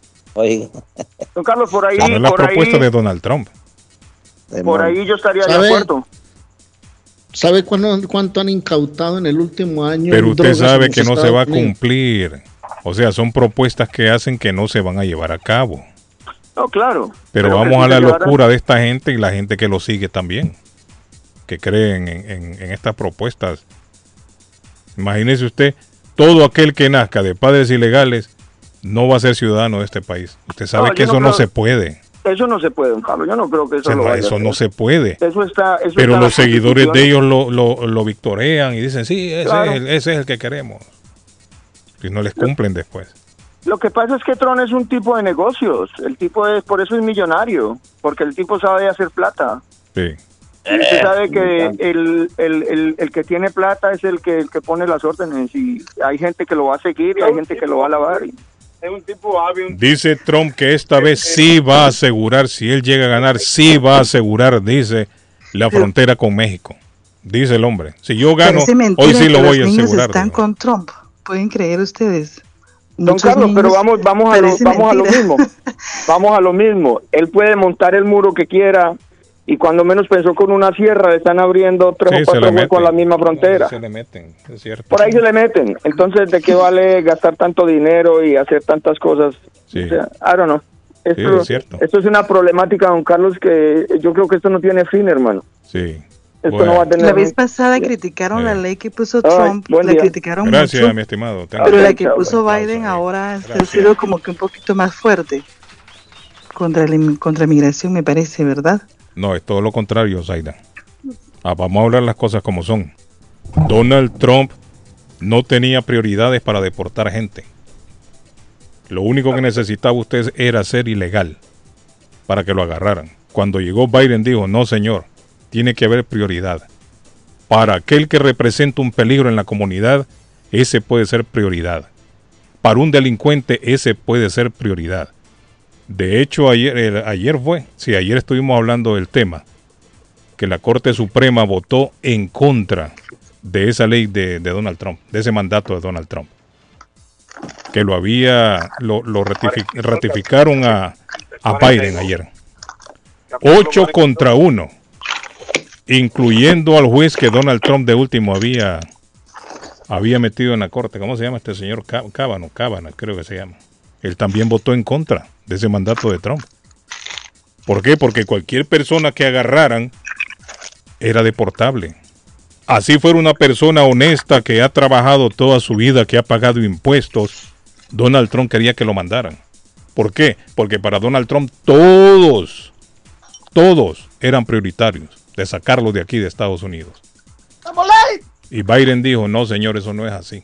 Don Carlos, por ahí, Esa no es la por propuesta ahí, de Donald Trump. por ahí yo estaría de ¿Sabe? acuerdo. ¿Sabe cuánto, cuánto han incautado en el último año? Pero en usted drogas sabe en que los no se va a Estados Unidos? cumplir. O sea, son propuestas que hacen que no se van a llevar a cabo. No, claro. Pero, Pero vamos que a sí la se llevará. locura de esta gente y la gente que lo sigue también, que creen en, en- en estas propuestas. Imagínese usted, todo aquel que nazca de padres ilegales no va a ser ciudadano de este país. Usted sabe No, que yo no eso no creo- se puede. Eso no se puede, don Carlos. Yo no creo que O eso sea, lo no, vaya a eso hacer. no se puede. Eso está, eso Pero está en los la seguidores de Constitución. ellos lo, lo, lo victorean y dicen, sí, ese, Claro. es el, ese es el que queremos. Y no les cumplen después. Lo que pasa es que Tron es un tipo de negocios. El tipo es, por eso es millonario, porque el tipo sabe hacer plata. Sí. Y usted sabe que el, el, el, el que tiene plata es el que, el que pone las órdenes y hay gente que lo va a seguir y hay gente que lo va a lavar. y- Es un tipo hábil. Dice Trump que esta vez sí va a asegurar, si él llega a ganar, sí va a asegurar, dice, la frontera con México. Dice el hombre. Si yo gano, Parece mentira hoy sí que lo voy a los niños asegurar. están con Trump. ¿Pueden creer ustedes? Don Muchos Carlos, pero niños, vamos, vamos, a lo, parece vamos a lo mentira. mismo. Vamos a lo mismo. Él puede montar el muro que quiera y cuando menos pensó con una sierra le están abriendo tres Sí, o se cuatro le huecos a la misma frontera. Se le meten, es cierto. Por ahí se le meten. Entonces, ¿de qué vale gastar tanto dinero y hacer tantas cosas? Sí. O sea, I don't know. Esto, Sí, es cierto. esto es una problemática, don Carlos, que yo creo que esto no tiene fin, hermano. Sí. Esto Bueno. no va a tener La vez fin. pasada criticaron la ley que puso Ay, Trump, buen la día. criticaron Gracias, mucho, mi estimado. Tenga- pero la que Chao, puso buen Biden aplauso, ahora ha Gracias. sido como que un poquito más fuerte. contra la contra migración, me parece, ¿verdad? No, es todo lo contrario, Zaida. Ah, vamos a hablar las cosas como son. Donald Trump no tenía prioridades para deportar gente. Lo único que necesitaba usted era ser ilegal para que lo agarraran. Cuando llegó Biden dijo, no señor, tiene que haber prioridad. Para aquel que representa un peligro en la comunidad, ese puede ser prioridad. Para un delincuente, ese puede ser prioridad. De hecho, ayer, eh, ayer fue, sí, ayer estuvimos hablando del tema, que la Corte Suprema votó en contra de esa ley de, de Donald Trump, de ese mandato de Donald Trump. Que lo había, lo, lo ratific, ratificaron a, a Biden ayer. Ocho contra uno, incluyendo al juez que Donald Trump de último había, había metido en la corte. ¿Cómo se llama este señor? Kavanaugh, Kavanaugh, creo que se llama. Él también votó en contra de ese mandato de Trump. ¿Por qué? Porque cualquier persona que agarraran era deportable. Así fuera una persona honesta que ha trabajado toda su vida, que ha pagado impuestos, Donald Trump quería que lo mandaran. ¿Por qué? Porque para Donald Trump todos, todos eran prioritarios de sacarlos de aquí de Estados Unidos. Y Biden dijo, no señor, eso no es así.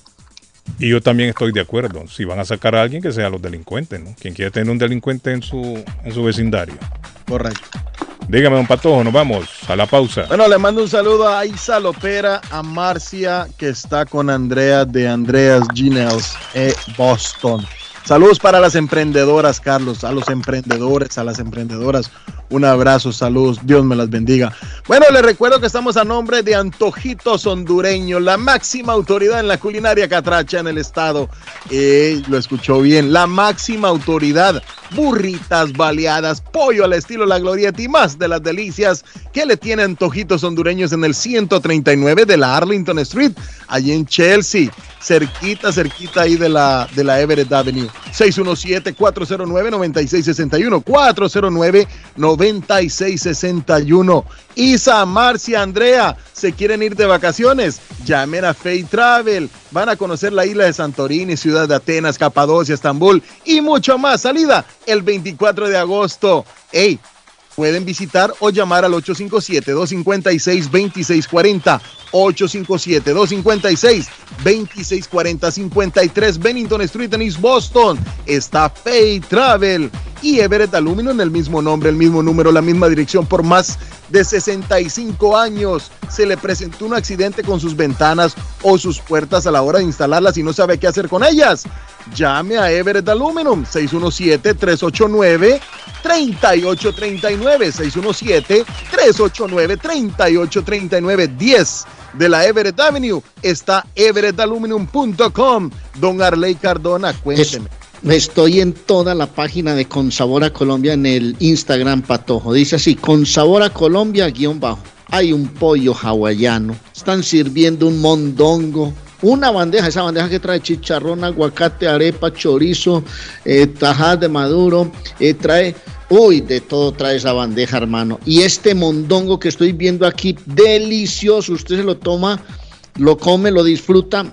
Y yo también estoy de acuerdo. Si van a sacar a alguien, que sea los delincuentes, ¿no? Quien quiera tener un delincuente en su, en su vecindario. Correcto. Dígame, don Patojo, nos vamos a la pausa. Bueno, le mando un saludo a Isa Lopera, a Marcia, que está con Andrea de Andreas Ginels en Boston. Saludos para las emprendedoras, Carlos, a los emprendedores, a las emprendedoras. Un abrazo, saludos, Dios me las bendiga. Bueno, les recuerdo que estamos a nombre de Antojitos Hondureño, la máxima autoridad en la culinaria catracha en el estado. Eh, lo escuchó bien, la máxima autoridad. Burritas baleadas, pollo al estilo La Glorieta y más de las delicias que le tiene Antojitos Hondureños en el ciento treinta y nueve de la Arlington Street, allí en Chelsea, cerquita, cerquita ahí de la, de la Everett Avenue. seis uno siete, cuatro cero nueve, nueve seis seis uno, cuatro cero nueve, nueve seis seis uno. Isa, Marcia, Andrea, ¿se quieren ir de vacaciones? Llamen a Fay Travel. Van a conocer la isla de Santorini, ciudad de Atenas, Capadocia, Estambul y mucho más. Salida el veinticuatro de agosto. Hey, pueden visitar o llamar al ocho cinco siete, dos cinco seis, dos seis cuatro cero. ocho cinco siete, dos cinco seis, dos seis cuatro cero. cincuenta y tres Bennington Street en East Boston. Está Fay Travel y Everett Aluminum, el mismo nombre, el mismo número, la misma dirección por más de sesenta y cinco años. Se le presentó un accidente con sus ventanas o sus puertas a la hora de instalarlas y no sabe qué hacer con ellas. Llame a Everett Aluminum, seis uno siete, tres ocho nueve, tres ocho tres nueve, seis uno siete, tres ocho nueve, tres ocho tres nueve, diez de la Everett Avenue. Está everett aluminum punto com. Don Arley Cardona, cuénteme. Estoy en toda la página de Con Sabor a Colombia en el Instagram, Patojo. Dice así, Con Sabor a Colombia, guión bajo. Hay un pollo hawaiano. Están sirviendo un mondongo. Una bandeja, esa bandeja que trae chicharrón, aguacate, arepa, chorizo, eh, tajadas de maduro, eh, trae... Uy, de todo trae esa bandeja, hermano. Y este mondongo que estoy viendo aquí, delicioso. Usted se lo toma, lo come, lo disfruta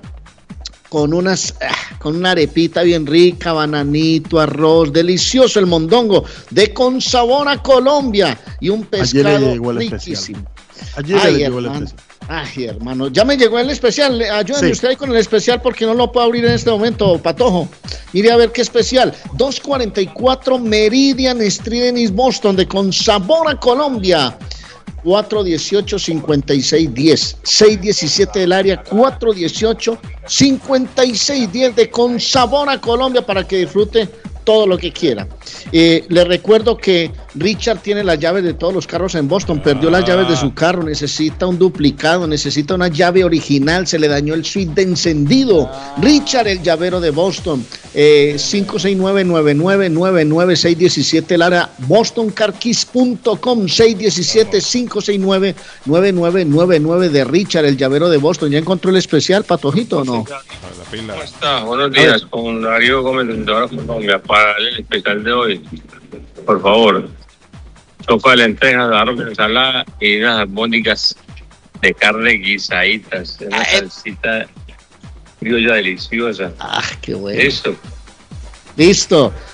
con unas, con una arepita bien rica, bananito, arroz, delicioso el mondongo de Con Sabor a Colombia y un pescado riquísimo. Ayer Ay, le llegó el hermano. especial. Ay, hermano, ya me llegó el especial. Ayúdenme Sí. usted ahí con el especial porque no lo puedo abrir en este momento, Patojo. Mire a ver qué especial. doscientos cuarenta y cuatro Meridian Street en East Boston de Con Sabor a Colombia. cuatro dieciocho, cincuenta y seis diez. seis diecisiete del área, cuatro dieciocho, cincuenta y seis diez de Con Sabor a Colombia para que disfrute todo lo que quiera. Eh, le recuerdo que Richard tiene las llaves de todos los carros en Boston, perdió las llaves de su carro, necesita un duplicado, necesita una llave original, se le dañó el switch de encendido. Richard, el llavero de Boston, eh, cinco seis nueve, nueve nueve nueve nueve, seis uno siete, el área boston car keys punto com, seis uno siete, cinco seis nueve, nueve nueve nueve nueve de Richard, el llavero de Boston. ¿Ya encontró el especial, Patojito, o no? ¿Cómo está? Buenos días, con Darío Gómez de Ahora Colombia, para el especial de hoy. Por favor, sopa de lentejas, arroz de ensalada y unas albóndigas de carne guisaditas, una salsita criolla deliciosa. Ah, qué bueno. Listo. Listo.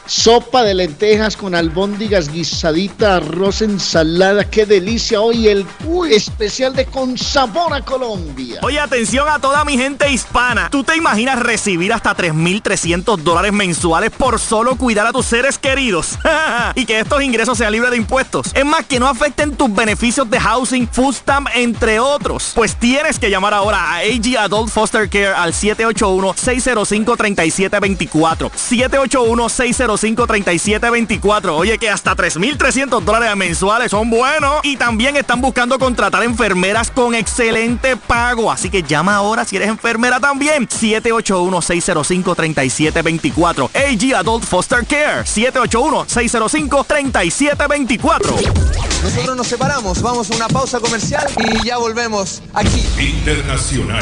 sopa de lentejas con albóndigas, guisadita, arroz, ensalada. ¡Qué delicia! Hoy el uy, especial de Con Sabor a Colombia. Oye, atención a toda mi gente hispana. ¿Tú te imaginas recibir hasta tres mil trescientos dólares mensuales por solo cuidar a tus seres queridos? Y que estos ingresos sean libres de impuestos. Es más, que no afecten tus beneficios de housing, food stamp, entre otros. Pues tienes que llamar ahora a A G Adult Foster Care al siete ocho uno, seis cero cinco, tres siete dos cuatro. siete ocho uno, seis cero cinco, tres siete dos cuatro. Oye, que hasta tres mil trescientos dólares mensuales son buenos. Y también están buscando contratar enfermeras con excelente pago. Así que llama ahora si eres enfermera también. siete ocho uno, seis cero cinco, tres siete dos cuatro. A G Adult Foster Care. siete ocho uno, seis cero cinco, tres siete dos cuatro. Nosotros nos separamos, vamos a una pausa comercial y ya volvemos aquí. Internacional.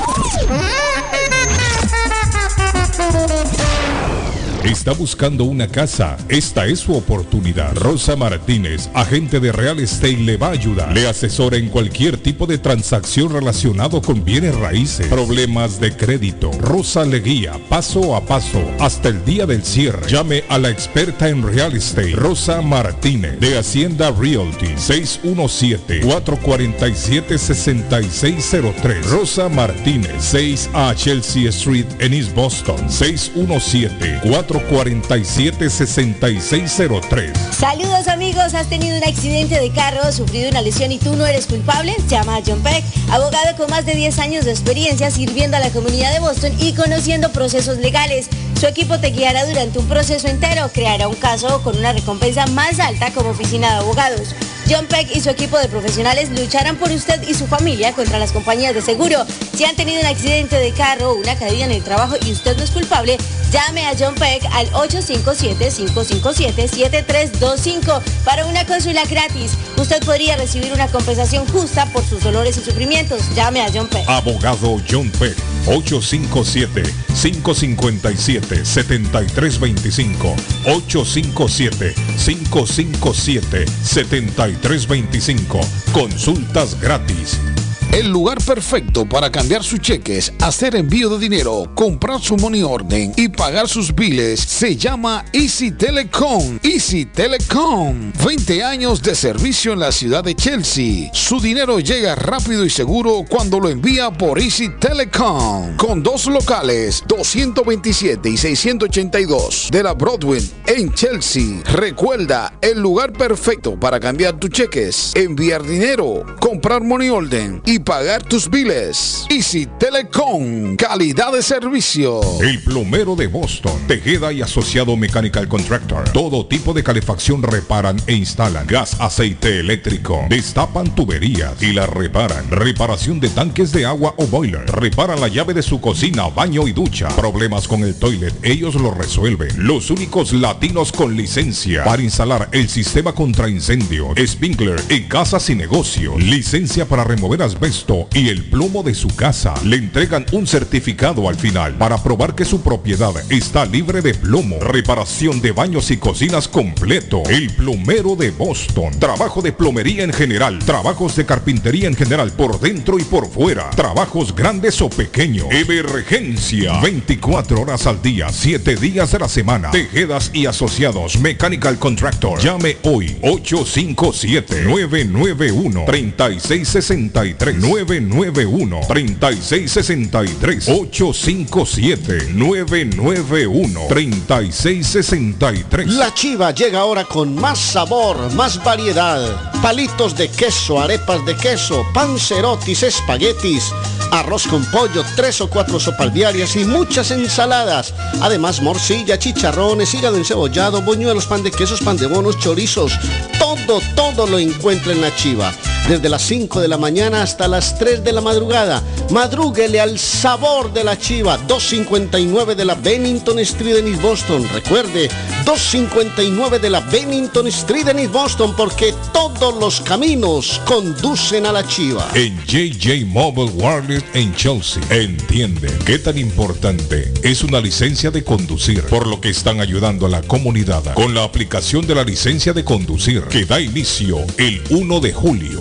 ¿Está buscando una casa? Esta es su oportunidad. Rosa Martínez, agente de Real Estate, le va a ayudar. Le asesora en cualquier tipo de transacción relacionado con bienes raíces, problemas de crédito. Rosa le guía paso a paso hasta el día del cierre. Llame a la experta en Real Estate, Rosa Martínez, de Hacienda Realty, seis uno siete, cuatro cuatro siete, seis seis cero tres. Rosa Martínez, seis a Chelsea Street en East Boston, seis uno siete, cuatro cuatro siete, seis seis cero tres. Saludos amigos, ¿has tenido un accidente de carro, sufrido una lesión y tú no eres culpable? Llama a John Peck, abogado con más de diez años de experiencia sirviendo a la comunidad de Boston y conociendo procesos legales. Su equipo te guiará durante un proceso entero, creará un caso con una recompensa más alta como oficina de abogados. John Peck y su equipo de profesionales lucharán por usted y su familia contra las compañías de seguro. Si han tenido un accidente de carro o una caída en el trabajo y usted no es culpable, llame a John Peck al ocho cinco siete, cinco cinco siete, siete tres dos cinco para una consulta gratis. Usted podría recibir una compensación justa por sus dolores y sufrimientos. Llame a John Peck. Abogado John Peck, ocho cinco siete, cinco cinco siete, siete tres dos cinco, ocho cinco siete, cinco cinco siete, siete tres dos cinco. Consultas gratis. El lugar perfecto para cambiar sus cheques, hacer envío de dinero, comprar su money order y pagar sus biles se llama Easy Telecom. Easy Telecom. veinte años de servicio en la ciudad de Chelsea. Su dinero llega rápido y seguro cuando lo envía por Easy Telecom. Con dos locales, doscientos veintisiete y seiscientos ochenta y dos de la Broadway en Chelsea. Recuerda, el lugar perfecto para cambiar tus cheques, enviar dinero, comprar money order y pagar tus biles. Easy Telecom, calidad de servicio. El plomero de Boston, Tejeda y Asociado Mechanical Contractor. Todo tipo de calefacción reparan e instalan. Gas, aceite eléctrico. Destapan tuberías y las reparan. Reparación de tanques de agua o boiler. Reparan la llave de su cocina, baño y ducha. Problemas con el toilet, ellos lo resuelven. Los únicos latinos con licencia para instalar el sistema contra incendio, sprinkler en casas y negocios. Licencia para remover asbesto y el plomo de su casa. Le entregan un certificado al final para probar que su propiedad está libre de plomo. Reparación de baños y cocinas completo. El plomero de Boston. Trabajo de plomería en general. Trabajos de carpintería en general por dentro y por fuera. Trabajos grandes o pequeños. Emergencia. veinticuatro horas al día, siete días de la semana. Tejedas y Asociados Mechanical Contractor. Llame hoy. ocho cinco siete, nueve nueve uno, tres seis seis tres. nueve nueve uno, tres seis seis tres. ocho cinco siete, nueve nueve uno, tres seis seis tres. La Chiva llega ahora con más sabor, más variedad. Palitos de queso, arepas de queso, panzerotis, espaguetis, arroz con pollo, tres o cuatro sopas diarias y muchas ensaladas. Además, morcilla, chicharrones, hígado encebollado, buñuelos, pan de quesos, pan de bonos, chorizos. Todo, todo lo encuentra en La Chiva. Desde las cinco de la mañana hasta las tres de la madrugada. Madrúguele al sabor de La Chiva. doscientos cincuenta y nueve de la Bennington Street en East Boston. Recuerde, doscientos cincuenta y nueve de la Bennington Street en East Boston, porque todos los caminos conducen a La Chiva. En J J Mobile Wireless en Chelsea entienden qué tan importante es una licencia de conducir, por lo que están ayudando a la comunidad con la aplicación de la licencia de conducir que da inicio el uno de julio.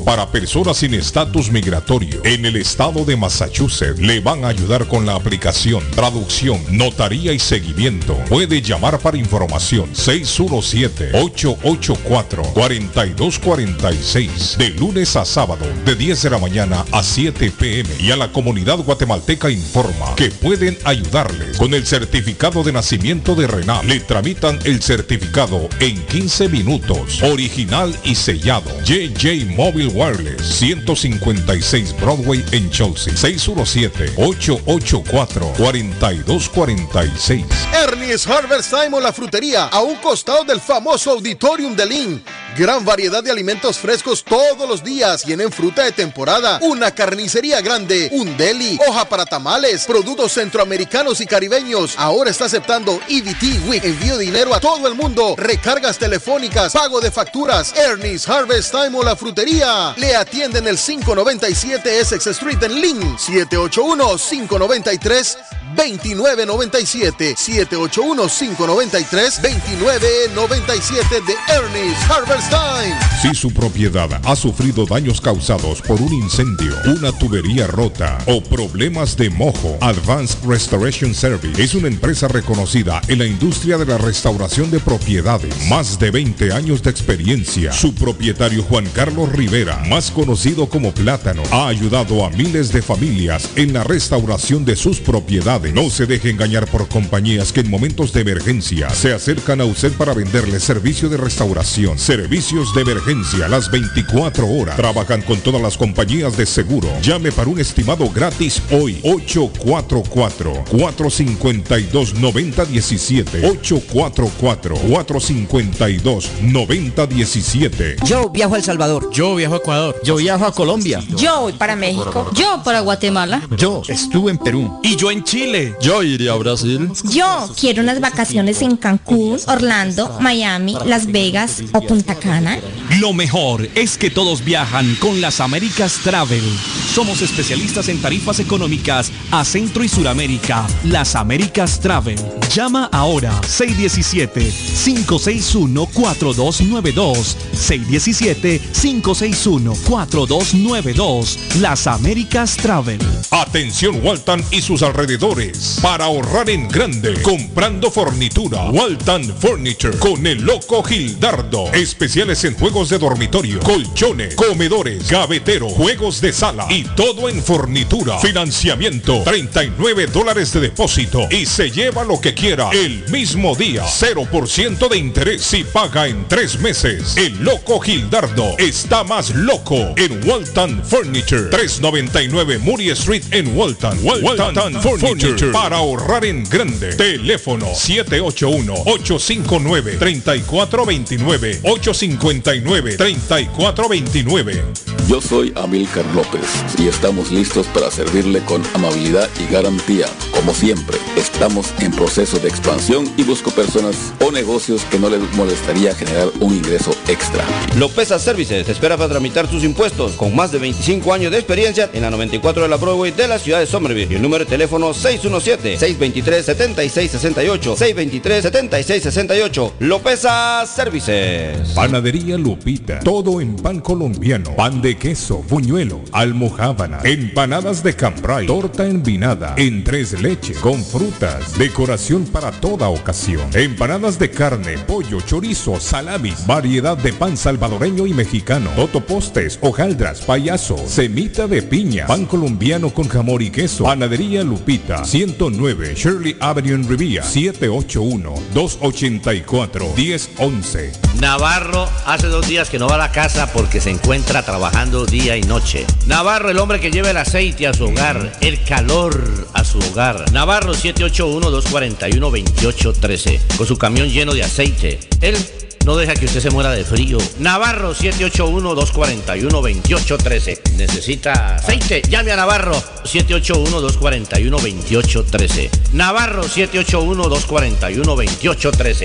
para personas sin estatus migratorio en el estado de Massachusetts. Le van a ayudar con la aplicación, traducción, notaría y seguimiento. Puede llamar para información seis uno siete, ocho ocho cuatro, cuatro dos cuatro seis de lunes a sábado de diez de la mañana a siete p m y a la comunidad guatemalteca informa que pueden ayudarles con el certificado de nacimiento de Renal. Le tramitan el certificado en quince minutos, original y sellado. J J Mobile Wireless, ciento cincuenta y seis Broadway en Chelsea. Seis uno siete, ocho ocho cuatro, cuatro dos cuatro seis. Ernie's Harvest Time o la frutería, a un costado del famoso Auditorium de Lynn. Gran variedad de alimentos frescos todos los días. Tienen fruta de temporada, una carnicería grande, un deli, hoja para tamales, productos centroamericanos y caribeños. Ahora está aceptando E B T, W I C, envío de dinero a todo el mundo, recargas telefónicas, pago de facturas. Ernie's Harvest Time o la frutería. Le atienden el quinientos noventa y siete Essex Street en Lynn. siete ocho uno, cinco nueve tres, dos nueve nueve siete. siete ocho uno, cinco nueve tres, dos nueve nueve siete de Ernie's Harvest Time. Si su propiedad ha sufrido daños causados por un incendio, una tubería rota o problemas de mojo, Advanced Restoration Service es una empresa reconocida en la industria de la restauración de propiedades. Más de veinte años de experiencia. Su propietario Juan Carlos Rivera, más conocido como Plátano, ha ayudado a miles de familias en la restauración de sus propiedades. No se deje engañar por compañías que en momentos de emergencia se acercan a usted para venderle servicio de restauración. Servicios de emergencia las veinticuatro horas. Trabajan con todas las compañías de seguro. Llame para un estimado gratis hoy. ocho cuatro cuatro, cuatro cinco dos, nueve cero uno siete. ocho cuatro cuatro, cuatro cinco dos, nueve cero uno siete. Yo viajo a El Salvador. Yo viajo a Ecuador. Yo viajo a Colombia. Yo voy para México. Yo para Guatemala. Yo estuve en Perú. Y yo en Chile. Yo iría a Brasil. Yo quiero unas vacaciones en Cancún, Orlando, Miami, Las Vegas o Punta Cana. Lo mejor es que todos viajan con las Américas Travel. Somos especialistas en tarifas económicas a Centro y Suramérica. Las Américas Travel. Llama ahora seis uno siete, cinco seis uno, cuatro dos nueve dos. seis uno siete, cinco seis uno, cuatro dos nueve dos. Las Américas Travel. Atención Walton y sus alrededores. Para ahorrar en grande, comprando fornitura. Walton Furniture con el loco Gildardo. Especiales en juegos de dormitorio, colchones, comedores, gavetero, juegos de sala y todo en fornitura. Financiamiento, treinta y nueve dólares de depósito y se lleva lo que quiera el mismo día. cero por ciento de interés si paga en tres meses. El loco Gildardo está más loco en Walton Furniture. trescientos noventa y nueve Murray Street en Walton. Walton, Walton Furniture. Furniture. Para ahorrar en grande. Teléfono siete ocho uno, ocho cinco nueve, tres cuatro dos nueve. ocho cinco nueve, tres cuatro dos nueve. Yo soy Amílcar López y estamos listos para servirle con amabilidad y garantía. Como siempre, estamos en proceso de expansión y busco personas o negocios que no les molestaría generar un ingreso extra. Lopeza Services te espera para tramitar tus impuestos con más de veinticinco años de experiencia en la noventa y cuatro de la Broadway de la ciudad de Somerville. Y el número de teléfono seis uno siete, seis dos tres, siete seis seis ocho. seis dos tres, siete seis seis ocho. Lopeza Services. Panadería Lupita. Todo en pan colombiano. Pan de queso, buñuelo, almojábana, empanadas de cambray, torta envinada en tres leches con frutas, decoración para toda ocasión. Empanadas de carne, pollo, chorizo, salamis, variedad de pan salvadoreño y mexicano, totopostes, hojaldras, payaso, semita de piña, pan colombiano con jamón y queso. Panadería Lupita, ciento nueve Shirley Avenue en Rivia, siete ocho uno, dos ocho cuatro, uno cero uno uno. Navarro hace dos días que no va a la casa porque se encuentra trabajando día y noche. Navarro, el hombre que lleva el aceite a su hogar, el calor a su hogar. Navarro, siete ocho uno, dos cuatro uno, dos ocho uno tres, con su camión lleno de aceite. Él no deja que usted se muera de frío. Navarro, siete ocho uno, dos cuatro uno, dos ocho uno tres. ¿Necesita aceite? Llame a Navarro, siete ocho uno, dos cuatro uno, dos ocho uno tres. Navarro, siete ocho uno, dos cuatro uno, dos ocho uno tres.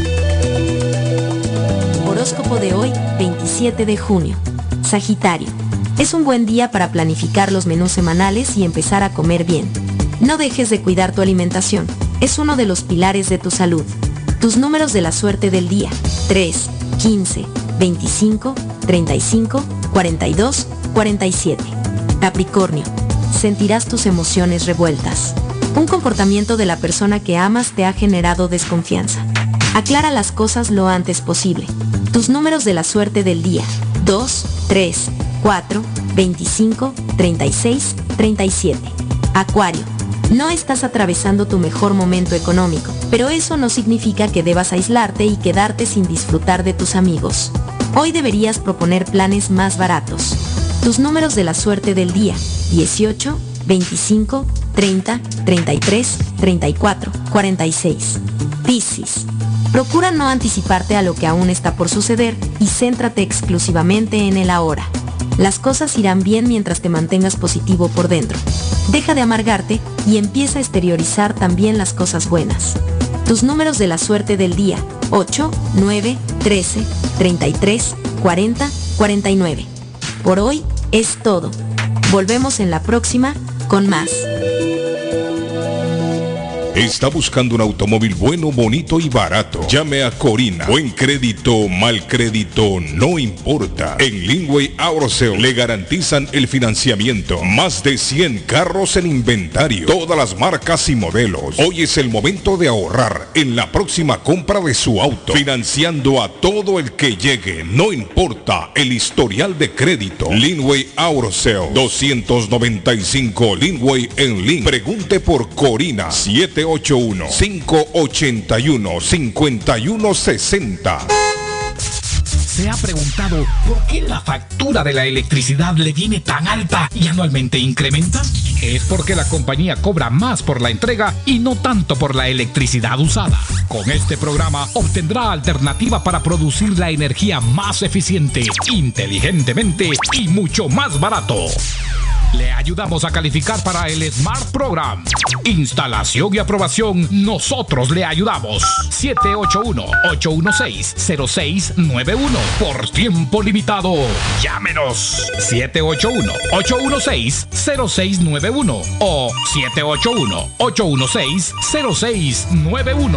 Horóscopo de hoy, veintisiete de junio. Sagitario. Es un buen día para planificar los menús semanales y empezar a comer bien. No dejes de cuidar tu alimentación. Es uno de los pilares de tu salud. Tus números de la suerte del día: tres, quince, veinticinco, treinta y cinco, cuarenta y dos, cuarenta y siete. Capricornio, sentirás tus emociones revueltas. Un comportamiento de la persona que amas te ha generado desconfianza. Aclara las cosas lo antes posible. Tus números de la suerte del día: dos, tres, cuatro, veinticinco, treinta y seis, treinta y siete. Acuario, no estás atravesando tu mejor momento económico, pero eso no significa que debas aislarte y quedarte sin disfrutar de tus amigos. Hoy deberías proponer planes más baratos. Tus números de la suerte del día: dieciocho, veinticinco, treinta, treinta y tres, treinta y cuatro, cuarenta y seis. Piscis, procura no anticiparte a lo que aún está por suceder y céntrate exclusivamente en el ahora. Las cosas irán bien mientras te mantengas positivo por dentro. Deja de amargarte y empieza a exteriorizar también las cosas buenas. Tus números de la suerte del día: ocho, nueve, trece, treinta y tres, cuarenta, cuarenta y nueve. Por hoy es todo. Volvemos en la próxima con más. Está buscando un automóvil bueno, bonito y barato. Llame a Corina. Buen crédito, mal crédito, no importa. En Linway Auto Sales le garantizan el financiamiento. Más de cien carros en inventario. Todas las marcas y modelos. Hoy es el momento de ahorrar en la próxima compra de su auto. Financiando a todo el que llegue. No importa el historial de crédito. Linway Auto Sales. doscientos noventa y cinco Linway en Link. Pregunte por Corina. siete ocho uno, cinco ocho uno, cinco uno seis cero. ¿Se ha preguntado por qué la factura de la electricidad le viene tan alta y anualmente incrementa? Es porque la compañía cobra más por la entrega y no tanto por la electricidad usada. Con este programa obtendrá alternativa para producir la energía más eficiente, inteligentemente y mucho más barato. Le ayudamos a calificar para el Smart Program. Instalación y aprobación, nosotros le ayudamos. siete ocho uno, ocho uno seis, cero seis nueve uno. Por tiempo limitado. Llámenos. siete ocho uno, ocho uno seis, cero seis nueve uno o siete ocho uno, ocho uno seis, cero seis nueve uno.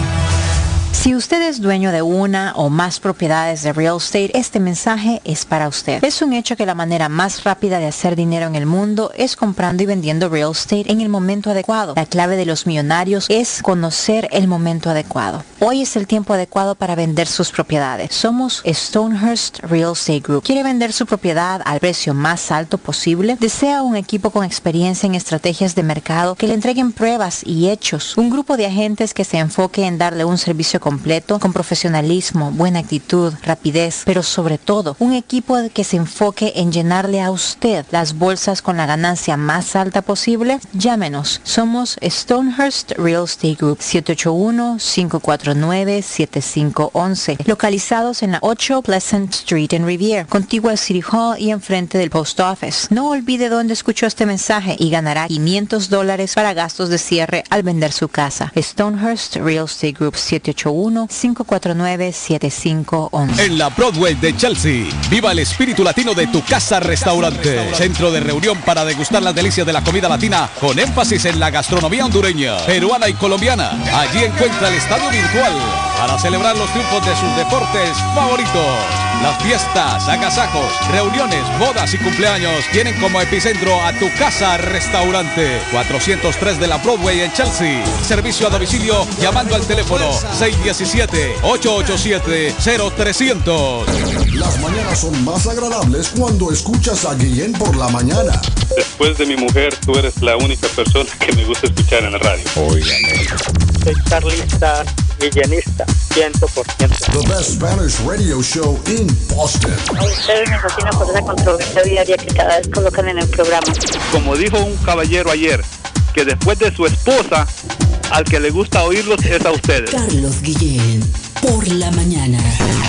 Si usted es dueño de una o más propiedades de real estate, este mensaje es para usted. Es un hecho que la manera más rápida de hacer dinero en el mundo es comprando y vendiendo real estate en el momento adecuado. La clave de los millonarios es conocer el momento adecuado. Hoy es el tiempo adecuado para vender sus propiedades. Somos Stonehurst Real Estate Group. ¿Quiere vender su propiedad al precio más alto posible? ¿Desea un equipo con experiencia en estrategias de mercado que le entreguen pruebas y hechos? Un grupo de agentes que se enfoque en darle un servicio completo con profesionalismo, buena actitud, rapidez, pero sobre todo un equipo que se enfoque en llenarle a usted las bolsas con la ganancia más alta posible. Llámenos. Somos Stonehurst Real Estate Group. siete ocho uno, cinco cuatro nueve, siete cinco uno uno. Localizados en la ocho Pleasant Street en Riviera, contigua al City Hall y enfrente del Post Office. No olvide dónde escuchó este mensaje y ganará quinientos dólares para gastos de cierre al vender su casa. Stonehurst Real Estate Group. siete ocho uno, cinco cuatro nueve, siete cinco uno uno. En la Broadway de Chelsea, viva el espíritu latino de Tu Casa Restaurante. Centro de reunión para degustar las delicias de la comida latina con énfasis en la gastronomía hondureña, peruana y colombiana. Allí encuentra el estadio virtual para celebrar los triunfos de sus deportes favoritos. Las fiestas, agasajos, reuniones, bodas y cumpleaños tienen como epicentro a Tu Casa Restaurante. cuatrocientos tres de la Broadway en Chelsea. Servicio a domicilio llamando al teléfono seis uno siete, ocho ocho siete, cero trescientos. Las mañanas son más agradables cuando escuchas a Guillén por la mañana. Después de mi mujer, tú eres la única persona que me gusta escuchar en la radio. Óigame. Soy carlista, guillenista, cien por ciento. The best Spanish radio show in Boston. A ustedes me fascina por esa controversia diaria que cada vez colocan en el programa. Como dijo un caballero ayer, que después de su esposa, al que le gusta oírlos es a ustedes. Carlos Guillén, por la mañana.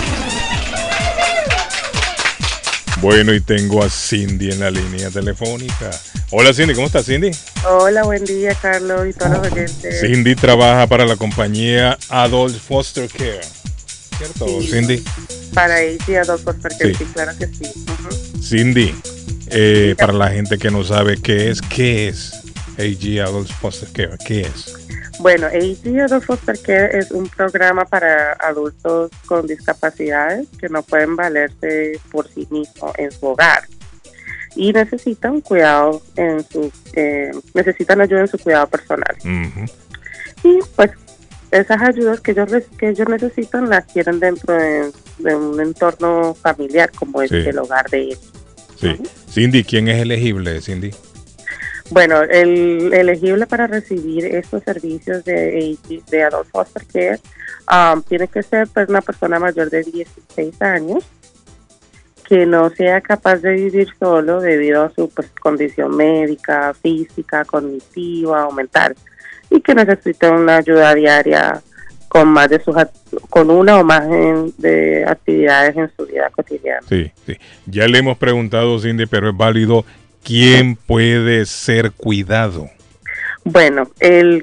Bueno, y tengo a Cindy en la línea telefónica. Hola Cindy, ¿cómo estás, Cindy? Hola, buen día, Carlos y todos los oyentes. Cindy trabaja para la compañía Adult Foster Care, ¿cierto, sí, Cindy? Para A G Adult Foster Care, sí, sí, claro que sí. Uh-huh. Cindy, eh, para la gente que no sabe qué es, ¿qué es A G Adult Foster Care? ¿Qué es? Bueno, A T Adult Foster Care es un programa para adultos con discapacidades que no pueden valerse por sí mismos en su hogar y necesitan cuidado en su, eh, necesitan ayuda en su cuidado personal. Uh-huh. Y pues esas ayudas que ellos que ellos necesitan las quieren dentro de, de un entorno familiar como es Sí. el hogar de ellos. Sí. Cindy, ¿quién es elegible, Cindy? Bueno, el elegible para recibir estos servicios de, de Adult Foster Care um, tiene que ser pues una persona mayor de dieciséis años que no sea capaz de vivir solo debido a su pues, condición médica, física, cognitiva o mental y que necesite una ayuda diaria con más de sus con una o más en, de actividades en su vida cotidiana. Sí, sí. Ya le hemos preguntado, Cindy, pero es válido. ¿Quién puede ser cuidado? Bueno, el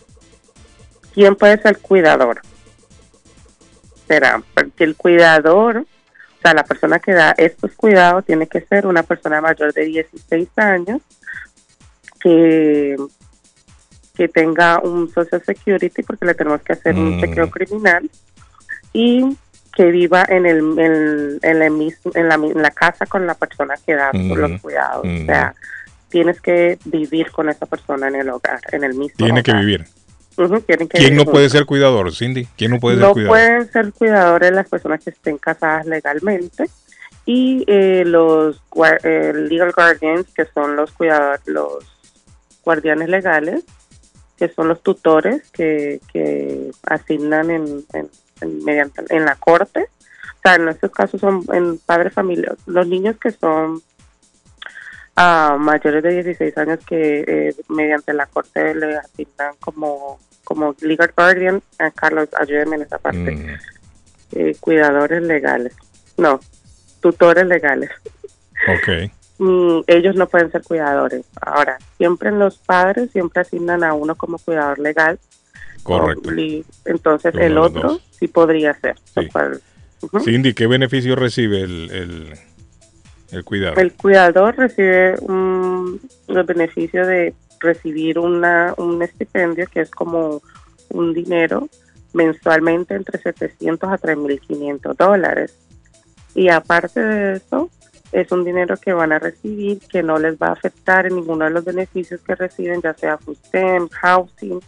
¿quién puede ser cuidador? Será, porque el cuidador, o sea, la persona que da estos cuidados tiene que ser una persona mayor de dieciséis años que, que tenga un Social Security, porque le tenemos que hacer un chequeo criminal, y que viva en el en, en, la, misma, en, la, en la casa con la persona que da Mm, los cuidados. mm. O sea, tienes que vivir con esa persona en el hogar, en el mismo Tiene hogar. que vivir. Ujú, tienen que ¿Quién vivir no puede juntos. ser cuidador, Cindy? ¿Quién no puede No ser cuidador? pueden ser cuidadores las personas que estén casadas legalmente y eh, los gua- eh, legal guardians, que son los cuidadores, los guardianes legales, que son los tutores que, que asignan en, en, en- mediante en la corte. O sea, en estos casos son en padres familiares, los niños que son a mayores de dieciséis años que eh, mediante la corte le asignan como como legal guardian. A Carlos, ayúdenme en esa parte. Mm. Eh, cuidadores legales. No, tutores legales. Ok. Mm, ellos no pueden ser cuidadores. Ahora, siempre los padres siempre asignan a uno como cuidador legal. Correcto. Y entonces Uno de el los otro dos. sí podría ser. Sí. Lo cual, ujú. Cindy, ¿qué beneficio recibe el, el, el cuidado? El cuidador recibe um, los beneficios de recibir una un estipendio que es como un dinero mensualmente entre setecientos a tres mil quinientos dólares. Y aparte de eso, es un dinero que van a recibir que no les va a afectar en ninguno de los beneficios que reciben, ya sea food stamp, housing,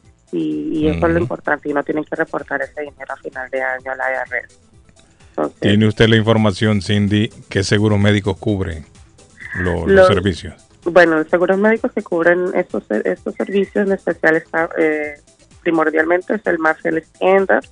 y, y eso es lo importante, y no tienen que reportar ese dinero a final de año a la I R S. Entonces, ¿Tiene usted la información, Cindy, qué seguros médicos cubren lo- los, Los- servicios? Bueno, los seguros médicos que cubren estos estos servicios en especial está, eh, primordialmente es el Marshall Standard,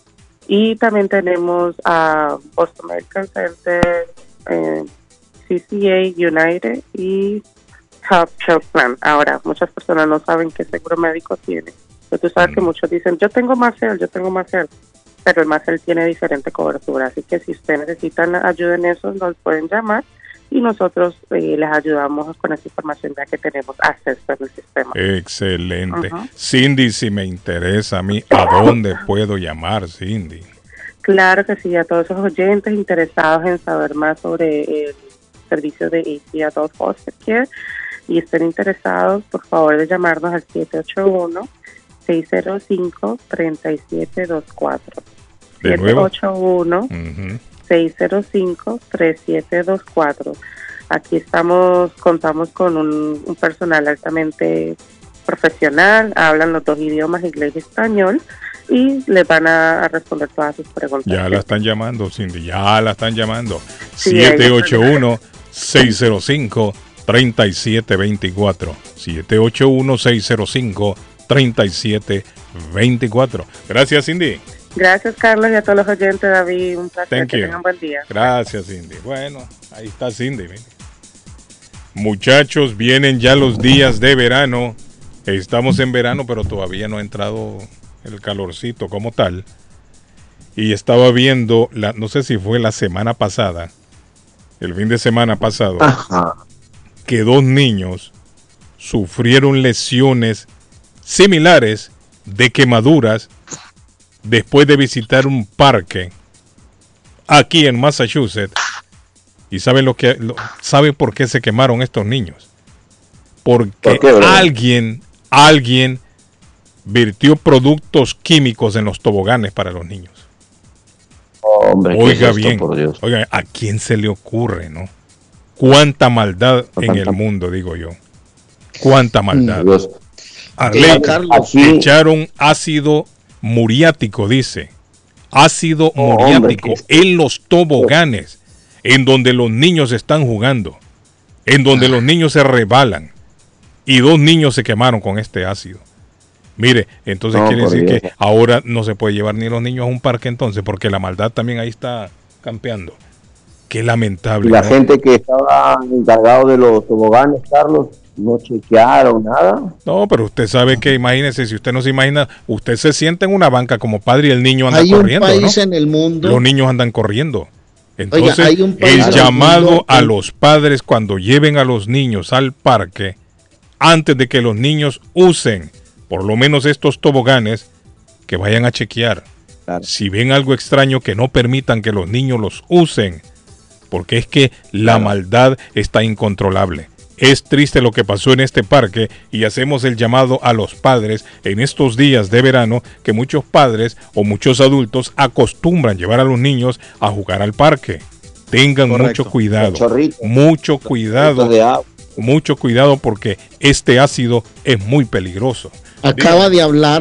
y también tenemos a Boston Medical Center, eh, C C A, United y Health Health Plan. Ahora, muchas personas no saben qué seguro médico tiene. Pero tú sabes que muchos dicen, yo tengo Marshall, yo tengo Marshall, pero el Marshall tiene diferente cobertura, así que si ustedes necesitan ayuda en eso, nos pueden llamar y nosotros eh, les ayudamos con esa información ya que tenemos acceso en el sistema. Excelente. Ajá. Cindy, si me interesa a mí, ¿a dónde puedo llamar, Cindy? Claro que sí, a todos esos oyentes interesados en saber más sobre el servicio de A T Adult Foster Care y estén interesados, por favor de llamarnos al siete ocho uno, seis cero cinco, tres siete dos cuatro. ¿De nuevo? siete ocho uno, Ujú. seis cero cinco, tres siete dos cuatro. Aquí estamos, contamos con un, un personal altamente profesional, hablan los dos idiomas, inglés y español, y les van a, a responder todas sus preguntas. Ya la están llamando, Cindy, ya la están llamando. Sí, siete ocho uno, seis cero cinco, tres siete dos cuatro. siete ocho uno, seis cero cinco, tres siete dos cuatro. Gracias, Cindy. Gracias, Carlos, y a todos los oyentes, David. Un placer. Thank Que you. tengan buen día. Gracias, Cindy. Bueno, ahí está Cindy. mire. Muchachos, vienen ya los días de verano. Estamos en verano, pero todavía no ha entrado el calorcito como tal. Y estaba viendo, la, no sé si fue la semana pasada, el fin de semana pasado, que dos niños sufrieron lesiones similares de quemaduras después de visitar un parque aquí en Massachusetts. ¿Y saben lo que lo, saben por qué se quemaron estos niños? Porque ¿Por qué, bro? alguien alguien vertió productos químicos en los toboganes para los niños. Hombre, ¿qué Oiga es esto, bien, por Dios? oiga, ¿a quién se le ocurre, no? Cuánta maldad en el mundo, digo yo. Cuánta maldad. Dios. Arley, Eh, Carlos, echaron ácido muriático, dice. Ácido Oh, muriático hombre, en los toboganes, en donde los niños están jugando, en donde los niños se rebalan. Y dos niños se quemaron con este ácido. Mire, entonces No, quiere por decir Dios. que ahora no se puede llevar ni los niños a un parque entonces, porque la maldad también ahí está campeando. Qué lamentable. Y la ¿no? gente que estaba encargado de los toboganes, Carlos, no chequearon nada. No, pero usted sabe que, imagínese, si usted no se imagina, usted se sienta en una banca como padre y el niño anda Hay un corriendo, país ¿no? en el mundo. Los niños andan corriendo. Entonces, Oiga, hay un país en el el llamado mundo a en- los padres cuando lleven a los niños al parque, antes de que los niños usen por lo menos estos toboganes, que vayan a chequear. Si ven algo extraño, que no permitan que los niños los usen, porque es que la maldad está incontrolable. Es triste lo que pasó en este parque y hacemos el llamado a los padres en estos días de verano, que muchos padres o muchos adultos acostumbran llevar a los niños a jugar al parque. Tengan Correcto. mucho cuidado, Chorrito. mucho cuidado, de agua. mucho cuidado, porque este ácido es muy peligroso. Acaba de hablar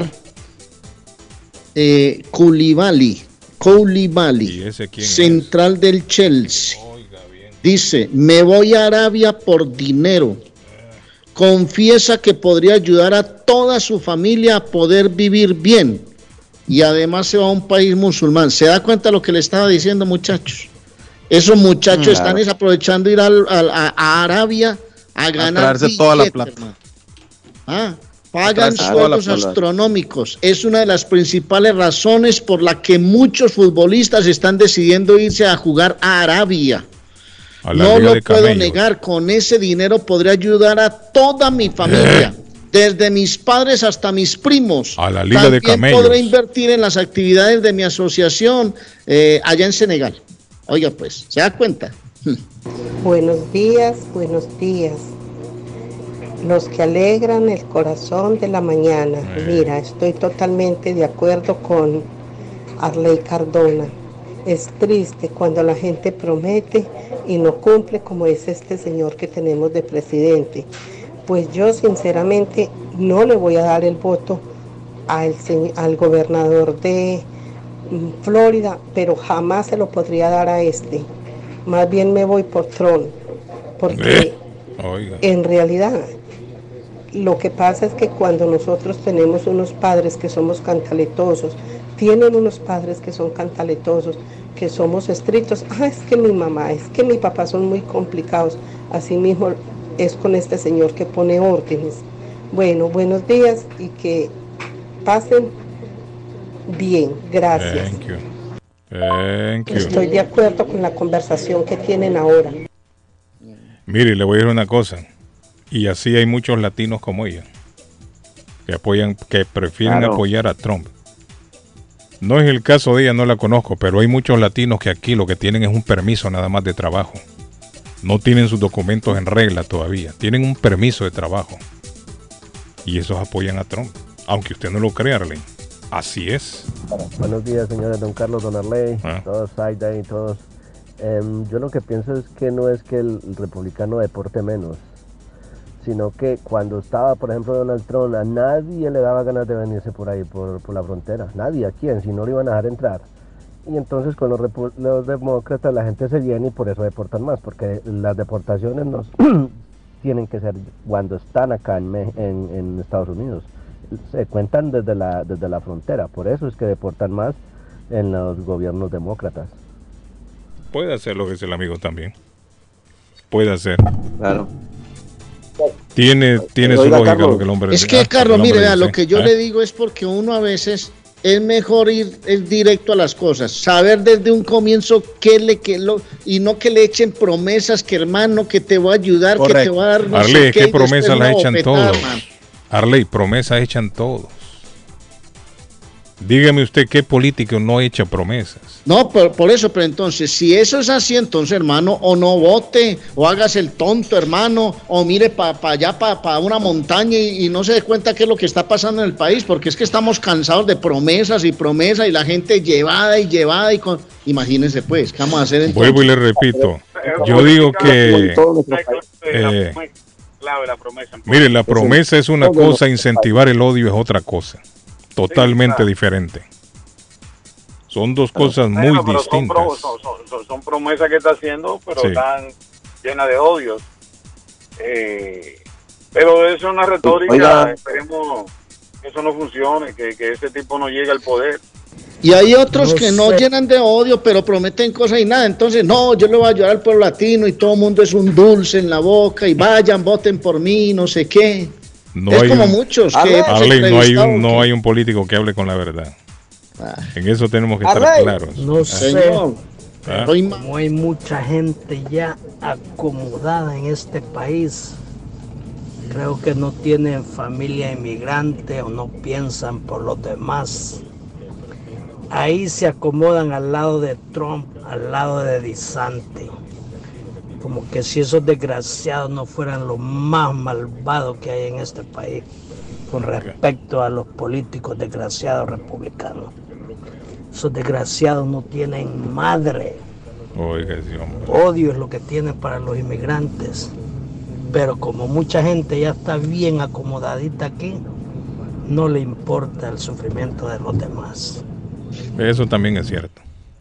eh, Koulibaly, Koulibaly, ese quién es? central del Chelsea. Dice, me voy a Arabia por dinero. Confiesa que podría ayudar a toda su familia a poder vivir bien. Y además se va a un país musulmán. ¿Se da cuenta de lo que le estaba diciendo, muchachos? Esos muchachos Claro. están es aprovechando ir al- al- a, a Arabia a ganar traerse toda la billetes, plata. hermano. Ah, pagan traerse toda la sueldos plata. astronómicos. Es una de las principales razones por la que muchos futbolistas están decidiendo irse a jugar a Arabia. A la No Liga lo de puedo Camellos. negar, con ese dinero podría ayudar a toda mi familia, desde mis padres hasta mis primos. A la Liga de También Camellos. podré invertir en las actividades de mi asociación eh, allá en Senegal. Oiga, pues, ¿se da cuenta? Buenos días, buenos días. Los que alegran el corazón de la mañana. Mira, estoy totalmente de acuerdo con Arley Cardona. Es triste cuando la gente promete y no cumple, como es este señor que tenemos de presidente. Pues yo sinceramente no le voy a dar el voto al, se- al gobernador de mm, Florida, pero jamás se lo podría dar a este. Más bien me voy por Trump, porque Oiga. en realidad lo que pasa es que cuando nosotros tenemos unos padres que somos cantaletosos, tienen unos padres que son cantaletosos, que somos estrictos, ah, es que mi mamá, es que mi papá son muy complicados, así mismo es con este señor que pone órdenes. Bueno, buenos días y que pasen bien, gracias. Thank you. Thank you. Estoy de acuerdo con la conversación que tienen ahora. Mire, le voy a decir una cosa. Y así hay muchos latinos como ella, que apoyan, que prefieren Claro. apoyar a Trump. No es el caso de ella, no la conozco, pero hay muchos latinos que aquí lo que tienen es un permiso nada más de trabajo. No tienen sus documentos en regla todavía. Tienen un permiso de trabajo. Y esos apoyan a Trump. Aunque usted no lo crea, Arlene. Así es. Buenos días, señores, don Carlos, don Arley, Ah. todos, Saida y todos. Em, yo lo que pienso es que no es que el republicano deporte menos, sino que cuando estaba, por ejemplo, Donald Trump, a nadie le daba ganas de venirse por ahí, por, por la frontera. Nadie, ¿a quién? Si no lo iban a dejar entrar. Y entonces con los, repu- los demócratas la gente se viene y por eso deportan más, porque las deportaciones nos tienen que ser cuando están acá en, Me- en, en Estados Unidos. Se cuentan desde la, desde la frontera, por eso es que deportan más en los gobiernos demócratas. Puede hacer lo que es el amigo también. Puede hacer. Claro. Tiene, tiene su Oiga, lógica Carlos, lo que el hombre Es dice. que, Ah, Carlos, el hombre mire, vea, dice. lo que yo ¿Eh? le digo es porque uno a veces es mejor ir, ir directo a las cosas, saber desde un comienzo qué le que lo y no que le echen promesas que hermano que te voy a ayudar, que te voy a dar no Arley, sé es qué, que y después promesas las una echan bofetada, todos. hermano. Arley, promesas echan todos. Dígame usted qué político no echa promesas. No, por, por eso, pero entonces, si eso es así, entonces, hermano, o no vote, o hágase el tonto, hermano, o mire para pa allá, para pa una montaña y, y no se dé cuenta qué es lo que está pasando en el país, porque es que estamos cansados de promesas y promesas y la gente llevada y llevada y con... Imagínense, pues, ¿qué vamos a hacer entonces? Vuelvo y le repito, yo digo que... Eh, mire, la promesa es una cosa, incentivar el odio es otra cosa. Totalmente diferente. Son dos cosas muy bueno, pero distintas. Son, son, son, son promesas que está haciendo, pero Sí. están llenas de odios. Eh, pero eso es una retórica. Oiga. Esperemos que eso no funcione, que, que ese tipo no llegue al poder. Y hay otros No que no sé. llenan de odio, pero prometen cosas y nada. Entonces, no, yo le voy a ayudar al pueblo latino y todo el mundo es un dulce en la boca y vayan, voten por mí, no sé qué. No es hay como un, muchos que hemos Arley, no hay entrevistado un, no que- hay un político que hable con la verdad. En eso tenemos que estar Arley. claros. No Ah. sé, Ah. como hay mucha gente ya acomodada en este país, creo que no tienen familia inmigrante o no piensan por los demás. Ahí se acomodan al lado de Trump, al lado de DeSantis. Como que si esos desgraciados no fueran los más malvados que hay en este país con respecto a los políticos desgraciados republicanos. Esos desgraciados no tienen madre. Oiga, sí, hombre. Odio es lo que tienen para los inmigrantes. Pero como mucha gente ya está bien acomodadita aquí, no le importa el sufrimiento de los demás. Eso también es cierto.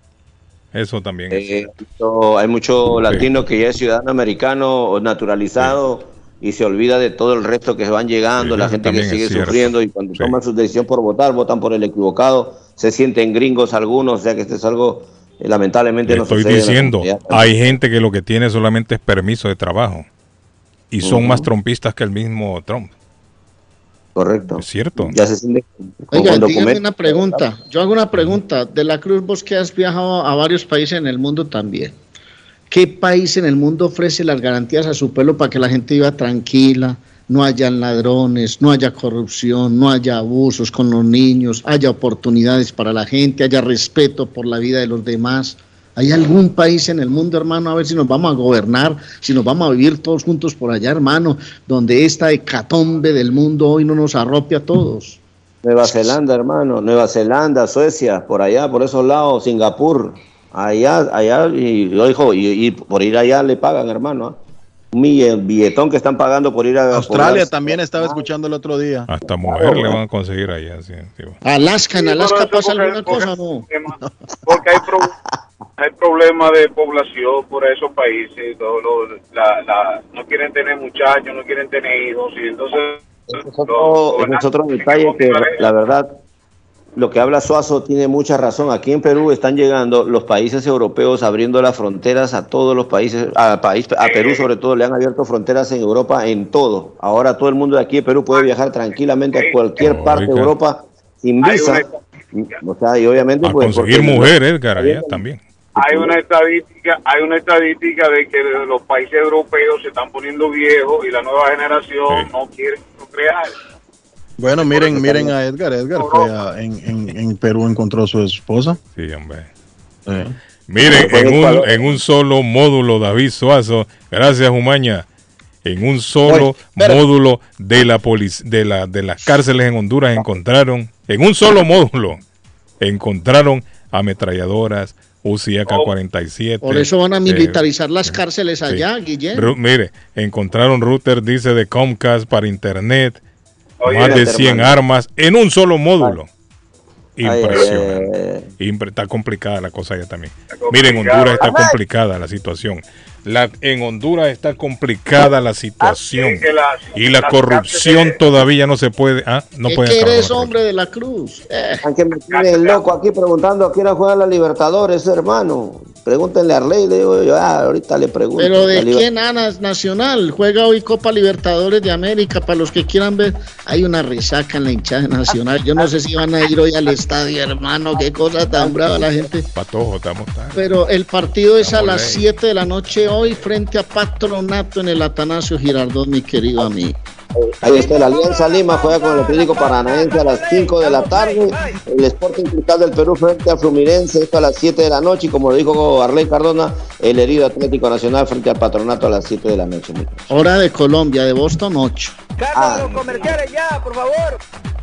Eso también es Eh, cierto. so, hay mucho latino que ya es ciudadano americano o naturalizado y se olvida de todo el resto que van llegando, Sí, la eso gente que también es sigue cierto. sufriendo y cuando Sí. toman su decisión por votar, votan por el equivocado, se sienten gringos algunos, o sea que esto es algo eh, lamentablemente Le no estoy sucede en la diciendo, comunidad. hay gente que lo que tiene solamente es permiso de trabajo y son Ujú. más trompistas que el mismo Trump. Correcto. Es cierto. Ya se siente con, Oiga, con dígame documentos. una pregunta. Yo hago una pregunta. De la Cruz, vos que has viajado a varios países en el mundo también. ¿Qué país en el mundo ofrece las garantías a su pueblo para que la gente viva tranquila, no hayan ladrones, no haya corrupción, no haya abusos con los niños, haya oportunidades para la gente, haya respeto por la vida de los demás? ¿Hay algún país en el mundo, hermano, a ver si nos vamos a gobernar, si nos vamos a vivir todos juntos por allá, hermano, donde esta hecatombe del mundo hoy no nos arrope a todos? Nueva Zelanda, hermano, Nueva Zelanda, Suecia, por allá, por esos lados, Singapur, allá, allá, y, hijo, y, y por ir allá le pagan, hermano, ¿eh? Un mille- billetón que están pagando por ir a Australia por- también estaba escuchando el otro día. Hasta mujer le van a conseguir allá. Sí, sí. Alaska, en Sí, Alaska pero eso pasa porque- alguna porque- cosa, ¿no? Porque hay, pro- hay problemas de población por esos países, todo lo- la, la, no quieren tener muchachos, no quieren tener hijos, y entonces... Ese es otro, ese es otro detalle que la verdad, lo que habla Suazo tiene mucha razón. Aquí en Perú están llegando los países europeos abriendo las fronteras a todos los países, a, país, a Perú sobre todo, le han abierto fronteras en Europa en todo. Ahora todo el mundo de aquí de Perú puede viajar tranquilamente a cualquier parte de Oiga. Europa sin visa. O sea, y obviamente A pues, conseguir porque- mujeres, Edgar, allá también. Hay una estadística, hay una estadística de que los países europeos se están poniendo viejos y la nueva generación no quiere procrear. Bueno, miren, miren a Edgar. Edgar fue a- en, en, en Perú, encontró a su esposa. Sí, hombre. Sí. Miren, en un, en un solo módulo, David Suazo, gracias Humaña, en un solo Oye, espera. módulo de la polic- de la de las cárceles en Honduras encontraron, en un solo módulo, encontraron ametralladoras, U C I A K cuarenta y siete. Por eso van a eh, militarizar las cárceles allá, sí. Guillén. Ru- mire, encontraron router, dice, de Comcast para internet, Oye, más de espérate, cien hermano. armas en un solo módulo. Ay, ay, Impresionante. ay, Impre- Está complicada la cosa allá también. Miren, en Honduras está complicada la situación. La, en Honduras está complicada la situación. que las- Y la las corrupción cárceles- todavía no se puede. Ah, no ¿Qué puede que acabar eres con la hombre de la Cruz? Eh. Aunque me tiene el loco aquí preguntando a quién juega la Libertadores, hermano. Pregúntenle a Arley, le digo yo, ah, ahorita le pregunto. Pero La ¿de Liber- quién, Ana? Nacional. Juega hoy Copa Libertadores de América. Para los que quieran ver, hay una resaca en la hinchada nacional. Yo no sé si van a ir hoy al estadio, hermano. Qué cosa tan brava la gente. Patojo, estamos tarde. Pero el partido es a Estamos las ley. siete de la noche hoy frente a Patronato en el Atanasio Girardot, mi querido amigo. Ahí está, la Alianza Lima juega con el Atlético Paranaense a las cinco de la tarde. El Sporting Cristal del Perú frente a Fluminense, esto a las siete de la noche. Y como lo dijo Arley Cardona, el herido Atlético Nacional frente al Patronato a las siete de la noche. Hora de Colombia, de Boston ocho. Carlos, ah, los comerciales ya, por favor.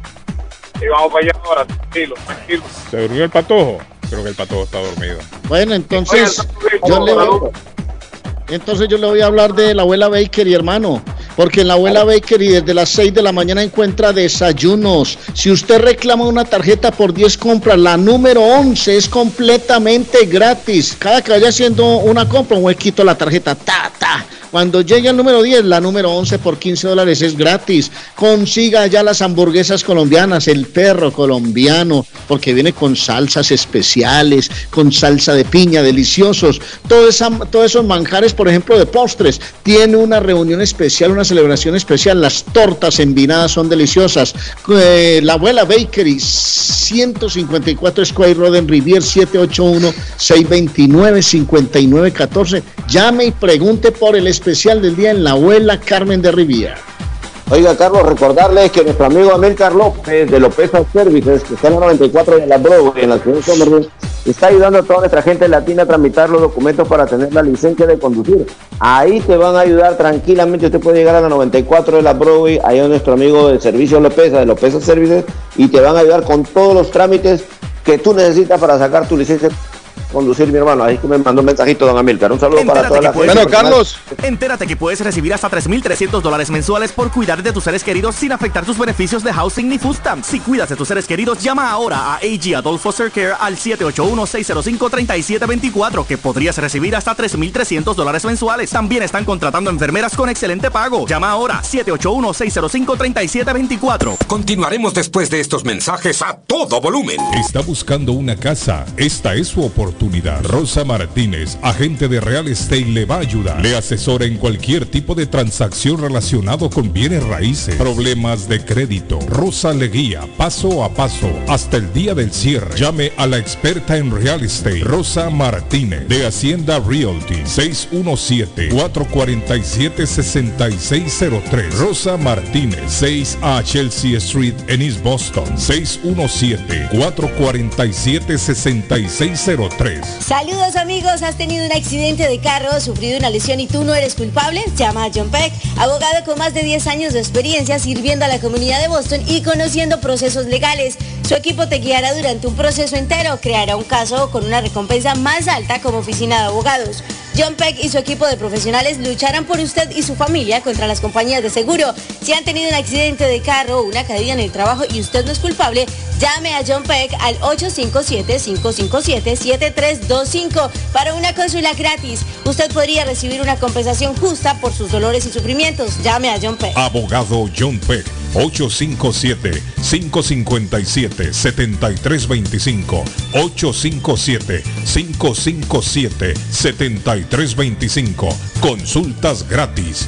Y vamos para allá ahora, tranquilo, tranquilo. ¿Se durmió el Patojo? Creo que el Patojo está dormido. Bueno, entonces yo le voy, entonces yo le voy a hablar de la abuela Bakery, hermano. Porque en la abuela Bakery desde las seis de la mañana encuentra desayunos. Si usted reclama una tarjeta por diez compras, la número once es completamente gratis. Cada que vaya haciendo una compra, un huequito a la tarjeta, ta, ta. Cuando llegue al número diez, la número once por quince dólares es gratis. Consiga ya las hamburguesas colombianas, el perro colombiano, porque viene con salsas especiales, con salsa de piña, deliciosos. Todo esa, todos esos manjares, por ejemplo, de postres. Tiene una reunión especial, una celebración especial. Las tortas envinadas son deliciosas. Eh, la abuela Bakery, ciento cincuenta y cuatro Square Road en Rivier, siete ocho uno, seis dos nueve, cinco nueve uno cuatro. Llame y pregunte por el especial del día en la abuela Carmen de Riviera. Oiga, Carlos, recordarles que nuestro amigo Amílcar López de López Services, que está en la noventa y cuatro de la Broadway, en la ciudad de Somerville, está ayudando a toda nuestra gente latina a tramitar los documentos para tener la licencia de conducir. Ahí te van a ayudar tranquilamente. Usted puede llegar a la noventa y cuatro de la Broadway, ahí es nuestro amigo del servicio López, de López Services, y te van a ayudar con todos los trámites que tú necesitas para sacar tu licencia conducir, mi hermano. Ahí que me mandó un mensajito don Amílcar. Un saludo Entérate para toda la gente. Bueno, Carlos, entérate que puedes recibir hasta tres mil trescientos dólares mensuales por cuidar de tus seres queridos sin afectar tus beneficios de housing ni food stamps. Si cuidas de tus seres queridos, llama ahora a A G Adult Foster Care al siete ocho uno, seis cero cinco, tres siete dos cuatro, que podrías recibir hasta tres mil trescientos dólares mensuales. También están contratando enfermeras con excelente pago. Llama ahora siete ocho uno, seis cero cinco, tres siete dos cuatro. Continuaremos después de estos mensajes a todo volumen. ¿Está buscando una casa? Esta es su oportunidad. Rosa Martínez, agente de Real Estate, le va a ayudar. Le asesora en cualquier tipo de transacción relacionado con bienes raíces, problemas de crédito. Rosa le guía paso a paso hasta el día del cierre. Llame a la experta en Real Estate, Rosa Martínez, de Hacienda Realty, seis uno siete, cuatro cuatro siete, seis seis cero tres. Rosa Martínez, seis a Chelsea Street en East Boston, seis uno siete, cuatro cuatro siete, seis seis cero tres. Saludos amigos, ¿has tenido un accidente de carro, sufrido una lesión y tú no eres culpable? Llama a John Peck, abogado con más de diez años de experiencia sirviendo a la comunidad de Boston y conociendo procesos legales. Su equipo te guiará durante un proceso entero, creará un caso con una recompensa más alta como oficina de abogados. John Peck y su equipo de profesionales lucharán por usted y su familia contra las compañías de seguro. Si han tenido un accidente de carro o una caída en el trabajo y usted no es culpable, llame a John Peck al ocho cinco siete, cinco cinco siete, siete tres dos cinco para una consulta gratis. Usted podría recibir una compensación justa por sus dolores y sufrimientos. Llame a John Peck. Abogado John Peck, ocho cinco siete, cinco cinco siete, siete tres dos cinco, ocho cinco siete, cinco cinco siete, siete tres dos cinco. Consultas gratis.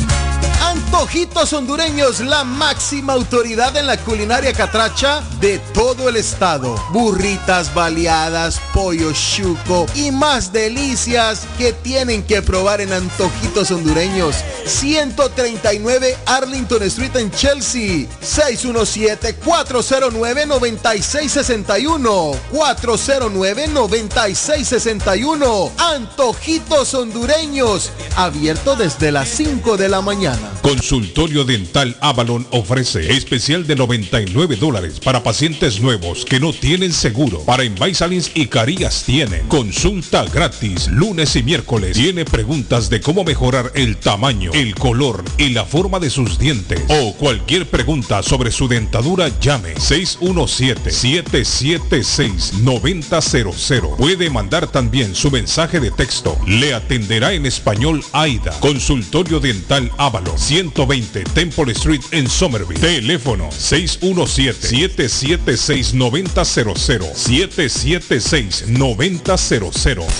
Antojitos Hondureños, la máxima autoridad en la culinaria catracha de todo el estado. Burritas baleadas, pollo chuco y más delicias que tienen que probar en Antojitos Hondureños. ciento treinta y nueve Arlington Street en Chelsea. seis uno siete, cuatro cero nueve, nueve seis seis uno. cuatro cero nueve, nueve seis seis uno. Antojitos Hondureños, abierto desde las cinco de la mañana. Consultorio Dental Avalon ofrece especial de noventa y nueve dólares para pacientes nuevos que no tienen seguro. Para Invisalins y Carías tienen consulta gratis lunes y miércoles. Tiene preguntas de cómo mejorar el tamaño, el color y la forma de sus dientes o cualquier pregunta sobre su dentadura, llame seis uno siete, siete siete seis, nueve cero cero cero. Puede mandar también su mensaje de texto. Le atenderá en español Aida. Consultorio Dental Avalon, ciento veinte Temple Street en Somerville. Teléfono seis uno siete, siete siete seis, nueve cero cero cero, siete siete seis, nueve cero cero.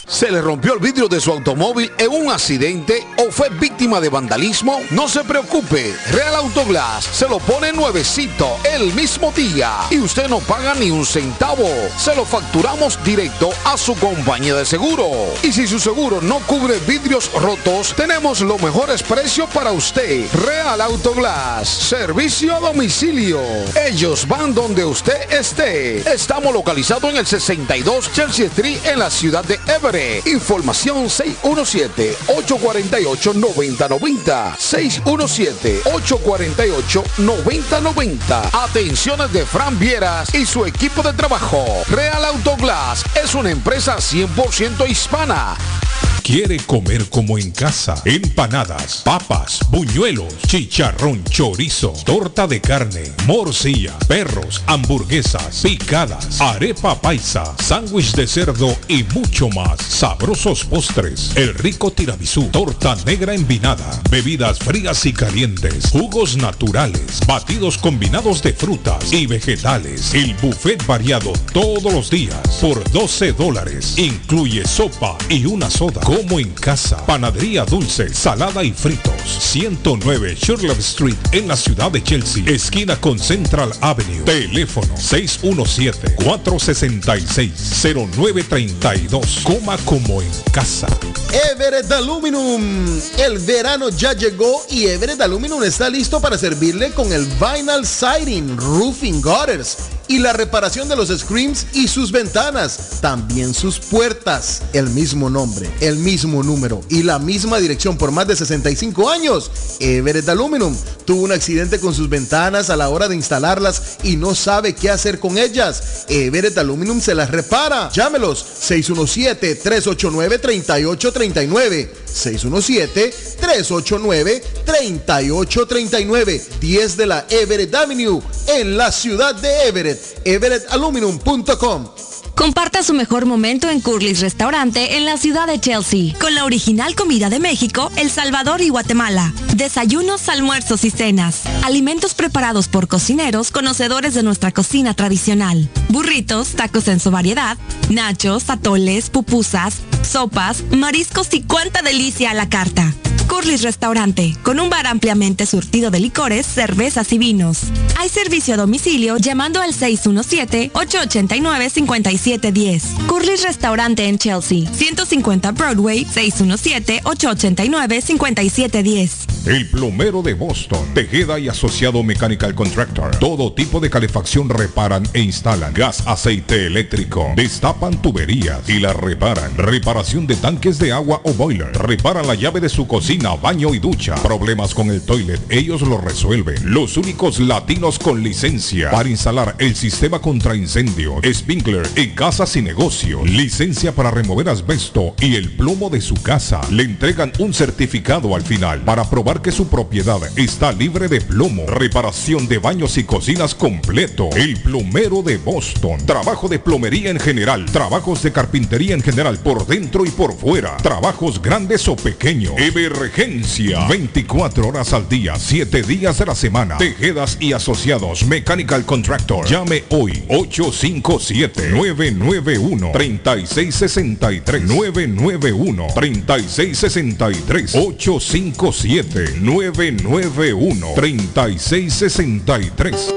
¿Se le rompió el vidrio de su automóvil en un accidente o fue víctima de vandalismo? No se preocupe, Real Autoglass se lo pone nuevecito el mismo día y usted no paga ni un centavo. Se lo facturamos directo a su compañía de seguro. Y si su seguro no cubre vidrios rotos, tenemos los mejores precios para usted. Real Autoglass, servicio a domicilio. Ellos van donde usted esté. Estamos localizados en el sesenta y dos Chelsea Street en la ciudad de Everett. Información seis uno siete, ocho cuatro ocho, nueve cero nueve cero. seis uno siete, ocho cuatro ocho, nueve cero nueve cero. Atenciones de Fran Vieras y su equipo de trabajo. Real Autoglass es una empresa cien por ciento hispana. ¿Quiere comer como en casa? Empanadas, papas, buñuelos, chicharrón, chorizo, torta de carne, morcilla, perros, hamburguesas, picadas, arepa paisa, sándwich de cerdo y mucho más. Sabrosos postres, el rico tiramisú, torta negra envinada, bebidas frías y calientes, jugos naturales, batidos combinados de frutas y vegetales. El buffet variado todos los días por doce dólares. Incluye sopa y una soda. Como en casa. Panadería dulce, salada y fritos. ciento nueve Shirley Street en la ciudad de Chelsea, esquina con Central Avenue. Teléfono seis uno siete, cuatro seis seis, cero nueve tres dos. Coma como en casa. Everett Aluminum. El verano ya llegó y Everett Aluminum está listo para servirle con el vinyl siding, roofing gutters y la reparación de los screens y sus ventanas, también sus puertas. El mismo nombre, el mismo número y la misma dirección por más de sesenta y cinco años. Everett Aluminum tuvo un accidente con sus ventanas a la hora de instalarlas y no sabe qué hacer con ellas. Everett Aluminum se las repara. Llámelos seis uno siete, tres ocho nueve, tres ocho tres nueve. seis uno siete, tres ocho nueve, tres ocho tres nueve. diez de la Everett Avenue en la ciudad de Everett. everett aluminum punto com. Comparta su mejor momento en Curly's Restaurante en la ciudad de Chelsea, con la original comida de México, El Salvador y Guatemala. Desayunos, almuerzos y cenas. Alimentos preparados por cocineros conocedores de nuestra cocina tradicional. Burritos, tacos en su variedad, nachos, atoles, pupusas, sopas, mariscos y cuánta delicia a la carta. Curly's Restaurante, con un bar ampliamente surtido de licores, cervezas y vinos. Hay servicio a domicilio llamando al seis uno siete, ocho ocho nueve, cinco siete uno cero. Curly's Restaurante en Chelsea, ciento cincuenta Broadway, seis uno siete, ocho ocho nueve, cinco siete uno cero. El Plomero de Boston, Tejeda y Asociado Mechanical Contractor. Todo tipo de calefacción reparan e instalan. Gas, aceite eléctrico. Destapan tuberías y las reparan. Reparación de tanques de agua o boiler. Reparan la llave de su cocina, baño y ducha. Problemas con el toilet, ellos lo resuelven. Los únicos latinos con licencia para instalar el sistema contra incendio, sprinkler en casas y negocio. Licencia para remover asbesto y el plomo de su casa. Le entregan un certificado al final para probar que su propiedad está libre de plomo. Reparación de baños y cocinas completo. El Plomero de Boston. Trabajo de plomería en general. Trabajos de carpintería en general por dentro y por fuera. Trabajos grandes o pequeños. Emergencia. veinticuatro horas al día, siete días de la semana. Tejedas y Asociados Mechanical Contractor. Llame hoy. ocho cinco siete, nueve nueve uno, tres seis seis tres. nueve nueve uno, tres seis seis tres. ocho cinco siete, nueve nueve uno, tres seis seis tres.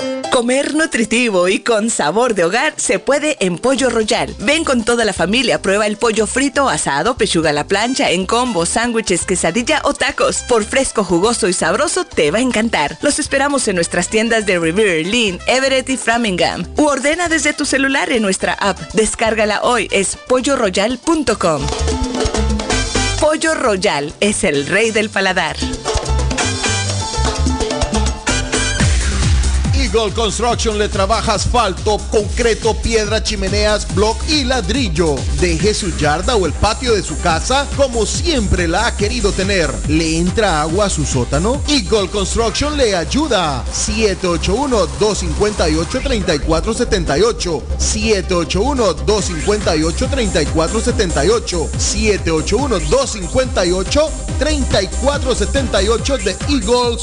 Comer nutritivo y con sabor de hogar se puede en Pollo Royal. Ven con toda la familia, prueba el pollo frito, asado, pechuga a la plancha, en combo, sándwiches, quesadilla o tacos. Por fresco, jugoso y sabroso, te va a encantar. Los esperamos en nuestras tiendas de Revere, Lynn, Everett y Framingham. U ordena desde tu celular en nuestra app. Descárgala hoy, es pollo royal punto com. Pollo Royal es el rey del paladar. Eagle Construction le trabaja asfalto, concreto, piedra, chimeneas, block y ladrillo. Deje su yarda o el patio de su casa como siempre la ha querido tener. ¿Le entra agua a su sótano? Eagle Construction le ayuda. siete ocho uno, dos cinco ocho, tres cuatro siete ocho. siete ocho uno, dos cinco ocho, tres cuatro siete ocho. siete ocho uno, dos cinco ocho, tres cuatro siete ocho de Eagle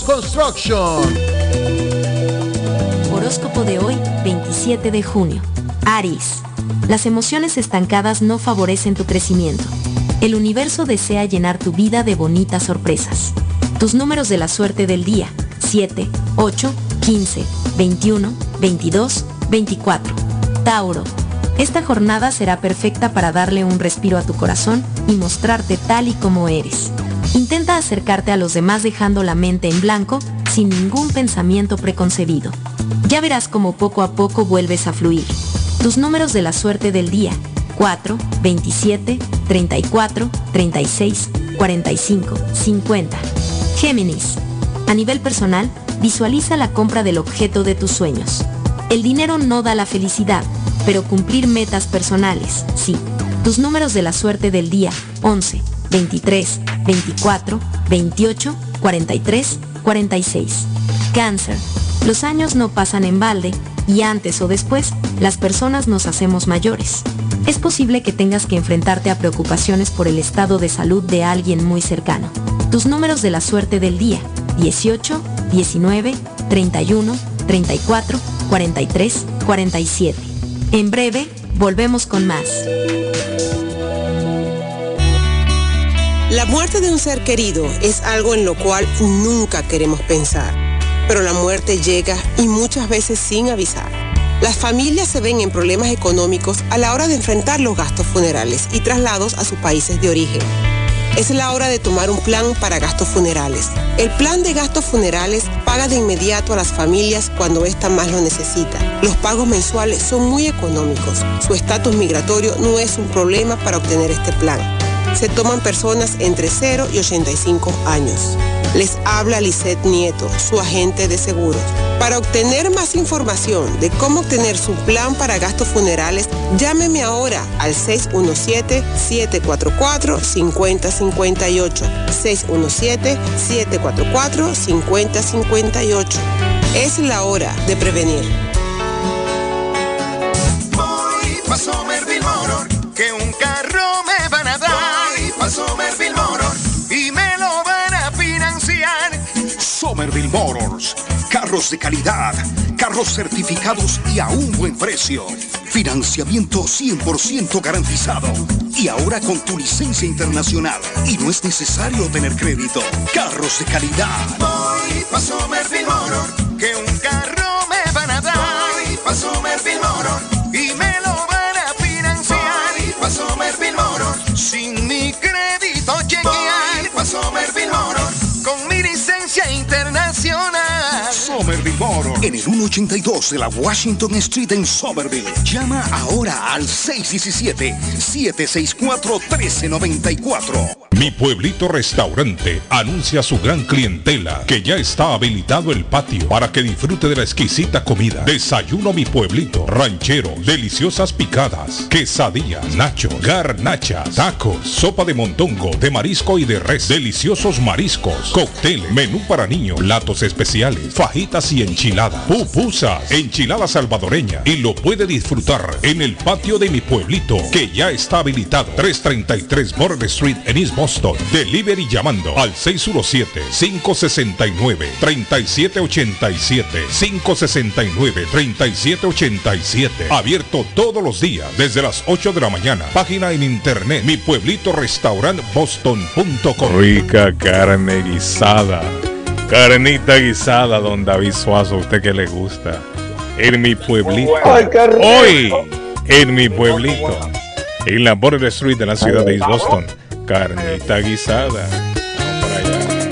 Construction. Horóscopo de hoy, veintisiete de junio. Aries. Las emociones estancadas no favorecen tu crecimiento. El universo desea llenar tu vida de bonitas sorpresas. Tus números de la suerte del día: siete, ocho, quince, veintiuno, veintidós, veinticuatro. Tauro. Esta jornada será perfecta para darle un respiro a tu corazón y mostrarte tal y como eres. Intenta acercarte a los demás dejando la mente en blanco, sin ningún pensamiento preconcebido. Ya verás cómo poco a poco vuelves a fluir. Tus números de la suerte del día: cuatro, veintisiete, treinta y cuatro, treinta y seis, cuarenta y cinco, cincuenta. Géminis. A nivel personal, visualiza la compra del objeto de tus sueños. El dinero no da la felicidad, pero cumplir metas personales, sí. Tus números de la suerte del día: once, veintitrés, veinticuatro, veintiocho, cuarenta y tres, cuarenta y seis. Cáncer. Los años no pasan en balde, y antes o después, las personas nos hacemos mayores. Es posible que tengas que enfrentarte a preocupaciones por el estado de salud de alguien muy cercano. Tus números de la suerte del día: dieciocho, diecinueve, treinta y uno, treinta y cuatro, cuarenta y tres, cuarenta y siete. En breve, volvemos con más. La muerte de un ser querido es algo en lo cual nunca queremos pensar, pero la muerte llega y muchas veces sin avisar. Las familias se ven en problemas económicos a la hora de enfrentar los gastos funerales y traslados a sus países de origen. Es la hora de tomar un plan para gastos funerales. El plan de gastos funerales paga de inmediato a las familias cuando ésta más lo necesita. Los pagos mensuales son muy económicos. Su estatus migratorio no es un problema para obtener este plan. Se toman personas entre cero y ochenta y cinco años. Les habla Lisette Nieto, su agente de seguros. Para obtener más información de cómo obtener su plan para gastos funerales, llámeme ahora al seis uno siete, siete cuatro cuatro, cinco cero cinco ocho. seis uno siete, siete cuatro cuatro, cinco cero cinco ocho. Es la hora de prevenir. Voy pa' Somerville Motor, que un carro me van a dar. Voy pa' Somerville Motor y me lo van a financiar. Somerville Motors, carros de calidad, carros certificados y a un buen precio. Financiamiento cien por ciento garantizado. Y ahora con tu licencia internacional. Y no es necesario tener crédito. Carros de calidad. Voy pa' Somerville Motor, que un carro me van a dar. Voy pa' Somerville Motor y me lo van a financiar. Voy pa' Somerville Motor, sin mi crédito chequear. Voy pa' Somerville Motor, con mi licencia internacional. Somerville Motor, en el ciento ochenta y dos de la Washington Street en Somerville. Llama ahora al seis uno siete, siete seis cuatro, uno tres nueve cuatro. Mi Pueblito Restaurante anuncia a su gran clientela que ya está habilitado el patio para que disfrute de la exquisita comida. Desayuno Mi Pueblito, ranchero, deliciosas picadas, quesadillas, nacho, garnachas, tacos, sopa de mondongo, de marisco y de res, deliciosos mariscos, cócteles, menú para niños, platos especiales, fajitas y enchiladas, pupusas, enchilada salvadoreña, y lo puede disfrutar en el patio de Mi Pueblito, que ya está habilitado. trescientos treinta y tres Border Street en East Boston. Delivery llamando al seis uno siete, cinco seis nueve, tres siete ocho siete, cinco seis nueve, tres siete ocho siete. Abierto todos los días desde las ocho de la mañana. Página en internet mi pueblito restaurant boston punto com. Rica carne guisada. Carnita guisada, don David Suazo, a usted que le gusta. En Mi Pueblito. Ay, Hoy, en Mi Pueblito. En la Border Street de la ciudad de East Boston. Carnita guisada. Vamos para allá.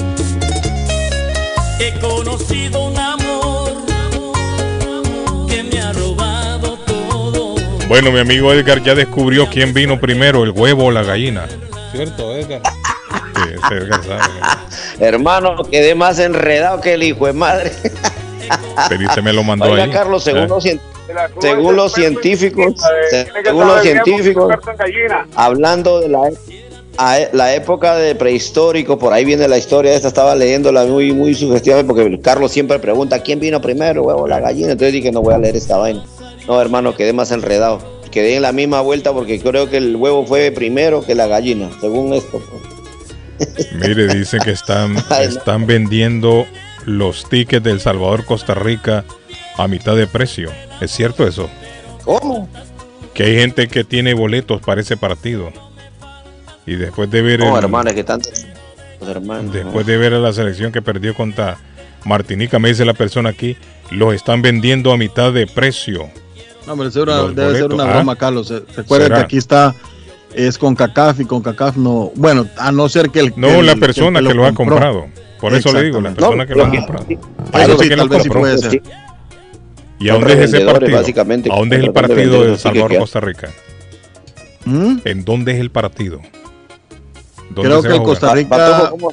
He conocido un amor que me ha robado todo. Bueno, mi amigo Edgar ya descubrió quién vino primero, el huevo o la gallina. ¿Cierto, Edgar? Sí, ese Edgar sabe. Hermano, quedé más enredado que el hijo de madre. Pero usted me lo mandó. Oiga, ahí. Carlos, según, ¿Eh? los, según los científicos, según los científicos, hablando de la, a, la época de prehistórico, por ahí viene la historia esta, estaba leyéndola muy, muy sugestiva, porque Carlos siempre pregunta, ¿quién vino primero, huevo, la gallina? Entonces dije, no voy a leer esta vaina. No, hermano, quedé más enredado. Quedé en la misma vuelta porque creo que el huevo fue primero que la gallina, según esto. Mire, dicen que están, están vendiendo los tickets de El Salvador, Costa Rica a mitad de precio. ¿Es cierto eso? ¿Cómo? Que hay gente que tiene boletos para ese partido. Y después de ver... No, el, hermanos, que tantos hermanos. Después de ver a la selección que perdió contra Martinica, me dice la persona aquí, los están vendiendo a mitad de precio. No, pero eso era- Los debe ser boletos. una Ah, broma, Carlos. Se- Recuerden que ¿será? aquí está, es con CACAF y con CACAF no. Bueno, a no ser que el. No, que el- la persona que, lo ha compró. comprado. Por eso le digo, la Exactamente. persona No, que lo ha pero- comprado. Eso Yo sé sí, que tal lo vez sí compró. puede ser. ¿Y a Son dónde es ese revendedores, partido? básicamente, ¿A dónde es el tratan de partido vender de los tickets Salvador, que- Costa Rica? ¿Mm? ¿En dónde es el partido? ¿Dónde Creo se que va el a Costa jugar? Rica. Patojo, ¿cómo,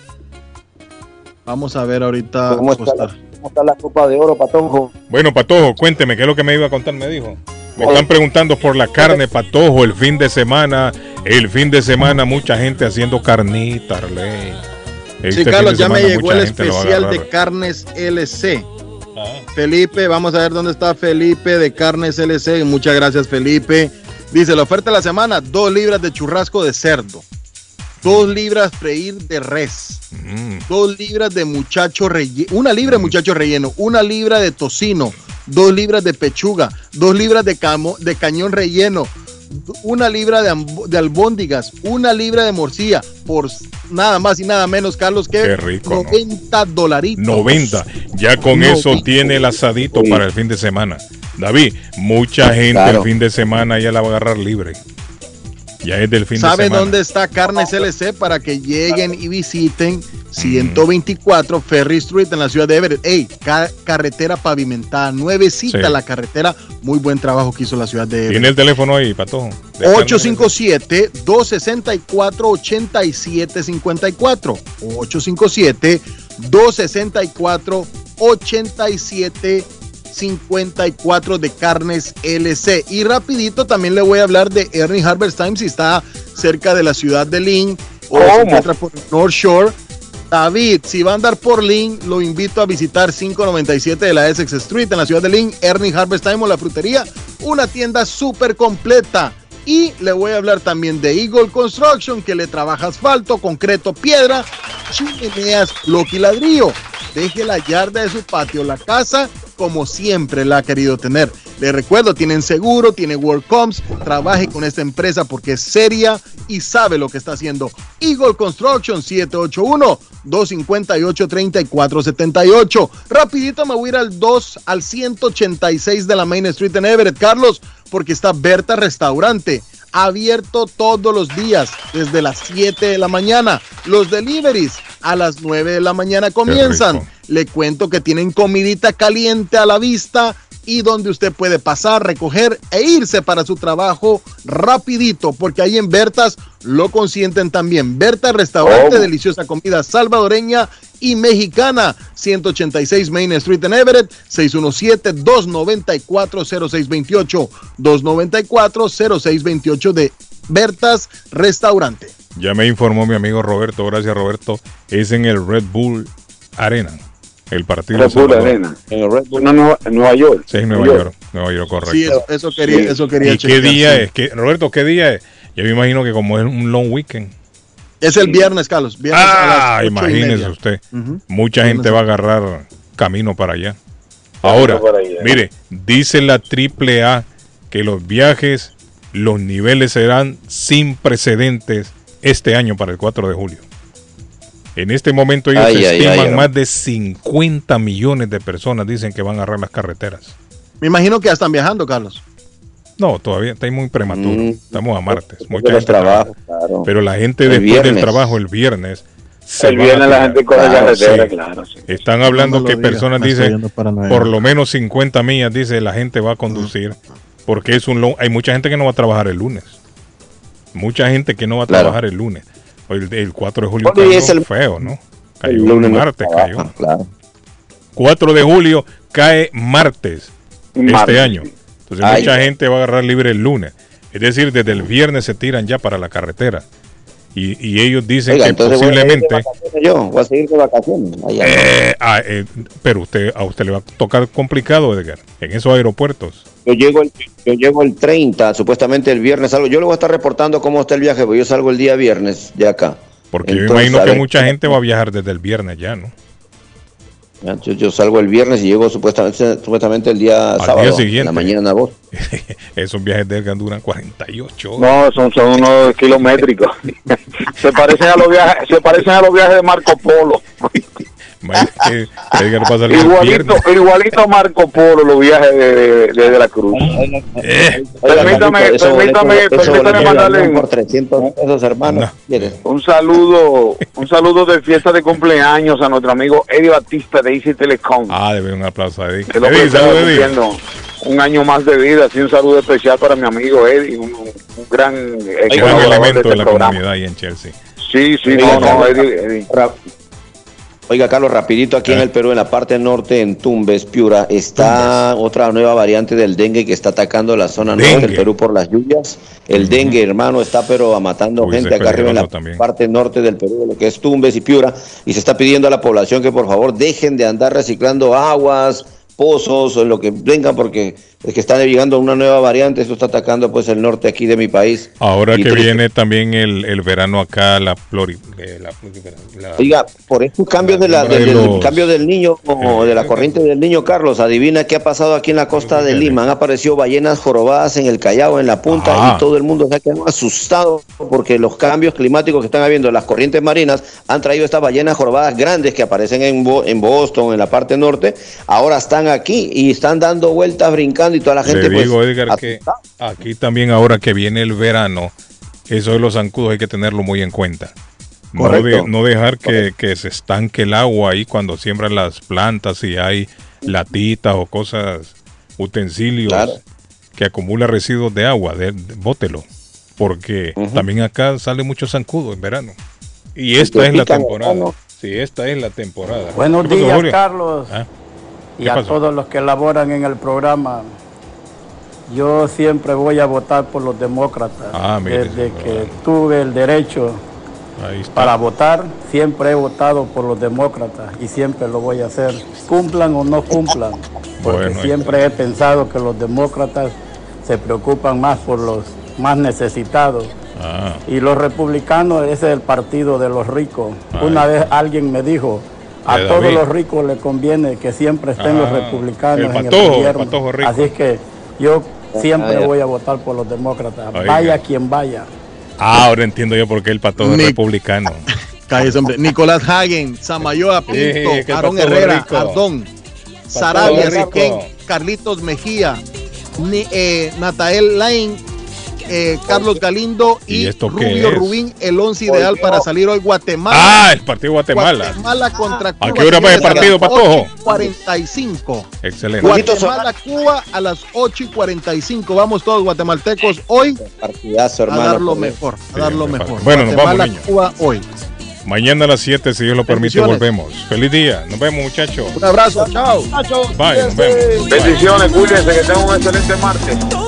Vamos a ver ahorita. cómo está Costa- la, cómo está la Copa de Oro, Patojo? Bueno, Patojo, cuénteme, ¿qué es lo que me iba a contar? Me dijo. Me están preguntando por la carne, Patojo, el fin de semana. El fin de semana, mucha gente haciendo carnitas, Arley. Sí, Este fin Carlos, de ya me semana llegó mucha el gente lo va a especial agarrar. de Carnes L C. Felipe, vamos a ver dónde está Felipe de Carnes L C. Muchas gracias, Felipe. Dice, la oferta de la semana, dos libras de churrasco de cerdo, dos libras freír de res, Mm. dos libras de muchacho relleno, una libra de muchacho relleno, una libra de tocino, dos libras de pechuga, dos libras de, camo, de cañón relleno, una libra de, amb- de albóndigas, una libra de morcilla, por nada más y nada menos, Carlos, que Qué rico, ¿no? noventa dolaritos. noventa. Ya con eso noventa. tiene el asadito para el fin de semana. David, mucha gente Claro. el fin de semana ya la va a agarrar libre. Ya es del fin de ¿Sabe semana. dónde está Carnes L C para que lleguen y visiten ciento veinticuatro Ferry Street en la ciudad de Everett? Ey, ca- carretera pavimentada, nuevecita Sí. la carretera. Muy buen trabajo que hizo la ciudad de Tiene Everett. el teléfono ahí, Patojo. De ocho cinco siete, dos seis cuatro, ocho siete cinco cuatro. ocho cinco siete, dos seis cuatro, ocho siete cincuenta y cuatro de Carnes L C. Y rapidito también le voy a hablar de Ernie Harvest Time si está cerca de la ciudad de Lynn o se encuentra por el North Shore. David, si va a andar por Lynn, lo invito a visitar quinientos noventa y siete de la Essex Street en la ciudad de Lynn, Ernie Harvest Time o la frutería, una tienda súper completa. Y le voy a hablar también de Eagle Construction, que le trabaja asfalto, concreto, piedra, chimeneas, bloque y ladrillo. Deje la yarda de su patio, la casa, como siempre la ha querido tener. Le recuerdo, tienen seguro, tiene WorkComs, trabaje con esta empresa porque es seria y sabe lo que está haciendo. Eagle Construction, siete ocho uno, dos cinco ocho, tres cuatro siete ocho. Rapidito me voy a ir al dos, al ciento ochenta y seis de la Main Street en Everett, Carlos, porque está Berta Restaurante, abierto todos los días desde las siete de la mañana. Los deliveries a las nueve de la mañana comienzan. Le cuento que tienen comidita caliente a la vista y donde usted puede pasar, recoger e irse para su trabajo rapidito, porque ahí en Bertas lo consienten también. Berta Restaurante, Oh. deliciosa comida salvadoreña y mexicana, ciento ochenta y seis Main Street en Everett, seis uno siete, dos nueve cuatro, cero seis dos ocho, dos nueve cuatro, cero seis dos ocho de Bertas Restaurante. Ya me informó mi amigo Roberto, gracias Roberto, es en el Red Bull Arena, el partido Red de Bull Salvador. Arena. En el Red Bull, no, no, en Nueva York. Sí, en Nueva Nueva York, Nueva York, correcto. Sí, eso, eso quería, Sí. eso quería ¿Y qué chequear, día sí. es? ¿Qué, Roberto, ¿qué día es? Yo me imagino que como es un long weekend. Es el viernes, Carlos. Viernes a Ah, las ocho y imagínese media. usted. Ujú. Mucha Viernes gente a- va a agarrar camino para allá. Ahora, para allá. mire, dice la triple A que los viajes, los niveles serán sin precedentes este año para el cuatro de julio. En este momento ellos Ay, ay, estiman ay, más de cincuenta millones de personas dicen que van a agarrar las carreteras. Me imagino que ya están viajando, Carlos. No, todavía está muy prematuro. Mm. Estamos a martes. Porque Mucha los gente trabaja. trabajos, claro. Pero la gente El después del viernes. trabajo el viernes se El van a viernes la tirar. gente coge Claro, carretera, sí. claro. Sí. Están hablando No me que lo diga, personas me estoy dicen yendo para Nueva por York. lo menos cincuenta millas, dice la gente va a conducir porque es un long- hay mucha gente que no va a trabajar el lunes. Mucha gente que no va a Claro. trabajar el lunes. El, el cuatro de julio Porque cayó es el- feo, ¿no? Cayó El un lunes no martes, trabaja, cayó. claro. cuatro de julio cae martes este Martes. año. Entonces Ay, mucha ay. gente va a agarrar libre el lunes. Es decir, desde el viernes se tiran ya para la carretera. Y, y ellos dicen Oiga, que entonces voy a seguir de posiblemente... vacaciones yo, voy a seguir de vacaciones. Allá. Eh, ah, eh, pero usted a usted le va a tocar complicado, Edgar, en esos aeropuertos. Yo llego, el, yo llego el treinta, supuestamente el viernes salgo. Yo le voy a estar reportando cómo está el viaje, porque yo salgo el día viernes de acá. Porque yo Entonces, imagino a que ver, mucha gente va a viajar desde el viernes ya, ¿no? Yo, yo salgo el viernes y llego supuestamente, supuestamente el día Al sábado, día siguiente. en la mañana vos. Esos viajes de Edgar duran cuarenta y ocho horas. No, son, son unos kilométricos. se parecen a los viajes, se parecen a los viajes de Marco Polo. Que Edgar pasa el igualito, igualito a Marco Polo, los viajes de, de, de, de la Cruz. Eh, permítame, eso, permítame, eso, eso, permítame eso, mandarle por trescientos pesos, hermano. No. un saludo, un saludo de fiesta de cumpleaños a nuestro amigo Eddie Batista de Easy Telecom. Ah, debe un aplauso a Eddie. Que lo Eddie, está saludos, Eddie. cumpliendo un año más de vida, así un saludo especial para mi amigo Eddie, un, un gran eh, Hay un colaborador elemento este de la programa. comunidad ahí en Chelsea. Sí, sí, Oiga, no, no, Carlos, Eddie, Eddie. Oiga, Carlos, rapidito, aquí en el Perú, en la parte norte, en Tumbes, Piura, está Tumbes. Otra nueva variante del dengue que está atacando la zona dengue. norte del Perú por las lluvias. El uh-huh. dengue, hermano, está pero matando Uy, gente acá arriba en la también. parte norte del Perú, lo que es Tumbes y Piura, y se está pidiendo a la población que por favor dejen de andar reciclando aguas, pozos, o lo que vengan, porque es que está llegando una nueva variante. Esto está atacando pues el norte aquí de mi país. Ahora y que triste. viene también el, el verano acá, la flori, eh, la, la, Oiga, por estos cambios de la, de, de del los, cambio del niño o eh, de la corriente del niño, Carlos, adivina qué ha pasado aquí en la costa de Lima. Han aparecido ballenas jorobadas en el Callao, en la punta, ah. y todo el mundo se ha quedado asustado porque los cambios climáticos que están habiendo, las corrientes marinas han traído estas ballenas jorobadas grandes que aparecen en, Bo en Boston, en la parte norte. Ahora están aquí y están dando vueltas, brincando, y toda la gente. Le digo, pues, Edgar, que aquí también ahora que viene el verano, eso de los zancudos hay que tenerlo muy en cuenta. No, de, no dejar que, que se estanque el agua ahí cuando siembran las plantas y hay latitas o cosas, utensilios claro. que acumula residuos de agua, de, de, bótelo, porque uh-huh. también acá sale mucho zancudo en verano. Y esta es la temporada. Sí, esta es la temporada. Buenos días, Julio? Carlos. ¿Ah? Y a pasó? todos los que laboran en el programa. Yo siempre voy a votar por los demócratas. Ah, mire, Desde que tuve el derecho para votar, siempre he votado por los demócratas y siempre lo voy a hacer, cumplan o no cumplan, porque bueno, siempre he pensado que los demócratas se preocupan más por los más necesitados. Ah. Y los republicanos, ese es el partido de los ricos. Ay. Una vez alguien me dijo, a todos David. los ricos les conviene que siempre estén ah, los republicanos el patojo, en el gobierno. El Así es que yo siempre voy a votar por los demócratas. Oiga. Vaya quien vaya. Ah, ahora entiendo yo por qué el patojo es republicano. Cállese, hombre. Nicolás Hagen, Samayoa Pinto, sí, Aarón Herrera, rico. Ardón, Sarabia, Riquén, Carlitos Mejía, Ni, eh, Natael Lain, Eh, Carlos Galindo y, ¿Y Rubio Rubín, el once ideal para salir hoy. Guatemala. Ah, el partido Guatemala. Guatemala contra Cuba. ¿A qué hora va el partido, Patojo? cuarenta y cinco. Excelente. Guatemala, Cuba a las ocho y cuarenta y cinco. Vamos todos guatemaltecos hoy partidazo, hermano, a dar lo mejor. A dar lo mejor. Bueno, nos Guatemala, vamos, Cuba hoy. Mañana a las siete, si Dios lo permite, volvemos. Feliz día. Nos vemos, muchachos. Un abrazo. Chao. Bye, nos vemos. Bendiciones, cuídense, que tengan un excelente martes.